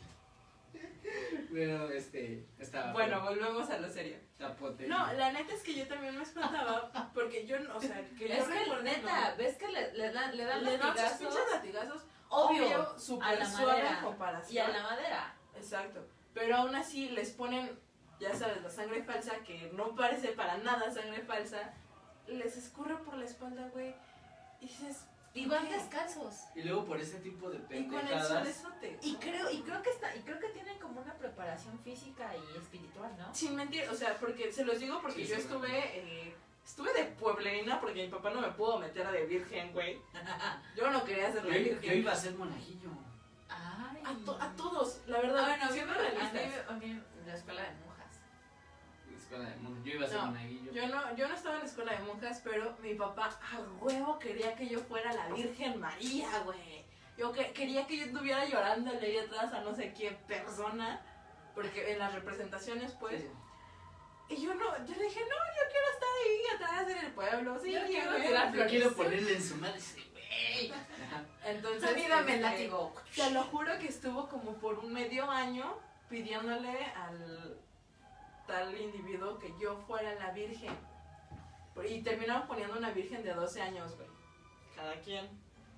S2: Pero estaba.
S3: Bueno, volvemos a lo serio.
S2: Tapote.
S3: No, la neta es que yo también me espantaba porque yo, o sea, que
S1: Es
S3: yo
S1: que
S3: recuerde,
S1: neta, ves que le dan
S3: le dan sus
S1: latigazos
S3: pinches latigazos,
S1: obvio, a
S3: súper
S1: la
S3: suave
S1: madera
S3: en comparación.
S1: y a la madera.
S3: Exacto. Pero aún así les ponen, ya sabes, la sangre falsa, que no parece para nada sangre falsa, les escurre por la espalda, güey. Y dices,
S1: Y van
S3: ¿qué?
S1: descalzos.
S2: Y luego por ese tipo de
S3: Y con el
S2: pendejadas.
S3: solezote.
S1: Y creo que tienen como una preparación física y espiritual, ¿no?
S3: Sin mentir, o sea, porque se los digo porque
S2: Sí,
S3: yo
S2: seguramente.
S3: estuve de pueblerina porque mi papá no me pudo meter a de virgen, güey. Yo no quería ser
S2: Yo,
S3: la
S2: yo
S3: virgen.
S2: iba a ser monajillo.
S1: Ay.
S3: A todos, la verdad.
S1: Ah, bueno,
S3: siendo
S1: a
S3: realistas.
S1: mí la escuela de monjas.
S2: Escuela de monjas. Yo iba a ser
S3: No,
S2: monaguillo.
S3: Yo no estaba en la escuela de monjas, pero mi papá a huevo quería que yo fuera la Virgen María, güey. Yo quería que yo estuviera llorándole ahí atrás a no sé qué persona, porque en las representaciones, pues.
S2: Sí,
S3: Y yo le dije, no, yo quiero estar ahí atrás en el pueblo, sí,
S1: Yo quiero
S3: güey.
S1: tirar
S2: Yo
S1: flores.
S2: quiero ponerle en su madre ese güey. Ajá.
S3: Entonces,
S1: A mí dame el
S3: este,
S1: látigo.
S3: te lo juro que estuvo como por un medio año pidiéndole al tal individuo que yo fuera la virgen. Y terminaron poniendo una virgen de 12 años, güey. Cada quien.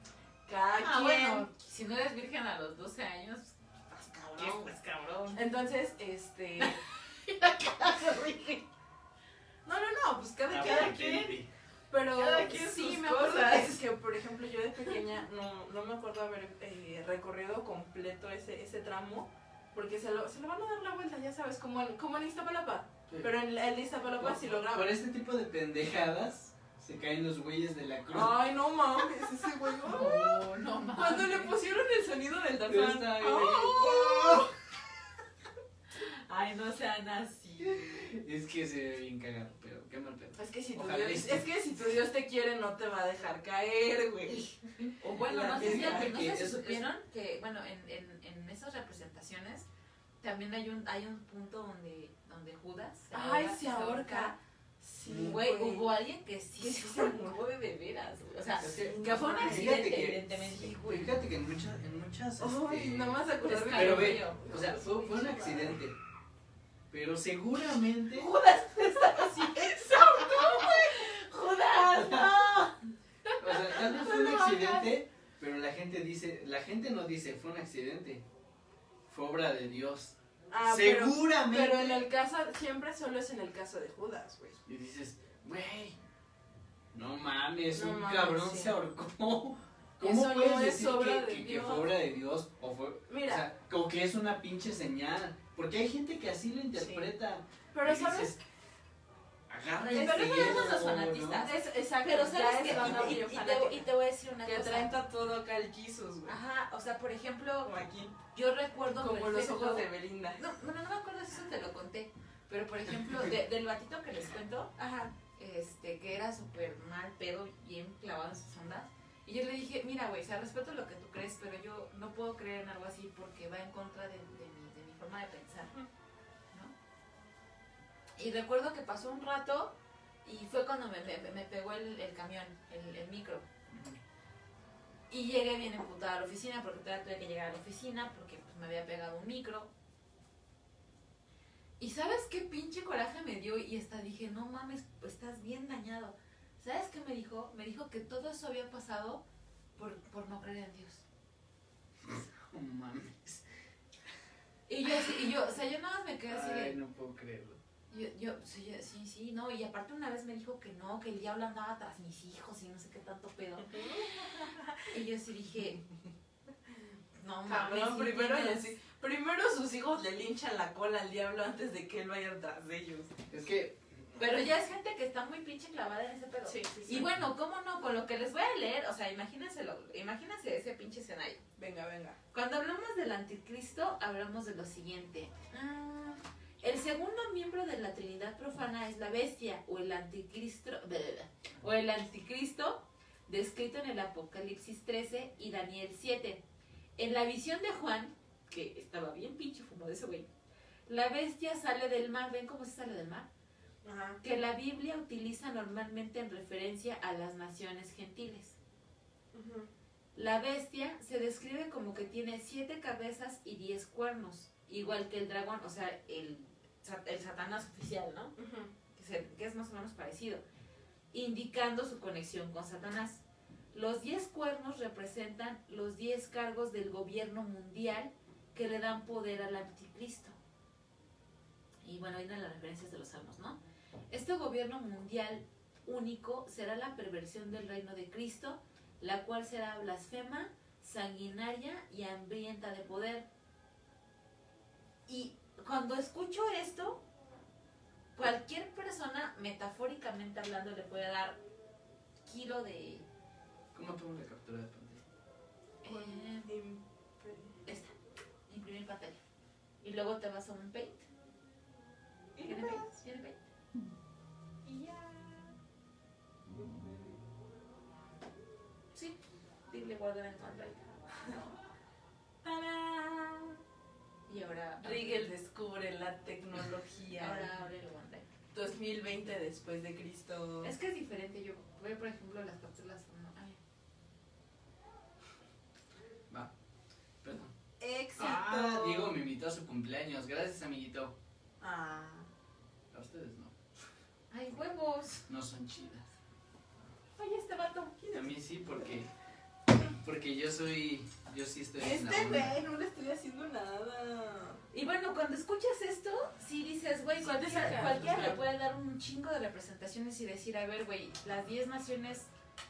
S1: Bueno, si no eres virgen a los 12 años, estás cabrón.
S2: Pues cabrón.
S3: Entonces, no, pues cada quien. Pero
S1: Cada quien
S3: sí,
S1: sus
S3: me acuerdo
S1: cosas.
S3: que, por ejemplo, yo de pequeña no me acuerdo haber recorrido completo ese tramo, porque se lo van a dar la vuelta, ya sabes, como en Iztapalapa.
S2: Sí.
S3: Pero en el de Iztapalapa sí lo
S2: Por
S3: graban.
S2: este tipo de pendejadas se caen los güeyes de la cruz.
S3: Ay, no mames, ese güey.
S1: No, no mames.
S3: Cuando le pusieron el sonido del
S2: Yo
S3: Tarzán.
S2: estaba ahí,
S3: ¡Oh!
S1: Ay, no sean así.
S2: Es que se ve bien cagado, pero qué mal pedo.
S3: Es que si tu
S2: Ojalá
S3: Dios te quiere, no te va a dejar caer, güey.
S1: O bueno,
S3: La
S1: no sé si
S3: verdad
S2: que
S1: no sé si
S2: eso-
S1: supieron que, bueno, en esas representaciones también hay un punto donde Judas
S3: Se ahorca. Sí,
S1: Güey, hubo alguien que sí
S3: Que
S1: se
S3: sí se
S1: ahorcó de veras, güey. O sea,
S2: Es que-
S1: que fue un
S3: Fíjate
S1: accidente,
S2: que-
S1: evidentemente.
S3: Sí, güey.
S2: Fíjate que en muchas
S3: Ay, nada más acordarme.
S2: pero ve,
S1: frío.
S2: o sea, fue un accidente. Pero seguramente.
S1: Judas está así. ¡Judas, no!
S2: O sea, tal vez fue un accidente, pero la gente no dice fue un accidente. Fue obra de Dios.
S3: Ah,
S2: Seguramente.
S3: Pero en el caso, siempre solo es en el caso de Judas, güey.
S2: Y dices, güey, no mames,
S3: No
S2: un
S3: mames,
S2: cabrón
S3: sí.
S2: se ahorcó. ¿Cómo
S3: Eso
S2: puedes
S3: no es
S2: decir
S3: obra de
S2: que
S3: Dios.
S2: fue obra de Dios? O fue,
S3: Mira.
S2: o sea, como que es una pinche señal. Porque hay gente que así lo interpreta.
S3: Pero
S2: Y
S3: sabes,
S2: dices, agarra
S1: Pero
S2: este
S1: eso ya son
S2: hierro,
S1: los fanatistas.
S3: exacto,
S1: Pero
S3: ya
S1: sabes
S3: es
S1: que,
S3: banda
S1: y
S3: bien
S1: te
S3: fanática,
S1: voy a decir una
S3: que
S1: cosa.
S3: traen todo acá el Jesus, güey.
S1: Ajá, o sea, por ejemplo,
S3: Como aquí,
S1: yo recuerdo
S3: como los
S1: perfecto-
S3: ojos de Belinda.
S1: No, bueno, no me acuerdo si eso te lo conté, pero por ejemplo, del batito que les cuento,
S3: Ajá.
S1: que era súper mal pedo, bien clavado en sus ondas, y yo le dije, mira, güey, o sea, respeto lo que tú crees, pero yo no puedo creer en algo así porque va en contra de mi forma de pensar, ¿no? Y recuerdo que pasó un rato y fue cuando me pegó el camión, el micro. Y llegué bien emputada a la oficina porque todavía tuve que llegar a la oficina porque pues, me había pegado un micro. Y ¿sabes qué pinche coraje me dio? Y hasta dije, no mames, estás bien dañado. ¿Sabes qué me dijo? Me dijo que todo eso había pasado por no creer en Dios.
S2: No mames.
S1: Y yo, o sea, yo nada más me quedé así
S2: Ay,
S1: de...
S2: no puedo creerlo.
S1: Sí, no, y aparte una vez me dijo que no, que el diablo andaba tras mis hijos y no sé qué tanto pedo. Y yo sí dije, no mames.
S3: Cabrón,
S1: sí tienes-
S3: primero sus hijos le linchan la cola al diablo antes de que él vaya tras de ellos.
S2: Es que.
S1: Pero ya es gente que está muy pinche clavada en ese pedo.
S3: Sí, sí, sí.
S1: Y bueno, ¿cómo no? Con lo que les voy a leer, o sea, imagínense ese pinche escenario.
S3: Venga.
S1: Cuando hablamos del anticristo, hablamos de lo siguiente. El segundo miembro de la Trinidad profana es la bestia o el anticristo, descrito en el Apocalipsis 13 y Daniel 7. En la visión de Juan, que estaba bien pinche fumado ese güey, la bestia sale del mar. ¿Ven cómo se sale del mar?
S3: Ajá.
S1: Que la Biblia utiliza normalmente en referencia a las naciones gentiles.
S3: Ujú.
S1: La bestia se describe como que tiene 7 cabezas y 10 cuernos, igual que el dragón, o sea, el Satanás oficial, ¿no?
S3: Ujú.
S1: Que es más o menos parecido, indicando su conexión con Satanás. Los 10 cuernos representan los 10 cargos del gobierno mundial que le dan poder al anticristo. Y bueno, ahí vienen las referencias de los salmos, ¿no? Este gobierno mundial único será la perversión del reino de Cristo, la cual será blasfema, sanguinaria y hambrienta de poder. Y cuando escucho esto, cualquier persona, metafóricamente hablando, le puede dar kilo de...
S2: ¿Cómo tomo la captura de pantalla?
S1: Esta, imprimir pantalla. Y luego te vas a un Paint. ¿Tiene Paint? ¿Tiene Paint?
S3: Y ya.
S1: Sí, dile guardar en OneDrive.
S3: ¡Tarán!
S1: Y ahora...
S3: Rigel descubre la tecnología.
S1: Ahora abre el OneDrive.
S3: 2020 después de Cristo.
S1: Es que es diferente. Yo veo, por ejemplo, las capturas... Ay.
S2: Va. Perdón.
S3: ¡Éxito!
S2: Ah, Diego me invitó a su cumpleaños. Gracias, amiguito.
S3: Ah.
S2: A ustedes no.
S1: ¡Ay, huevos!
S2: No son chidas.
S1: Oye, este vato.
S2: A mí sí, porque yo sí estoy en la
S3: Este
S2: onda.
S3: güey, no le estoy haciendo nada.
S1: Y bueno, cuando escuchas esto, sí dices, güey,
S3: Sí,
S1: cualquiera
S3: claro.
S1: le puede dar un chingo de representaciones y decir, a ver, güey, las 10 naciones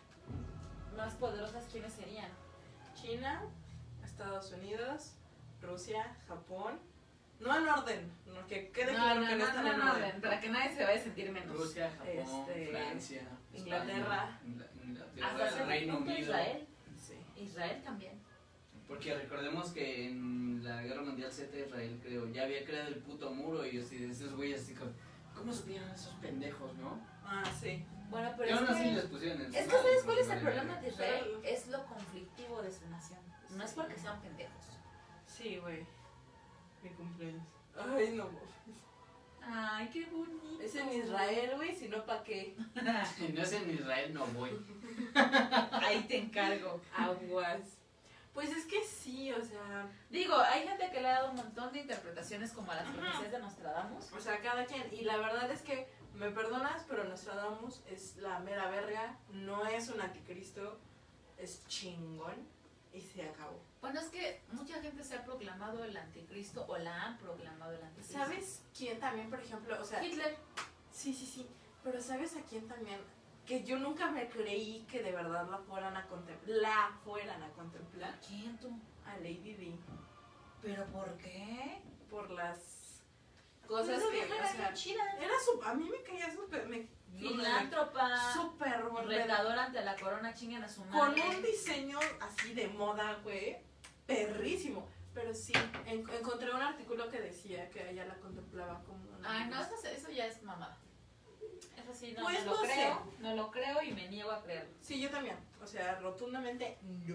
S1: más poderosas, ¿quiénes serían?
S3: China, Estados Unidos, Rusia, Japón. No en orden, no, que quede claro que no están en orden.
S1: para que nadie se vaya a sentir menos.
S2: Rusia, Japón,
S3: Este,
S2: Francia,
S3: Inglaterra.
S2: España,
S1: Hasta
S2: Inglaterra, Reino
S1: punto
S2: Unido.
S1: Israel.
S3: Sí.
S1: Israel también.
S2: Porque recordemos que en la Guerra Mundial Z Israel, creo, ya había creado el puto muro y así, esos güeyes así como, ¿cómo supieron esos pendejos, no?
S3: Ah, sí.
S1: Bueno,
S2: Y
S1: pero
S2: aún
S1: es
S2: así
S1: que...
S2: les pusieron en su
S1: Es que
S2: madre,
S1: ¿sabes cuál
S2: pues,
S1: es el
S2: vale,
S1: problema
S2: verga.
S1: de Israel? Es lo conflictivo de su nación. No es porque sean pendejos.
S3: Sí, güey. Mi cumpleaños. Ay, no.
S1: Ay, qué bonito.
S3: Es en Israel, güey, si no, ¿pa' qué?
S2: Si no es en Israel, no voy.
S1: Ahí te encargo.
S3: Aguas. Pues es que sí, o sea.
S1: Digo, hay gente que le ha dado un montón de interpretaciones como a las profecías de Nostradamus.
S3: O sea, cada quien. Y la verdad es que, me perdonas, pero Nostradamus es la mera verga. No es un anticristo. Es chingón. Y se acabó.
S1: Bueno, es que mucha gente se ha proclamado el anticristo o la han proclamado el anticristo.
S3: ¿Sabes quién también, por ejemplo? O sea,
S1: Hitler.
S3: sí. Pero ¿sabes a quién también? Que yo nunca me creí que de verdad la fueran a contemplar.
S1: ¿Quién tú?
S3: A Lady Di.
S1: ¿Pero por qué?
S3: Por las cosas
S1: Esa
S3: que,
S1: vieja
S3: o
S1: era
S3: sea,
S1: bien chida.
S3: a mí me caía súper,
S1: Filántropa.
S3: súper
S1: Retadora ante la corona, chingan a su
S3: con
S1: madre.
S3: un diseño así de moda, güey, perrísimo. Pero sí, encontré un artículo que decía que ella la contemplaba como una...
S1: Ay, no, eso ya es mamada. Eso sí, no,
S3: Pues
S1: no lo
S3: no sé.
S1: creo. No lo creo y me niego a creerlo.
S3: Sí, yo también. O sea, rotundamente no.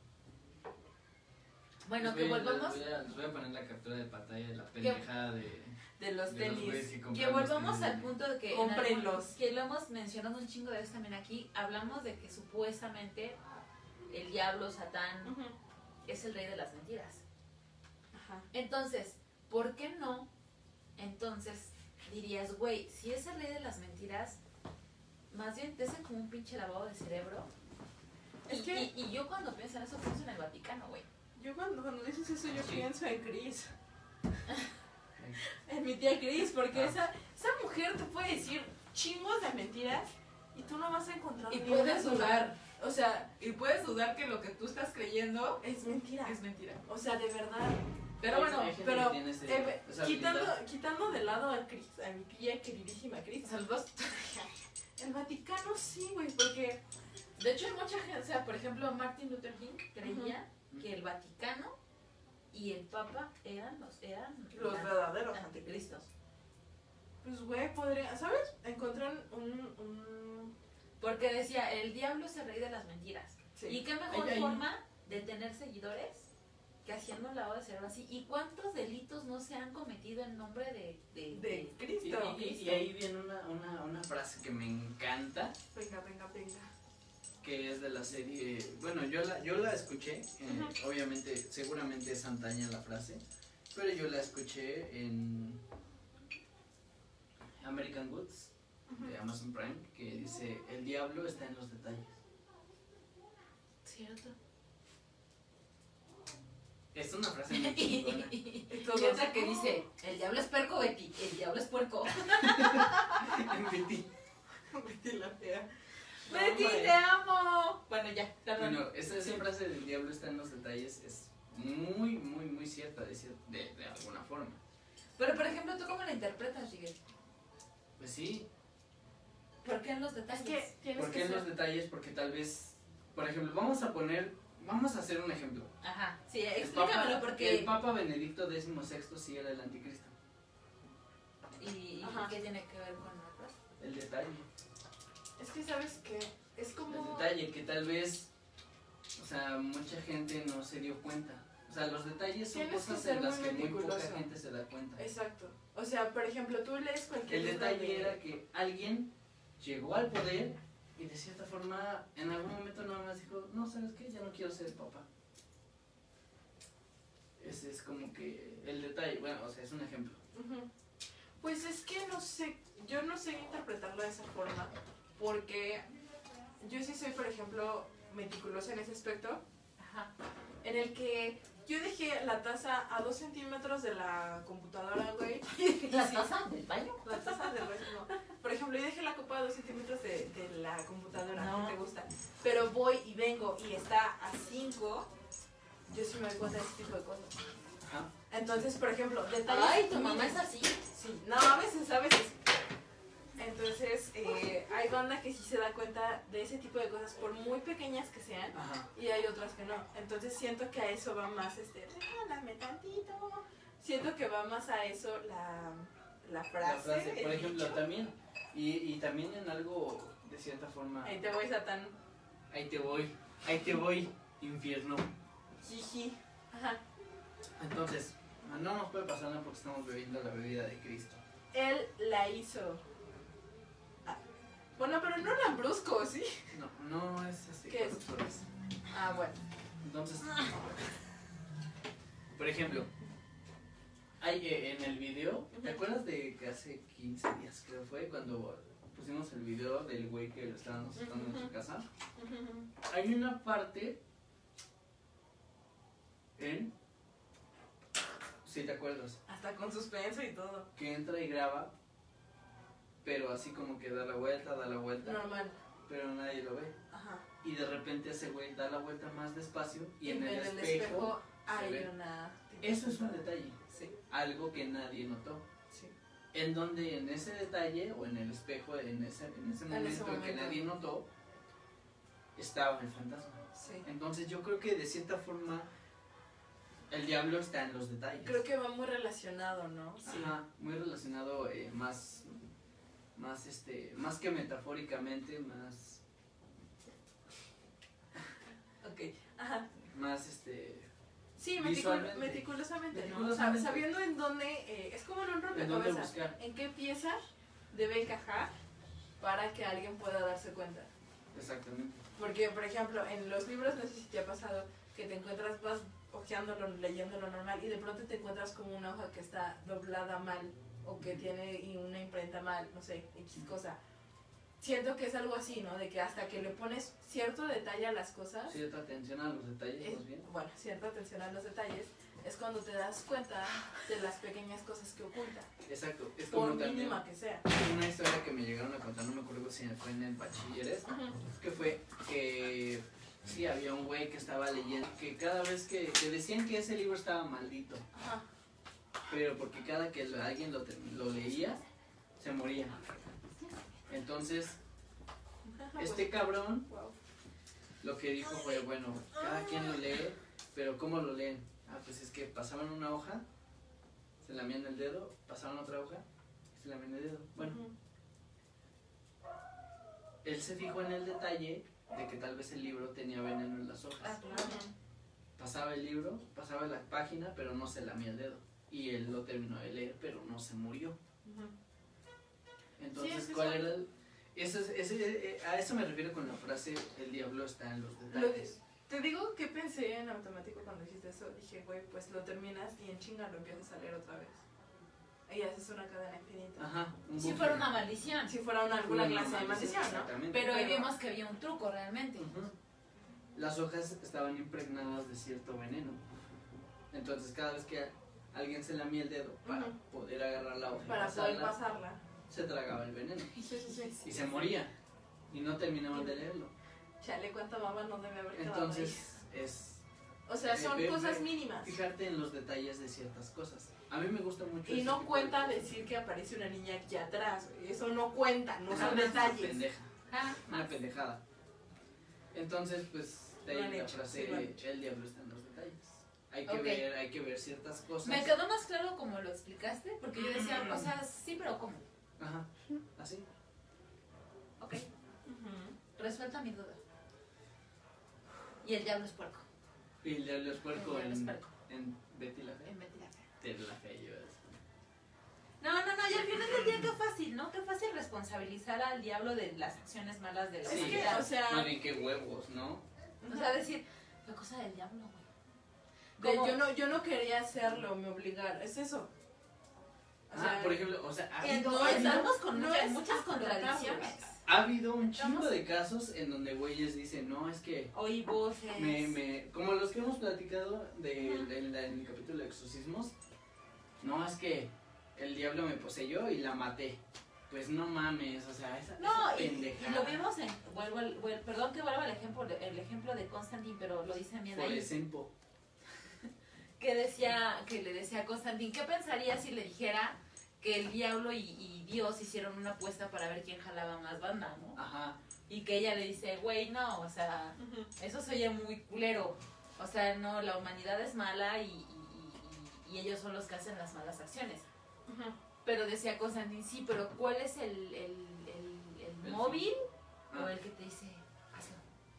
S1: Bueno, que volvamos.
S2: Les voy a poner la captura de pantalla de la pendejada
S3: De los
S2: de los güeyes
S3: tenis.
S2: que
S1: Que
S2: compraron
S1: volvamos
S2: los
S1: al
S2: tenis.
S1: punto de que en
S3: Cómprenlos.
S1: que lo hemos mencionado un chingo de veces también aquí. Hablamos de que supuestamente el diablo, Satán,
S3: Ujú.
S1: es el rey de las mentiras.
S3: Ajá.
S1: Entonces, ¿por qué no Entonces dirías, güey, si es el rey de las mentiras, más bien te hacen como un pinche lavado de cerebro.
S3: Es que
S1: Y yo cuando pienso en eso, pienso en el Vaticano, güey.
S3: yo cuando dices eso, yo
S2: Sí.
S3: pienso en Cris. En mi tía Cris, porque esa mujer te puede decir chingos de mentiras y tú no vas a encontrar
S1: Y
S3: ni
S1: puedes
S3: una sola.
S1: dudar, o sea, y puedes dudar que lo que tú estás creyendo
S3: Es mentira.
S1: es mentira.
S3: O sea, de verdad.
S1: Pero bueno,
S2: Hay gente
S3: pero,
S2: que tiene esa habilidad.
S3: quitando de lado a Cris, a mi tía queridísima Cris,
S1: saludos.
S3: el Vaticano sí, güey, porque
S1: De hecho, hay mucha gente, o sea, por ejemplo, Martin Luther King creía que el Vaticano y el Papa eran
S3: los
S1: la-
S3: verdaderos
S1: anticristos.
S3: pues, güey, podría, ¿sabes? Encontrar un
S1: Porque decía, el diablo es el rey de las mentiras.
S3: sí.
S1: ¿Y qué mejor
S2: Ay, ay.
S1: forma de tener seguidores que haciendo un lavado de cerebro así? ¿Y cuántos delitos no se han cometido en nombre
S3: de
S2: Y,
S3: Cristo.
S2: y ahí viene una frase que me encanta,
S3: Venga.
S2: que es de la serie, bueno, yo la escuché, obviamente, seguramente es antaña la frase, pero yo la escuché en American Gods, de Amazon Prime, que dice, el diablo está en los detalles.
S1: ¿Cierto?
S2: Es una frase muy chingona.
S1: Y otra que dice, el diablo es puerco, Betty, el diablo es puerco.
S2: En Betty.
S3: Betty la fea.
S1: Betty,
S2: hombre.
S1: te amo. Bueno, ya, perdón.
S2: Bueno, esa frase del diablo está en los detalles es muy cierta de alguna forma.
S1: Pero, por ejemplo, ¿tú cómo la interpretas, Miguel?
S2: Pues sí,
S1: ¿Por qué en los
S3: Es
S1: detalles?
S3: que tienes
S2: ¿por qué
S3: que
S2: en
S3: ser.
S2: los detalles? Porque tal vez, por ejemplo, vamos a hacer un ejemplo.
S1: Ajá, sí,
S2: El
S1: explícamelo
S2: Papa-
S1: porque...
S2: El Papa Benedicto XVI sí era el anticristo.
S1: ¿Y
S3: Ajá.
S1: qué tiene que ver con la frase?
S2: El detalle.
S3: Es que sabes que es
S2: El
S3: como.
S2: detalle que tal vez, o sea, mucha gente no se dio cuenta. O sea, los detalles son
S3: Tienes que
S2: cosas
S3: ser
S2: en las
S3: muy
S2: que muy poca
S3: meticuloso.
S2: gente se da cuenta.
S3: Exacto. O sea, por ejemplo, tú lees cualquier
S2: El
S3: libro
S2: detalle
S3: de-
S2: era que alguien llegó al poder y de cierta forma en algún momento nada más dijo, no, ¿sabes qué? Ya no quiero ser papá. Ese es como que el detalle, bueno, o sea, es un ejemplo.
S3: Ujú. Pues es que no sé, yo no sé interpretarlo de esa forma, porque yo sí soy, por ejemplo, meticulosa en ese aspecto,
S1: Ajá.
S3: en el que yo dejé la taza a 2 centímetros de la computadora, güey.
S1: ¿La taza del baño?
S3: La taza de res, no. Por ejemplo, yo dejé la copa a 2 centímetros de la computadora,
S1: No.
S3: que te gusta. Pero voy y vengo y está a 5, yo sí me doy cuenta de ese tipo de cosas.
S2: Ajá.
S3: Entonces, por ejemplo, detalles.
S1: Ay, tu mamá
S3: mínimos.
S1: es así.
S3: Sí, no, a veces. Entonces, hay banda que sí se da cuenta de ese tipo de cosas, por muy pequeñas que sean,
S2: Ajá.
S3: y hay otras que no. Entonces, siento que a eso va más, regálame tantito. Siento que va más a eso la frase.
S2: La frase, por
S3: el
S2: ejemplo,
S3: dicho.
S2: también, y también en algo de cierta forma,
S3: Ahí te voy, Satán.
S2: ahí te voy, infierno.
S3: Jiji. Ajá.
S2: Entonces, no nos puede pasar nada porque estamos bebiendo la bebida de Cristo.
S3: Él la hizo. Ah, bueno, pero no lambrusco, ¿sí?
S2: No es así.
S3: ¿Qué es?
S2: flores.
S3: Ah, bueno.
S2: Entonces, por ejemplo, hay en el video, ¿te acuerdas de que hace 15 días creo fue cuando pusimos el video del güey que lo estaban asustando en su casa? Hay una parte en, si te acuerdas,
S3: Hasta con suspenso y todo.
S2: que entra y graba, pero así como que da la vuelta,
S3: Normal.
S2: pero nadie lo ve.
S3: Ajá.
S2: Y de repente ese güey da la vuelta más despacio y
S3: Y
S2: en el espejo se
S3: hay
S2: ve.
S3: una.
S2: Eso es un detalle,
S3: Sí,
S2: algo que nadie notó.
S3: sí.
S2: En donde en ese detalle o en el espejo, en ese momento en que
S3: momento.
S2: nadie notó, estaba el fantasma.
S3: Sí.
S2: Entonces yo creo que de cierta forma el diablo está en los detalles.
S3: Creo que va muy relacionado, ¿no? Sí.
S2: Ajá, muy relacionado más que metafóricamente,
S3: Ok. Ajá.
S2: más
S3: Sí,
S2: Visualmente.
S3: meticulosamente, ¿no?
S2: Meticulosamente.
S3: Sabiendo en dónde. Es como en un
S2: en dónde
S3: rompecabezas.
S2: buscar.
S3: ¿En qué pieza debe encajar para que alguien pueda darse cuenta?
S2: Exactamente.
S3: Porque, por ejemplo, en los libros, no sé si te ha pasado que te encuentras, vas hojeándolo, leyéndolo normal y de pronto te encuentras como una hoja que está doblada mal o que tiene una imprenta mal, no sé, X cosa. Siento que es algo así, ¿no? De que hasta que le pones cierto detalle a las cosas,
S2: Cierta atención a los detalles, más bien.
S3: bueno, cierta atención a los detalles, es cuando te das cuenta de las pequeñas cosas que oculta,
S2: Exacto, es
S3: por
S2: como también
S3: mínima que sea.
S2: una historia que me llegaron a contar, no me acuerdo si fue en el bachilleres, que fue que sí, había un güey que estaba leyendo, que cada vez que decían que ese libro estaba maldito,
S3: Ajá.
S2: pero porque cada que alguien lo leía, se moría. Entonces, este cabrón
S3: Wow.
S2: lo que dijo fue, bueno, cada quien lo lee, pero ¿cómo lo leen? Ah, pues es que pasaban una hoja, se lamían el dedo, pasaban otra hoja, y se lamían el dedo. Bueno, él se fijó en el detalle de que tal vez el libro tenía veneno en las hojas.
S1: Ah, claro.
S2: Pasaba el libro, pasaba la página, pero no se lamía el dedo. Y él lo terminó de leer, pero no se murió. Entonces,
S3: Sí,
S2: ¿cuál era el...? A eso me refiero con la frase, el diablo está en los detalles.
S3: Te digo que pensé en automático cuando dijiste eso. Dije, güey, pues lo terminas y en chinga lo empiezas a leer otra vez. Y haces una cadena infinita.
S2: Ajá, un
S1: Si
S2: bucle.
S1: fuera una maldición.
S3: Si fuera alguna clase de maldición, ¿no?
S2: Exactamente.
S1: Pero ahí vimos que había un truco realmente.
S2: Ujú. Las hojas estaban impregnadas de cierto veneno. Entonces, cada vez que alguien se lamía el dedo para
S3: Ujú.
S2: poder agarrar la hoja y
S3: Para poder
S2: pasarla,
S3: pasarla.
S2: se tragaba el veneno.
S3: Sí, sí, sí.
S2: Y se moría. Y no terminaban de leerlo.
S3: Chale, cuánta mamá no debe haber quedado
S2: Entonces, es
S3: ahí. O sea, son cosas mínimas.
S2: fijarte en los detalles de ciertas cosas. A mí me gusta mucho
S3: Y
S2: ese
S3: no
S2: tipo
S3: cuenta
S2: de
S3: decir que aparece una niña aquí atrás, güey. Eso no cuenta, no
S2: cosas.
S3: son
S2: Una
S3: detalles.
S2: pendeja.
S1: Ah,
S2: Una pendejada. Entonces, pues, de
S3: Lo han
S2: ahí la
S3: hecho,
S2: frase,
S3: sí, lo han hecho.
S2: el diablo está en los detalles.
S1: Ok.
S2: Hay que ver ciertas cosas.
S1: me quedó más claro como lo explicaste, porque yo decía, o sea, sí, pero ¿cómo?
S2: Ajá, así.
S1: Ok, resuelta mi duda. Y el diablo es puerco.
S2: Y el diablo es puerco
S1: El diablo es puerco.
S2: en Betty la Fea.
S1: En Betty la Fea.
S2: Betty la Fea, yo iba a decir.
S1: No, y al final del día qué fácil, ¿no? Qué fácil responsabilizar al diablo de las acciones malas de la
S2: Sí.
S3: Es que,
S1: humanidad.
S3: o sea,
S2: Más bien que huevos, ¿no?
S1: O sea, decir, fue cosa del diablo, güey.
S3: de,
S1: Como-
S3: yo no quería hacerlo, me obligaron. Es eso. O sea,
S2: Por ejemplo, o sea,
S1: Estamos con
S3: no
S1: muchas,
S3: es
S1: muchas
S3: afrontarlo.
S1: contradicciones.
S2: ha habido un chingo
S1: Estamos-
S2: de casos en donde güeyes dicen, no, es que
S1: Oí voces.
S2: como los que hemos platicado en el capítulo de exorcismos, no, es que el diablo me poseyó y la maté. Pues no mames, o sea, esa
S1: Y
S2: pendejada.
S1: lo vimos en, perdón que vuelva al ejemplo de Constantine, pero lo dicen bien
S2: Por
S1: ahí,
S2: ejemplo.
S1: que le decía a Constantine, ¿qué pensaría si le dijera que el diablo y Dios hicieron una apuesta para ver quién jalaba más banda, ¿no?
S2: Ajá.
S1: Y que ella le dice, güey, no, o sea, eso se oye muy culero, o sea, no, la humanidad es mala y ellos son los que hacen las malas acciones. Pero decía Constantine, sí, pero ¿cuál es el móvil o
S2: Ah.
S1: el que te dice, hazlo?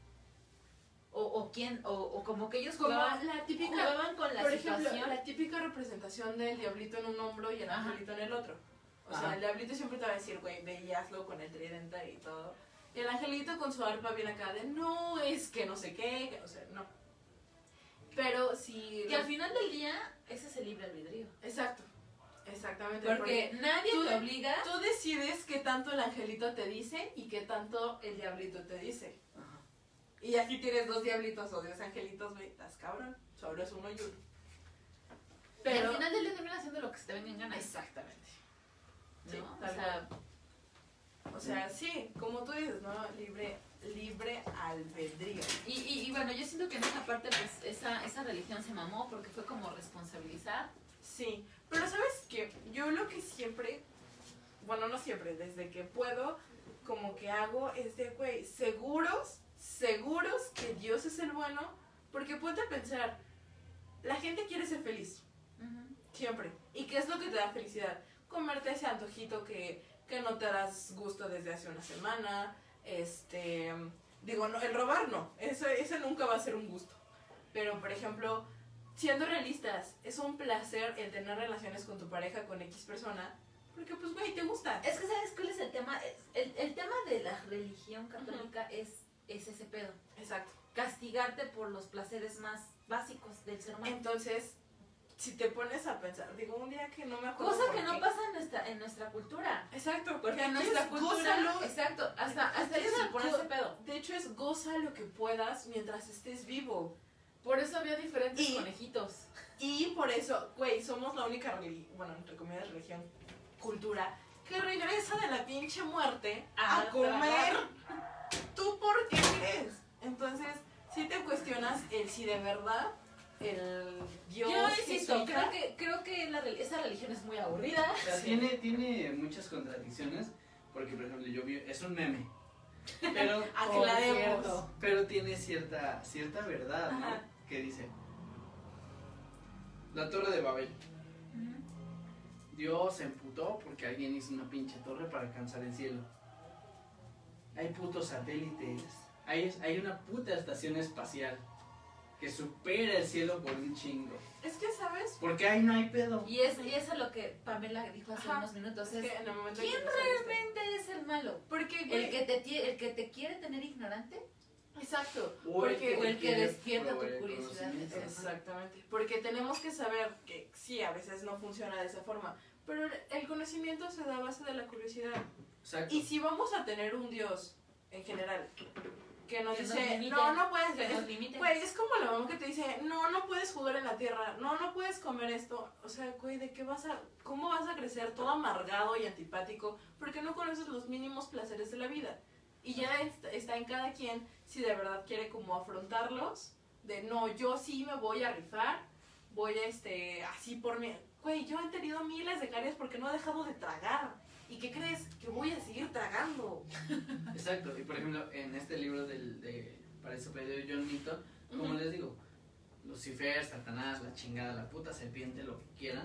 S1: O quién, o como que ellos
S3: como
S1: jugaban,
S3: la típica,
S1: jugaban con la
S3: por ejemplo,
S1: situación.
S3: la típica representación del diablito en un hombro y el
S1: Ajá.
S3: angelito en el otro. O sea,
S2: Ajá.
S3: el diablito siempre te va a decir, güey, ve y hazlo con el tridente y todo. Y el angelito con su arpa viene acá de, no, es que no sé qué, que, o sea, no. Pero si...
S1: Y al final del día, ese es el libre albedrío.
S3: Exacto, exactamente.
S1: Porque nadie
S3: tú-
S1: te obliga.
S3: tú decides qué tanto el angelito te dice y qué tanto el diablito te dice.
S2: Ajá.
S3: Y así tienes 2 diablitos o 10 angelitos, güey, estás cabrón. Solo es uno y uno.
S1: Pero al final del día termina haciendo lo que se te venga en gana.
S3: Exactamente.
S1: ¿no?
S3: Sí,
S1: O
S3: tal
S1: sea,
S3: O sea, sí, como tú dices, ¿no? Libre albedrío.
S1: y bueno, yo siento que en esa parte, pues, esa religión se mamó porque fue como responsabilizar.
S3: Sí, pero ¿sabes qué? Yo lo que siempre, bueno, no siempre, desde que puedo, como que hago es de, güey, seguros que Dios es el bueno, porque ponte a pensar, la gente quiere ser feliz, siempre. ¿Y qué es lo que te da felicidad? Comerte ese antojito que no te das gusto desde hace una semana, digo, no, el robar no, ese nunca va a ser un gusto. Pero, por ejemplo, siendo realistas, es un placer el tener relaciones con tu pareja, con X persona, porque pues, güey, te gusta.
S1: Es que, ¿sabes cuál es el tema? El tema de la religión católica es ese pedo.
S3: Exacto.
S1: Castigarte por los placeres más básicos del ser humano.
S3: Entonces, si te pones a pensar, digo, un día que no me acuerdo.
S1: Cosa
S3: por
S1: que no
S3: qué.
S1: pasa en nuestra cultura.
S3: Exacto,
S1: Porque en
S3: aquí
S1: nuestra
S3: es
S1: cultura,
S3: gózalo.
S1: exacto, hasta
S3: Aquí
S1: ellos
S3: es
S1: se ponen ese pedo.
S3: De hecho, es goza lo que puedas mientras estés vivo.
S1: Por eso había diferentes
S3: Y-
S1: conejitos.
S3: Y por eso, güey, somos la única religión, bueno, entre comillas, religión, cultura, que regresa de la pinche muerte a comer. ¿Tú por qué crees? Entonces, si te cuestionas el si de verdad el Dios
S1: Yo
S3: y
S1: insisto,
S3: su hija-
S1: creo que esa religión es muy aburrida.
S2: O sea,
S3: Sí.
S2: tiene muchas contradicciones, porque por ejemplo yo vi, es un meme, pero,
S3: Aclaremos.
S2: pero tiene cierta verdad, ¿no?
S3: Ajá.
S2: Que dice, la Torre de Babel, Dios se emputó porque alguien hizo una pinche torre para alcanzar el cielo. Hay putos satélites, hay una puta estación espacial que supera el cielo por un chingo.
S3: Es que, ¿sabes?
S2: Porque ahí no hay pedo.
S1: Y eso es lo que Pamela dijo hace
S3: Ajá.
S1: unos minutos.
S3: Es
S1: Es,
S3: que en el momento
S1: ¿quién
S3: en que lo saliste-
S1: realmente es el malo?
S3: Porque, güey,
S1: ¿El que te quiere tener ignorante?
S3: exacto.
S2: O el
S3: Porque
S1: o el que
S2: quiere
S1: despierta tu
S2: proveer
S1: curiosidad.
S2: conocimiento.
S3: Exactamente, porque tenemos que saber que sí, a veces no funciona de esa forma, pero el conocimiento se da a base de la curiosidad.
S2: Exacto.
S3: Y si vamos a tener un Dios, en general, que nos
S1: Que nos
S3: dice,
S1: limite,
S3: no puedes,
S1: Que nos limite.
S3: güey, es como la mamá que te dice, no puedes jugar en la tierra, no puedes comer esto, o sea, güey, cómo vas a crecer todo amargado y antipático? Porque no conoces los mínimos placeres de la vida. Y ya está en cada quien si de verdad quiere como afrontarlos, de no, yo sí me voy a rifar, voy así por mí. Güey, yo he tenido miles de caries porque no he dejado de tragar. ¿Y qué crees? Que voy a seguir tragando.
S2: Exacto, y por ejemplo, en este libro de Paraíso Perdido de John Milton, como
S3: Ujú.
S2: les digo, Lucifer, Satanás, la chingada, la puta serpiente, lo que quieran,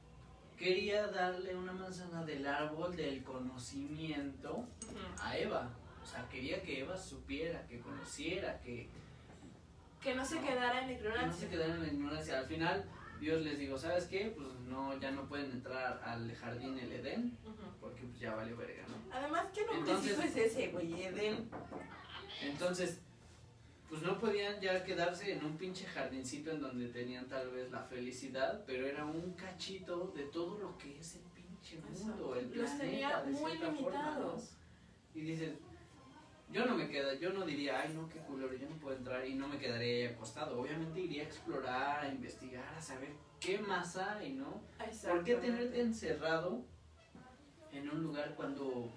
S2: quería darle una manzana del árbol del conocimiento a Eva. O sea, quería que Eva supiera, que conociera, que
S3: Que no se quedara en la
S2: no
S3: ignorancia.
S2: se quedara en la ignorancia. Al final, Dios les dijo, ¿sabes qué? Pues no, ya no pueden entrar al jardín el Edén,
S3: Ujú.
S2: porque pues ya vale verga, ¿no?
S3: Además, ¿qué nombre
S2: Entonces-
S3: es ese, güey? Edén.
S2: Entonces, pues no podían ya quedarse en un pinche jardincito en donde tenían tal vez la felicidad, pero era un cachito de todo lo que es el pinche mundo, el
S3: Los
S2: planeta,
S3: tenía
S2: de
S3: muy
S2: cierta forma,
S3: limitados.
S2: ¿no? Y dices, yo no diría, ay no, qué culero, yo no puedo entrar y no me quedaría ahí acostado. Obviamente iría a explorar, a investigar, a saber qué más hay, ¿no? ¿Por qué tenerte encerrado en un lugar cuando...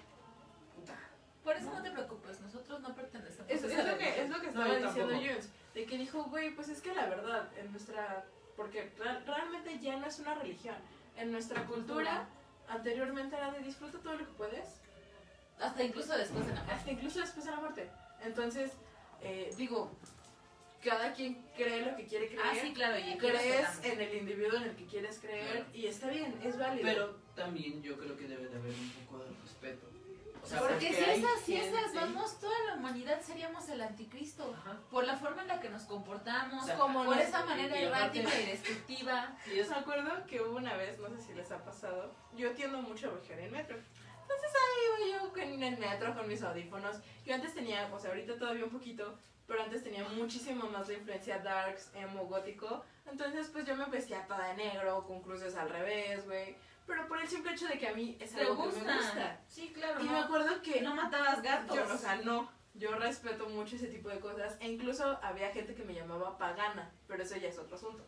S2: Puta,
S1: Por eso no te preocupes, nosotros no pertenecemos
S3: Es
S1: a esa
S3: lo que
S1: religión.
S3: estaba
S2: yo
S3: diciendo
S2: tampoco.
S3: Jules, de que dijo, güey, pues es que la verdad, en nuestra, porque realmente ya no es una religión, en nuestra cultura, anteriormente era de disfruta todo lo que puedes,
S1: Hasta incluso después de la muerte.
S3: hasta incluso después de la muerte. Entonces, digo, cada quien cree lo que quiere creer,
S1: Ah, sí, claro, y
S3: crees en el individuo en el que quieres creer,
S2: Claro.
S3: y está bien, es válido.
S2: pero también yo creo que debe de haber un poco de respeto. O sea,
S1: Porque si
S2: hay
S1: esas
S2: gente-
S1: vamos, toda la humanidad seríamos el anticristo.
S2: Ajá.
S1: Por la forma en la que nos comportamos,
S2: O sea,
S3: como
S1: por
S3: nos-
S1: esa manera
S2: y aparte-
S1: errática y destructiva.
S2: Y es
S3: Me acuerdo que hubo una vez, no sé si les ha pasado, yo tiendo mucho a viajar en metro. Entonces ahí iba yo en el metro con mis audífonos. Yo antes tenía, o sea, ahorita todavía un poquito, pero antes tenía muchísimo más de influencia darks, emo, gótico. Entonces pues yo me vestía toda de negro, con cruces al revés, güey. Pero por el simple hecho de que a mí es
S1: ¿Te
S3: algo que me
S1: gusta?
S3: gusta.
S1: Sí, claro.
S3: Y
S1: no,
S3: me acuerdo que
S1: no matabas gatos.
S3: yo, o sea, no, yo respeto mucho ese tipo de cosas. E incluso había gente que me llamaba pagana, pero eso ya es otro asunto.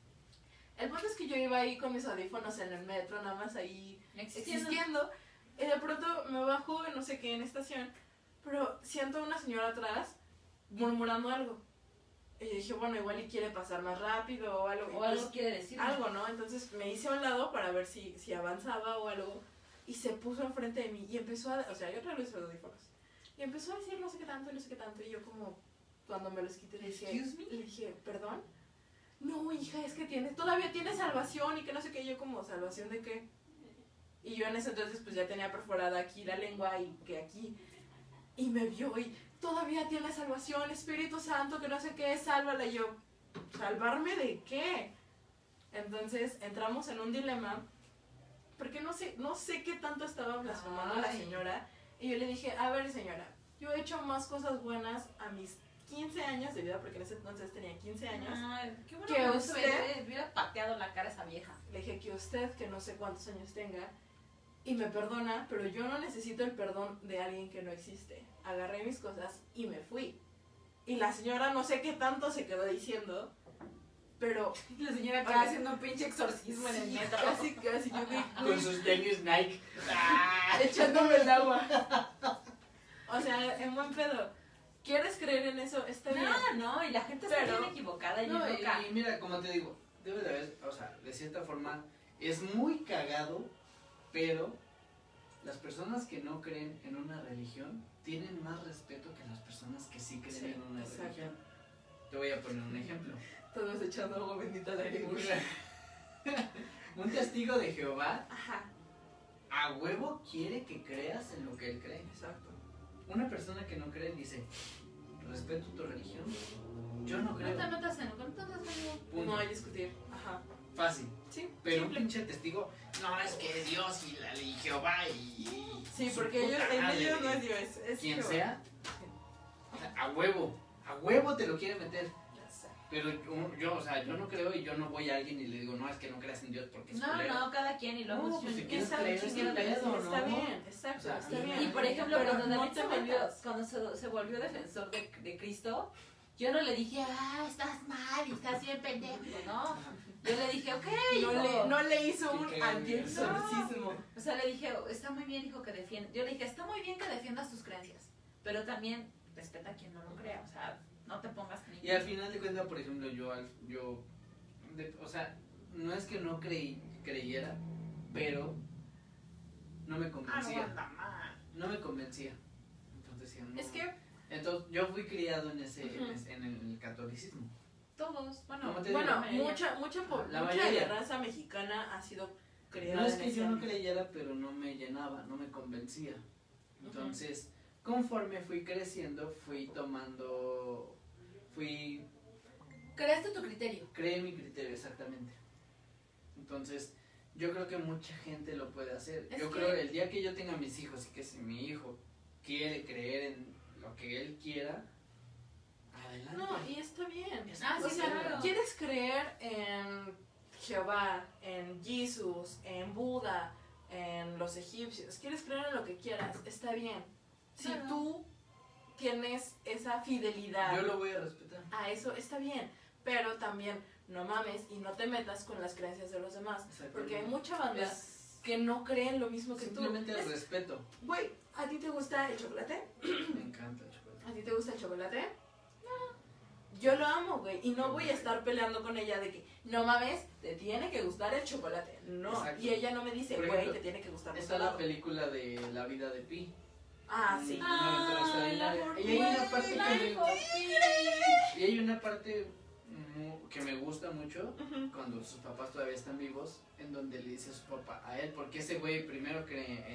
S3: El punto es que yo iba ahí con mis audífonos en el metro, nada más ahí existiendo. Y de pronto me bajo, no sé qué, en estación, pero siento a una señora atrás murmurando algo. Y yo dije, bueno, igual y quiere pasar más rápido o algo. Y
S1: O algo
S3: pues,
S1: quiere decir.
S3: algo, ¿no? Entonces me hice a un lado para ver si avanzaba o algo. Y se puso enfrente de mí y empezó a... O sea, yo traía los audífonos. Y empezó a decir no sé qué tanto y no sé qué tanto. Y yo como, cuando me los quité,
S1: Excuse me?
S3: le dije, ¿perdón? No, hija, es que todavía tiene salvación y que no sé qué. Y yo como, ¿salvación de qué? Y yo en ese entonces pues ya tenía perforada aquí la lengua y que aquí. Y me vio y todavía tiene salvación, Espíritu Santo, que no sé qué, sálvala. Y yo, ¿salvarme de qué? Entonces entramos en un dilema, porque no sé qué tanto estaba blasfemando la
S1: Ay.
S3: señora. Y yo le dije, a ver señora, yo he hecho más cosas buenas a mis 15 años de vida, porque en ese entonces tenía 15 años.
S1: Ay, qué bueno
S3: Que
S1: que
S3: usted-
S1: hubiera pateado la cara a esa vieja.
S3: Le dije que usted, que no sé cuántos años tenga, y me perdona, pero yo no necesito el perdón de alguien que no existe. Agarré mis cosas y me fui. Y la señora no sé qué tanto se quedó diciendo, pero
S1: La señora
S3: acá
S1: acá haciendo un pinche exorcismo en el
S3: sí,
S1: metro.
S3: casi, casi, yo
S2: Con sus tenis Nike.
S3: echándome el agua. O sea, en buen pedo. ¿Quieres creer en eso? Está bien.
S1: No, y la gente está
S3: Pero-
S1: bien equivocada y
S2: No,
S1: bien loca.
S2: y mira, como te digo, debe de haber, o sea, de cierta forma, es muy cagado, pero las personas que no creen en una religión tienen más respeto que las personas que sí creen
S3: Sí,
S2: en una
S3: exacto.
S2: religión. Te voy a poner un ejemplo.
S3: Todos echando agua bendita al aire.
S2: Un testigo de Jehová
S3: Ajá,
S2: a huevo quiere que creas en lo que él cree.
S3: exacto.
S2: Una persona que no cree dice, respeto tu religión, yo no
S1: No
S2: creo.
S1: te metas en no te metas en
S2: Punto.
S3: No hay discutir. Ajá.
S2: Fácil.
S3: Sí,
S2: Pero
S3: simple.
S2: un pinche testigo, no, es que Dios y Jehová y
S3: Sí,
S2: su
S3: porque ellos,
S2: puta
S3: en
S2: madre,
S3: ellos no es Dios, es
S2: quien
S3: Jehová.
S2: sea, a huevo te lo quiere meter.
S3: Ya sé.
S2: Pero yo, o sea, yo no creo y yo no voy a alguien y le digo, no, es que no creas en Dios porque es
S1: No,
S2: culero.
S1: no, cada quien y luego
S2: No, pues, si quieres
S3: Está
S2: creer, es
S3: bien,
S2: tu pedo,
S3: está
S2: ¿no?
S3: bien, exacto,
S2: O sea,
S3: está
S2: y-
S3: bien.
S1: Y por ejemplo,
S3: Pero
S1: cuando
S3: no
S1: David
S3: te
S1: se volvió,
S3: metas.
S1: cuando se volvió defensor de Cristo, yo no le dije, estás mal y estás bien pendejo, ¿no? Yo le dije, ok,
S3: No le hizo un
S2: Sí, que-
S3: antiexorcismo.
S1: O sea, le dije, está muy bien, hijo, que defiendas. Yo le dije, está muy bien que defiendas tus creencias, pero también respeta a quien no lo crea, o sea, no te pongas
S2: Y al final de cuentas, por ejemplo, o sea, no es que no creyera, pero no me convencía. No me convencía. Entonces decía, no.
S3: Es que,
S2: Entonces yo fui criado en
S3: Ujú.
S2: en el catolicismo.
S1: todos, bueno,
S2: ¿Cómo te digo?
S3: bueno,
S1: mayoría.
S3: mucha
S2: La
S3: de
S2: mayoría.
S3: la raza mexicana ha sido creada
S2: No es
S3: en
S2: que
S3: ese
S2: yo no
S3: ámbito.
S2: creyera, pero no me llenaba, no me convencía. Entonces, conforme fui creciendo,
S1: creaste tu criterio.
S2: creé mi criterio exactamente. Entonces, yo creo que mucha gente lo puede hacer.
S1: Es
S2: Yo
S1: que-
S2: creo el día que yo tenga mis hijos y que si mi hijo quiere creer en lo que él quiera, adelante.
S3: No, y está bien.
S1: Ah,
S3: O
S1: sí,
S3: sea,
S1: claro.
S3: ¿quieres creer en Jehová, en Jesús, en Buda, en los egipcios? ¿Quieres creer en lo que quieras? Está bien. Si
S1: Claro.
S3: tú tienes esa fidelidad
S2: Yo lo voy a respetar.
S3: a eso, está bien. Pero también no mames y no te metas con las creencias de los demás. Porque hay mucha banda
S2: Es
S3: que no creen lo mismo que tú.
S2: simplemente el
S3: Es-
S2: respeto.
S3: Güey, ¿a ti te gusta el chocolate?
S2: Me encanta el chocolate.
S3: ¿A ti te gusta el chocolate? No. Yo lo amo, güey. Y no voy a estar peleando con ella de que, no mames, te tiene que gustar el chocolate. No.
S2: Exacto.
S3: Y ella no me dice,
S2: Por
S3: güey,
S2: ejemplo,
S3: te tiene que gustar el
S2: Está la
S3: chocolate.
S2: película de La vida de Pi.
S3: Ah, sí.
S2: Una aventura extraordinaria.
S1: amor
S2: Y hay una parte que
S1: Life
S2: me,
S1: of Pi.
S2: y hay una parte que me gusta mucho
S3: Ujú.
S2: cuando sus papás todavía están vivos, en donde le dice a su papá, a él, porque ese güey primero cree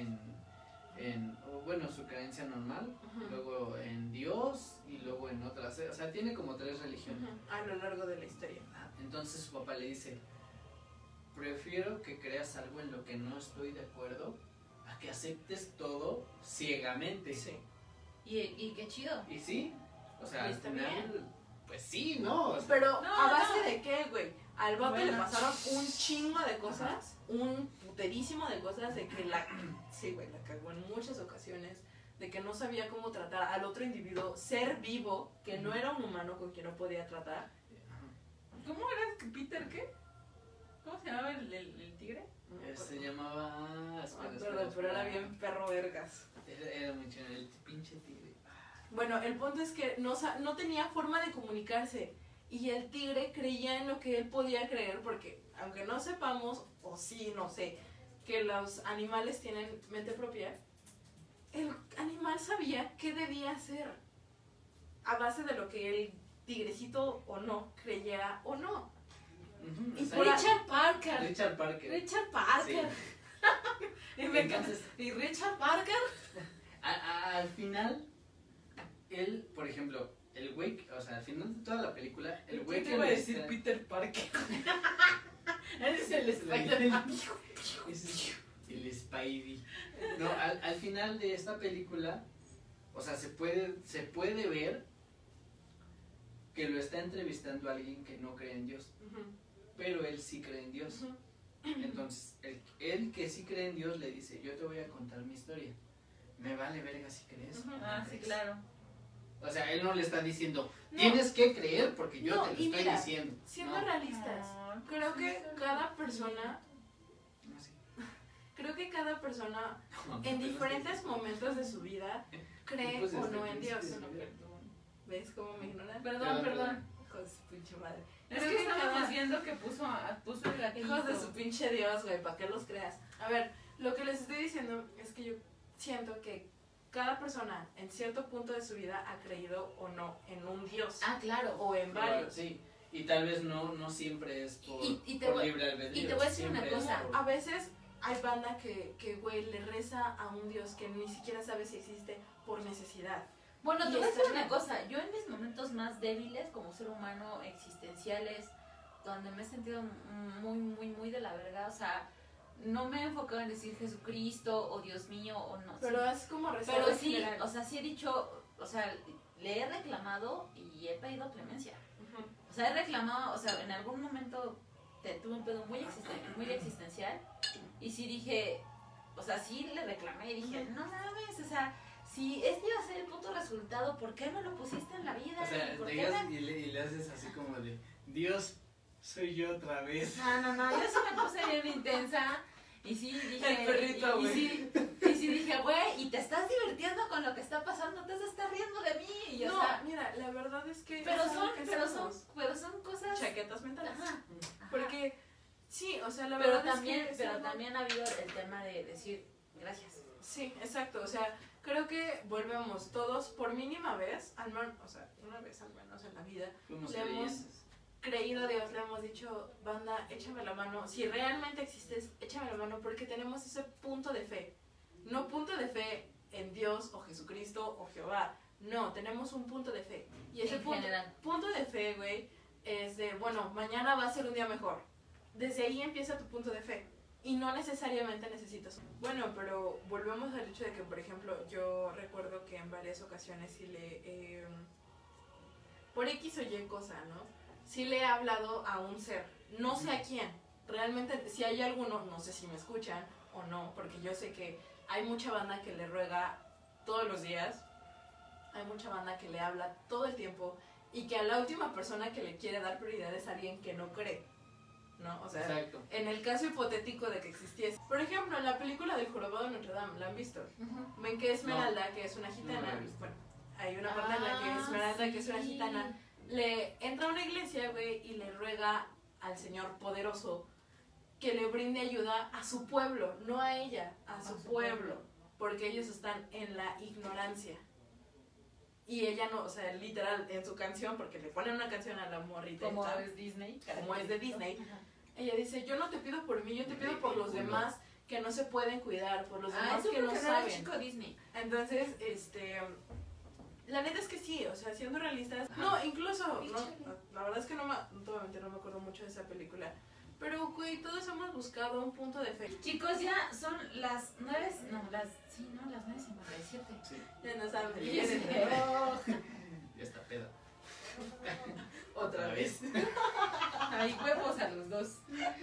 S2: bueno, su creencia normal,
S3: Ujú.
S2: luego en Dios y luego en otras, o sea, tiene como 3 religiones.
S3: Ujú. A lo largo de la historia.
S2: Entonces su papá le dice, prefiero que creas algo en lo que no estoy de acuerdo a que aceptes todo ciegamente.
S3: Sí.
S1: Y qué chido.
S2: Y sí, o sea,
S3: Y
S2: al
S3: está
S2: final, pues sí, ¿no? O sea,
S3: Pero,
S1: No,
S3: ¿a base
S1: no.
S3: de qué, güey? Al vato le
S1: Bueno.
S3: pasaron un chingo de cosas, un puterísimo de cosas, de que sí, güey, la cagó en muchas ocasiones, de que no sabía cómo tratar al otro individuo, ser vivo, que no era un humano con quien no podía tratar.
S1: ¿Cómo era Peter qué? ¿Cómo se llamaba el tigre?
S3: No me
S2: se
S3: acuerdo.
S2: llamaba...
S3: No me
S2: espera,
S3: acuerdo,
S2: espera,
S3: pero era
S2: espera.
S3: bien perro vergas.
S2: Era muy chido, el pinche tigre.
S3: Bueno, el punto es que no tenía forma de comunicarse y el tigre creía en lo que él podía creer porque aunque no sepamos, o sí, no sé, que los animales tienen mente propia, el animal sabía qué debía hacer a base de lo que el tigrecito o no creyera o no.
S2: Ujú,
S3: Y
S2: o sea,
S3: por
S1: Richard Parker.
S2: Richard Parker.
S1: Richard Parker.
S2: Sí.
S1: Y me encanta.
S2: Entonces,
S1: Y Richard Parker.
S2: al final, él, por ejemplo, el güey, o sea, al final de toda la película, el güey que le está-
S1: Peter Parker? Él es el
S2: El
S1: Spider-Man.
S2: Es el Spidey. No, al final de esta película, o sea, se puede ver que lo está entrevistando a alguien que no cree en Dios, pero él sí cree en Dios. Entonces, él que sí cree en Dios le dice, yo te voy a contar mi historia. Me vale verga si crees. o no
S1: Ah, sí,
S2: crees".
S1: claro.
S2: O sea, él no le está diciendo,
S3: No.
S2: tienes que creer porque yo
S3: No,
S2: te lo
S3: y
S2: estoy
S3: mira,
S2: diciendo.
S3: Siendo
S2: No,
S3: realistas,
S1: No,
S3: creo
S1: sí,
S3: que
S1: sí,
S3: cada
S1: sí.
S3: persona,
S2: no, sí.
S3: creo que cada persona
S2: No,
S3: en
S2: pero
S3: diferentes
S2: sí.
S3: momentos de su vida cree
S2: Pues
S3: o
S2: desde
S3: no
S2: el
S3: en Dios.
S2: principio.
S3: ¿Ves cómo me ignoran?
S1: Perdón, perdón.
S3: Hijos de su pinche madre.
S1: Es
S3: Creo
S1: que
S3: cada-
S1: estábamos viendo que puso el gatito.
S3: Hijos de su pinche Dios, güey, ¿para qué los creas? A ver, lo que les estoy diciendo es que yo siento que cada persona en cierto punto de su vida ha creído o no en un Dios
S1: Ah, claro.
S3: o en
S2: Claro,
S3: varios.
S2: sí. Y tal vez no siempre es por,
S1: Y te
S2: por
S1: voy-
S2: libre albedrío.
S1: y te voy a decir una
S2: siempre es
S1: cosa,
S2: por-
S3: A veces hay banda que, güey, le reza a un Dios que ni siquiera sabe si existe por necesidad.
S1: Bueno, te
S3: Y
S1: voy a
S3: está
S1: decir una
S3: bien.
S1: cosa. Yo en mis momentos más débiles como ser humano, existenciales, donde me he sentido muy de la verga, o sea, no me he enfocado en decir Jesucristo o Dios mío o no.
S3: Pero
S1: sí.
S3: es como rezado
S1: Pero
S3: en
S1: sí,
S3: general.
S1: o sea, sí he dicho, o sea, le he reclamado y he pedido clemencia.
S3: Ujú.
S1: O sea, he reclamado, o sea, en algún momento tuve un pedo muy existencial y sí dije, o sea, sí le reclamé y dije, no mames, o sea, si este iba a ser el puto resultado, ¿por qué no lo pusiste en la vida?
S2: O sea,
S1: ¿Por qué
S2: llegas
S1: me-
S2: y le haces así como de, Dios, soy yo otra vez.
S1: No, yo sí me puse bien intensa y sí dije,
S3: El perrito,
S1: y
S3: güey.
S1: sí dije, güey, y te estás divirtiendo con lo que está pasando, te estás riendo de mí y ya
S3: No,
S1: está.
S3: mira, la verdad es que...
S1: Pero
S3: es algo que
S1: son cosas.
S3: chaquetas mentales.
S1: Ajá.
S3: Porque, sí, o sea, la
S1: Pero
S3: verdad
S1: también,
S3: es que... es
S1: pero
S3: algo-
S1: también ha habido el tema de decir gracias.
S3: Sí, exacto, o sea, creo que volvemos todos por mínima vez, al menos, o sea, una vez al menos en la vida,
S2: Fuimos
S3: Le hemos-
S2: creyentes.
S3: creído a Dios, le hemos dicho, banda, échame la mano, si realmente existes, échame la mano, porque tenemos ese punto de fe, no punto de fe en Dios o Jesucristo o Jehová, no, tenemos un punto de fe, y ese
S1: En
S3: punto,
S1: general.
S3: punto de fe, güey, es de, bueno, mañana va a ser un día mejor, desde ahí empieza tu punto de fe. Y no necesariamente necesitas. Bueno, pero volvemos al hecho de que, por ejemplo, yo recuerdo que en varias ocasiones sí le... por X o Y cosa, ¿no? Sí le he hablado a un ser. No sé a quién. Realmente, si hay alguno, no sé si me escuchan o no, porque yo sé que hay mucha banda que le ruega todos los días. Hay mucha banda que le habla todo el tiempo. Y que a la última persona que le quiere dar prioridad es alguien que no cree. ¿No? O sea,
S2: Exacto.
S3: en el caso hipotético de que existiese. Por ejemplo, en la película del Jorobado de Notre Dame, ¿la han visto? Ven que Esmeralda, que es una
S2: No
S3: gitana,
S2: la he visto.
S3: bueno, hay una parte en la que Esmeralda, que es una gitana, le entra a una iglesia, güey, y le ruega al Señor poderoso que le brinde ayuda a su pueblo, no a ella, a su pueblo, porque ellos están en la ignorancia. Y ella no, o sea, literal, en su canción, porque le ponen una canción a la morrita,
S1: Como
S3: esta,
S1: es Disney.
S3: como es de Disney,
S1: Ajá.
S3: ella dice, yo no te pido por mí, yo te pido por los
S2: Ridículo.
S3: demás que no se pueden cuidar, por los
S1: Ah,
S3: demás
S1: eso
S3: que no
S1: era
S3: saben.
S1: chico Disney.
S3: Entonces, la neta es que sí, o sea, siendo realistas, no, incluso, no, la verdad es que no me acuerdo mucho de esa película, pero, güey, todos hemos buscado un punto de fe.
S1: Chicos, ya son las 9:57.
S2: Sí,
S3: Ya no saben,
S1: Y yo dije, oh,
S2: ya está peda.
S3: otra vez.
S1: hay huevos a los dos.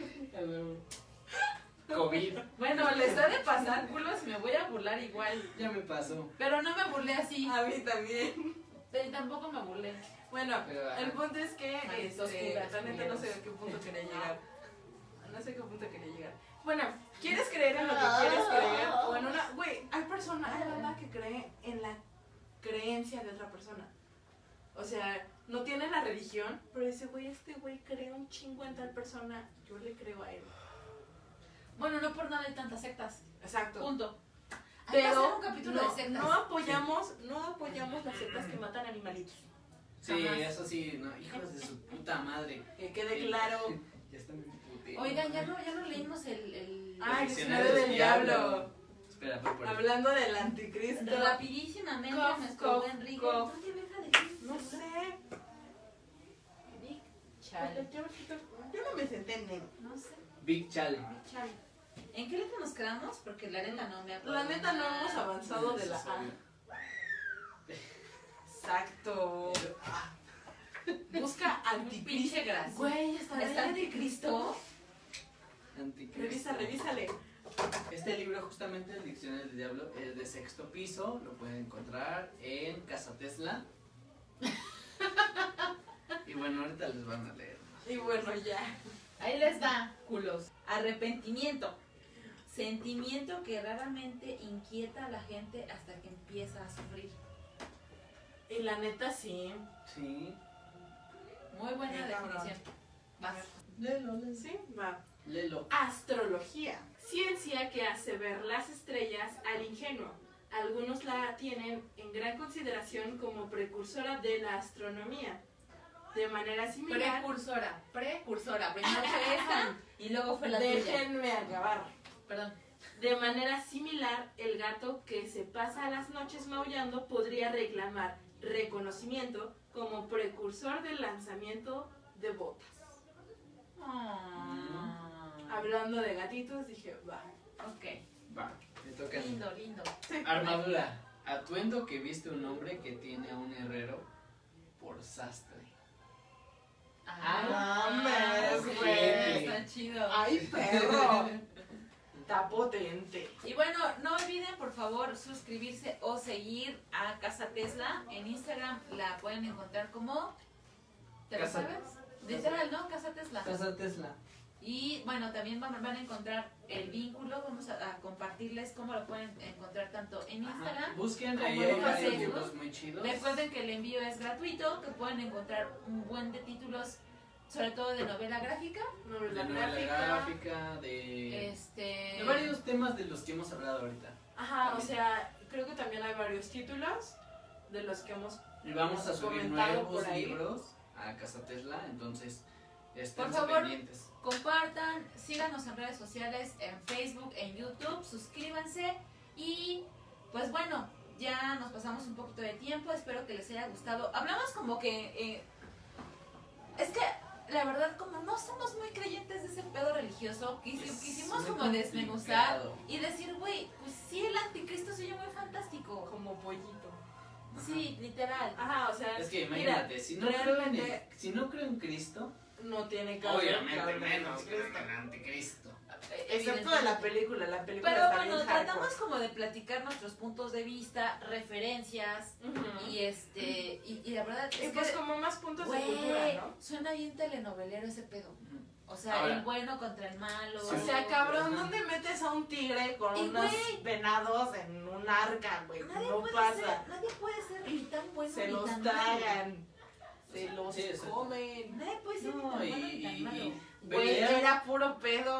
S2: COVID,
S1: Bueno, les da de pasar culos y me voy a burlar igual.
S2: ya me pasó.
S1: Pero no me burlé así.
S3: A mí también.
S1: Pero tampoco me burlé.
S3: Bueno,
S2: Pero, ajá.
S3: el punto es que,
S1: Malditos curas,
S3: la neta no sé
S1: culeros.
S3: a qué punto quería llegar. No sé a qué punto quería llegar. Bueno, ¿quieres creer en lo que quieres creer? O en una... Güey, hay personas, hay banda que cree en la creencia de otra persona. O sea, no tiene la religión, pero dice, güey, este güey cree un chingo en tal persona, yo le creo a él.
S1: Bueno, no por nada hay tantas sectas.
S3: Exacto.
S1: Punto. Hay que hacer
S3: Pero
S1: un capítulo
S3: no,
S1: de sectas.
S3: no apoyamos las sectas que matan animalitos.
S2: Sí,
S1: Jamás.
S2: eso sí, no, hijos de su puta madre.
S3: Que quede claro.
S2: Ya están bien puteros.
S1: Oigan, ya no leímos el
S3: Ay,
S2: Diccionario
S3: diccionario
S2: del
S3: del diablo.
S2: diablo. Espera, por
S3: Hablando del anticristo.
S1: rapidísimamente
S3: Cof,
S1: nuestro
S3: cof,
S1: buen Rick.
S3: cof.
S1: ¿Dónde deja de decir?
S3: No sé.
S1: Big Chale.
S3: Yo no me senté en él.
S1: No sé.
S2: Big Chale.
S1: Big Chale. ¿En qué letra nos quedamos? Porque la neta no me acuerdo.
S3: La neta no hemos avanzado de la A.
S2: Necesario.
S3: Exacto. Anticristo.
S1: Pinche gracia.
S3: Güey, está
S1: ¿Es anticristo?
S2: Anticristo.
S3: Revísale.
S2: Este libro, justamente, el Diccionario del Diablo, es de sexto piso. Lo pueden encontrar en Casa Tesla. Y bueno, ahorita les van a leer.
S3: Y bueno, ya.
S1: Ahí les da, culos. Arrepentimiento. Sentimiento que raramente inquieta a la gente hasta que empieza a sufrir.
S3: Y la neta sí.
S2: Sí.
S1: Muy buena
S3: Qué cabrón.
S1: definición. Vas.
S2: Léelo, léelo.
S3: Sí, va.
S2: Léelo.
S3: Astrología. Ciencia que hace ver las estrellas al ingenuo. Algunos la tienen en gran consideración como precursora de la astronomía. De manera similar...
S1: Precursora. Primero fue esa y luego fue la tuya.
S3: Déjenme acabar.
S1: Perdón.
S3: De manera similar, el gato que se pasa las noches maullando podría reclamar reconocimiento como precursor del lanzamiento de botas. Hablando de gatitos, dije, va.
S1: Ok.
S2: Va, me toca.
S1: Lindo.
S2: Armadura. Atuendo que viste un hombre que tiene a un herrero por sastre.
S3: mames,
S2: ok.
S3: güey.
S1: Está chido.
S3: ¡Ay, perro! Está potente.
S1: Y bueno, no olviden por favor suscribirse o seguir a Casa Tesla. En Instagram la pueden encontrar como... ¿Te lo
S2: Casa-
S1: sabes? Literal, ¿no? Casa Tesla.
S2: Casa Tesla.
S1: Y bueno, también van a encontrar el vínculo. Vamos a compartirles cómo lo pueden encontrar tanto en Instagram.
S2: Ajá. Busquen,
S1: como
S2: ahí
S1: en
S2: hay varios
S1: Facebook.
S2: libros muy chidos.
S1: Recuerden que el envío es gratuito, que pueden encontrar un buen de títulos, sobre todo de novela gráfica.
S2: De novela gráfica, de
S1: De
S2: varios temas de los que hemos hablado ahorita.
S3: Ajá, o
S2: También.
S3: sea, creo que también hay varios títulos de los que hemos...
S2: Y vamos a subir
S3: comentado
S2: nuevos
S3: por ahí.
S2: libros a Casa Tesla, entonces estén
S1: Por favor.
S2: pendientes.
S1: Compartan, síganos en redes sociales, en Facebook, en YouTube, suscríbanse y pues bueno, ya nos pasamos un poquito de tiempo, espero que les haya gustado. Hablamos como que, es que la verdad como no somos muy creyentes de ese pedo religioso, quisimos
S2: muy
S1: como desmenuzar
S2: complicado.
S1: y decir, güey, pues sí, el anticristo se oye muy fantástico.
S3: Como pollito.
S1: Sí, literal.
S3: Ajá, o sea,
S2: Es que
S3: mira,
S2: imagínate, si no creo en
S3: realmente
S2: si no creo en Cristo,
S3: no tiene que haber
S2: obviamente
S3: claro,
S2: menos
S3: no,
S2: creo en el anticristo.
S3: excepto de la película
S1: Pero
S3: está
S1: bueno,
S3: bien
S1: tratamos
S3: hardcore.
S1: como de platicar nuestros puntos de vista, referencias
S3: Ujú.
S1: y la verdad
S3: Y
S1: es
S3: pues
S1: que,
S3: como más puntos de
S1: güey,
S3: cultura, ¿no?
S1: suena bien telenovelero ese pedo.
S2: Ujú.
S1: O sea,
S2: Ahora.
S1: el bueno contra el malo.
S2: Sí.
S3: O sea, cabrón,
S2: Ajá.
S3: ¿dónde metes a un tigre con
S1: Y,
S3: unos
S1: güey,
S3: venados en un arca, güey?
S1: nadie
S3: No
S1: puede
S3: pasa.
S1: nadie puede ser ni tan bueno
S3: Se
S1: ni
S3: los
S1: tan malo.
S3: tragan. Se los
S2: Sí, exacto.
S3: comen.
S1: Nadie puede ser ni
S2: No,
S1: tan
S2: y-
S1: bueno ni tan
S2: y-
S1: malo.
S3: Güey,
S2: Lean-
S3: era puro pedo.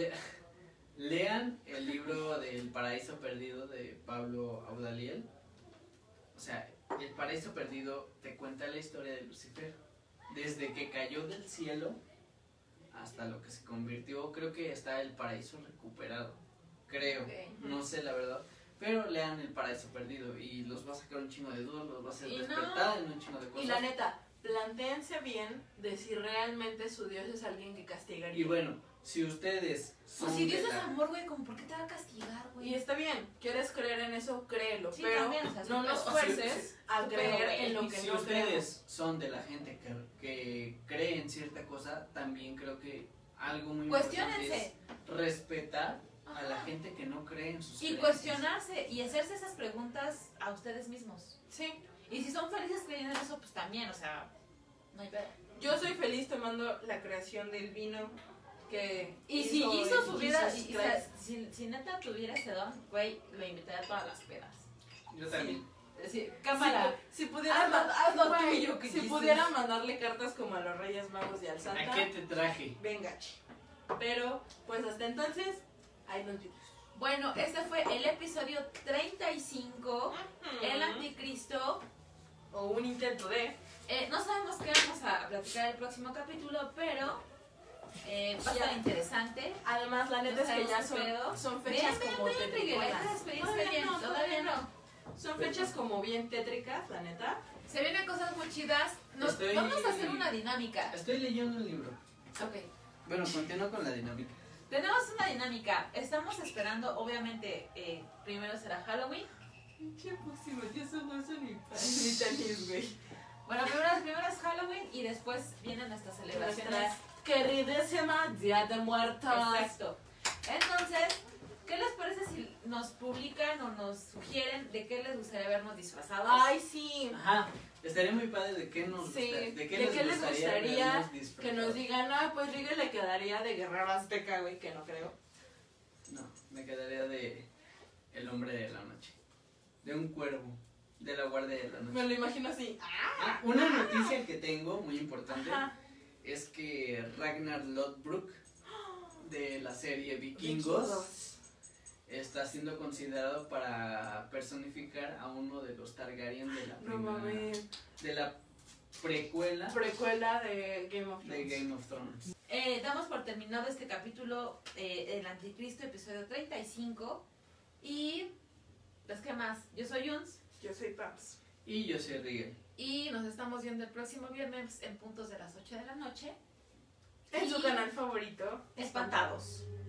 S2: Lean el libro del Paraíso Perdido de Pablo Audaliel. O sea, el Paraíso Perdido te cuenta la historia de Lucifer. Desde que cayó del cielo hasta lo que se convirtió. Creo que está el paraíso recuperado. Creo.
S1: Ok.
S2: No sé la verdad. Pero lean el Paraíso Perdido y los va a sacar un chingo de dudas, los va a hacer
S1: Y no.
S2: despertar en un chingo de cosas.
S3: Y la neta, plantéense bien de si realmente su Dios es alguien que castigaría.
S2: Y bueno, si ustedes son
S1: Pues si Dios
S2: de
S1: es
S2: la-
S1: amor, güey, ¿cómo por qué te va a castigar, güey?
S3: Y está bien, quieres creer en eso, créelo,
S1: Sí,
S3: pero
S1: también, o sea,
S3: no
S1: sí,
S3: nos
S1: pero-
S3: fuerces a
S1: sí,
S3: creer
S1: pero, güey,
S3: en lo
S2: Y
S3: que
S2: si
S3: no
S2: ustedes
S3: creemos.
S2: son de la gente que cree en cierta cosa, también creo que algo muy
S1: Cuestiónense.
S2: importante es respetar a la
S1: Ajá.
S2: gente que no cree en sus
S1: Y
S2: creencias.
S1: cuestionarse y hacerse esas preguntas a ustedes mismos.
S3: Sí,
S1: Y si son felices creyendo en eso, pues también, o sea, no hay pedo.
S3: yo soy feliz tomando la creación del vino que
S1: Y si hizo su
S3: el
S1: vida,
S3: Jesus
S1: o sea,
S3: Christ.
S1: si neta tuviera ese don, güey, lo invitaría a todas las pedas.
S2: Yo también.
S1: Sí, cámara.
S3: Si pudiera,
S1: Haz lo
S3: güey,
S1: tuyo, que
S3: si
S1: Jesus.
S3: pudiera mandarle cartas como a los Reyes Magos y al Santa,
S2: ¿A qué te traje?
S3: venga, chi. Pero, pues hasta entonces, ahí nos vemos.
S1: Bueno, este fue el episodio 35, El Anticristo.
S3: O un intento de.
S1: No sabemos qué vamos a platicar el próximo capítulo, pero va a estar interesante.
S3: Además, la neta
S1: No
S3: es que ya
S1: sabemos qué pedo.
S3: son fechas como
S1: Miguel,
S3: tétricas.
S1: esta experiencia bien, todavía no.
S3: Son fechas como bien tétricas, la neta.
S1: Se vienen cosas muy chidas.
S2: Estoy-
S1: Vamos a hacer una dinámica.
S2: Estoy leyendo un libro.
S1: Ok.
S2: Bueno, continúo con la dinámica.
S1: Tenemos una dinámica. Estamos esperando, obviamente, primero será Halloween.
S3: Pinche próximo, ya somos ni tenis, güey.
S1: Bueno, primero es Halloween y después vienen nuestras celebraciones.
S4: Nuestra queridísima Día de Muertos.
S1: Exacto. Entonces, ¿qué les parece si nos publican o nos sugieren de qué les gustaría vernos disfrazados?
S3: Ay, sí.
S2: Ajá, estaría muy padre de qué nos
S3: Sí,
S2: de qué les gustaría vernos
S3: que
S2: disfrazados.
S3: nos digan, pues Rigue le quedaría de guerrero azteca, güey, que no creo.
S2: No, me quedaría de el hombre de la noche, de un cuervo, de la guardia de la
S3: Me
S2: noche.
S3: lo imagino así.
S2: Ah, una noticia que tengo muy importante
S3: Ajá.
S2: es que Ragnar Lodbrok de la serie Vikingos está siendo considerado para personificar a uno de los Targaryen de la
S3: No
S2: primera,
S3: mames.
S2: de la precuela
S3: Precuela de Game of
S2: de
S3: Thrones.
S2: Game of Thrones.
S1: Damos por terminado este capítulo, El Anticristo, episodio 35. Y, pues, ¿qué más? Yo soy Yuns
S3: Yo soy Paps.
S2: Y yo soy Rigel.
S1: y nos estamos viendo el próximo viernes en puntos de las 8 de la noche.
S3: En
S1: Y
S3: su canal favorito.
S1: Espantados.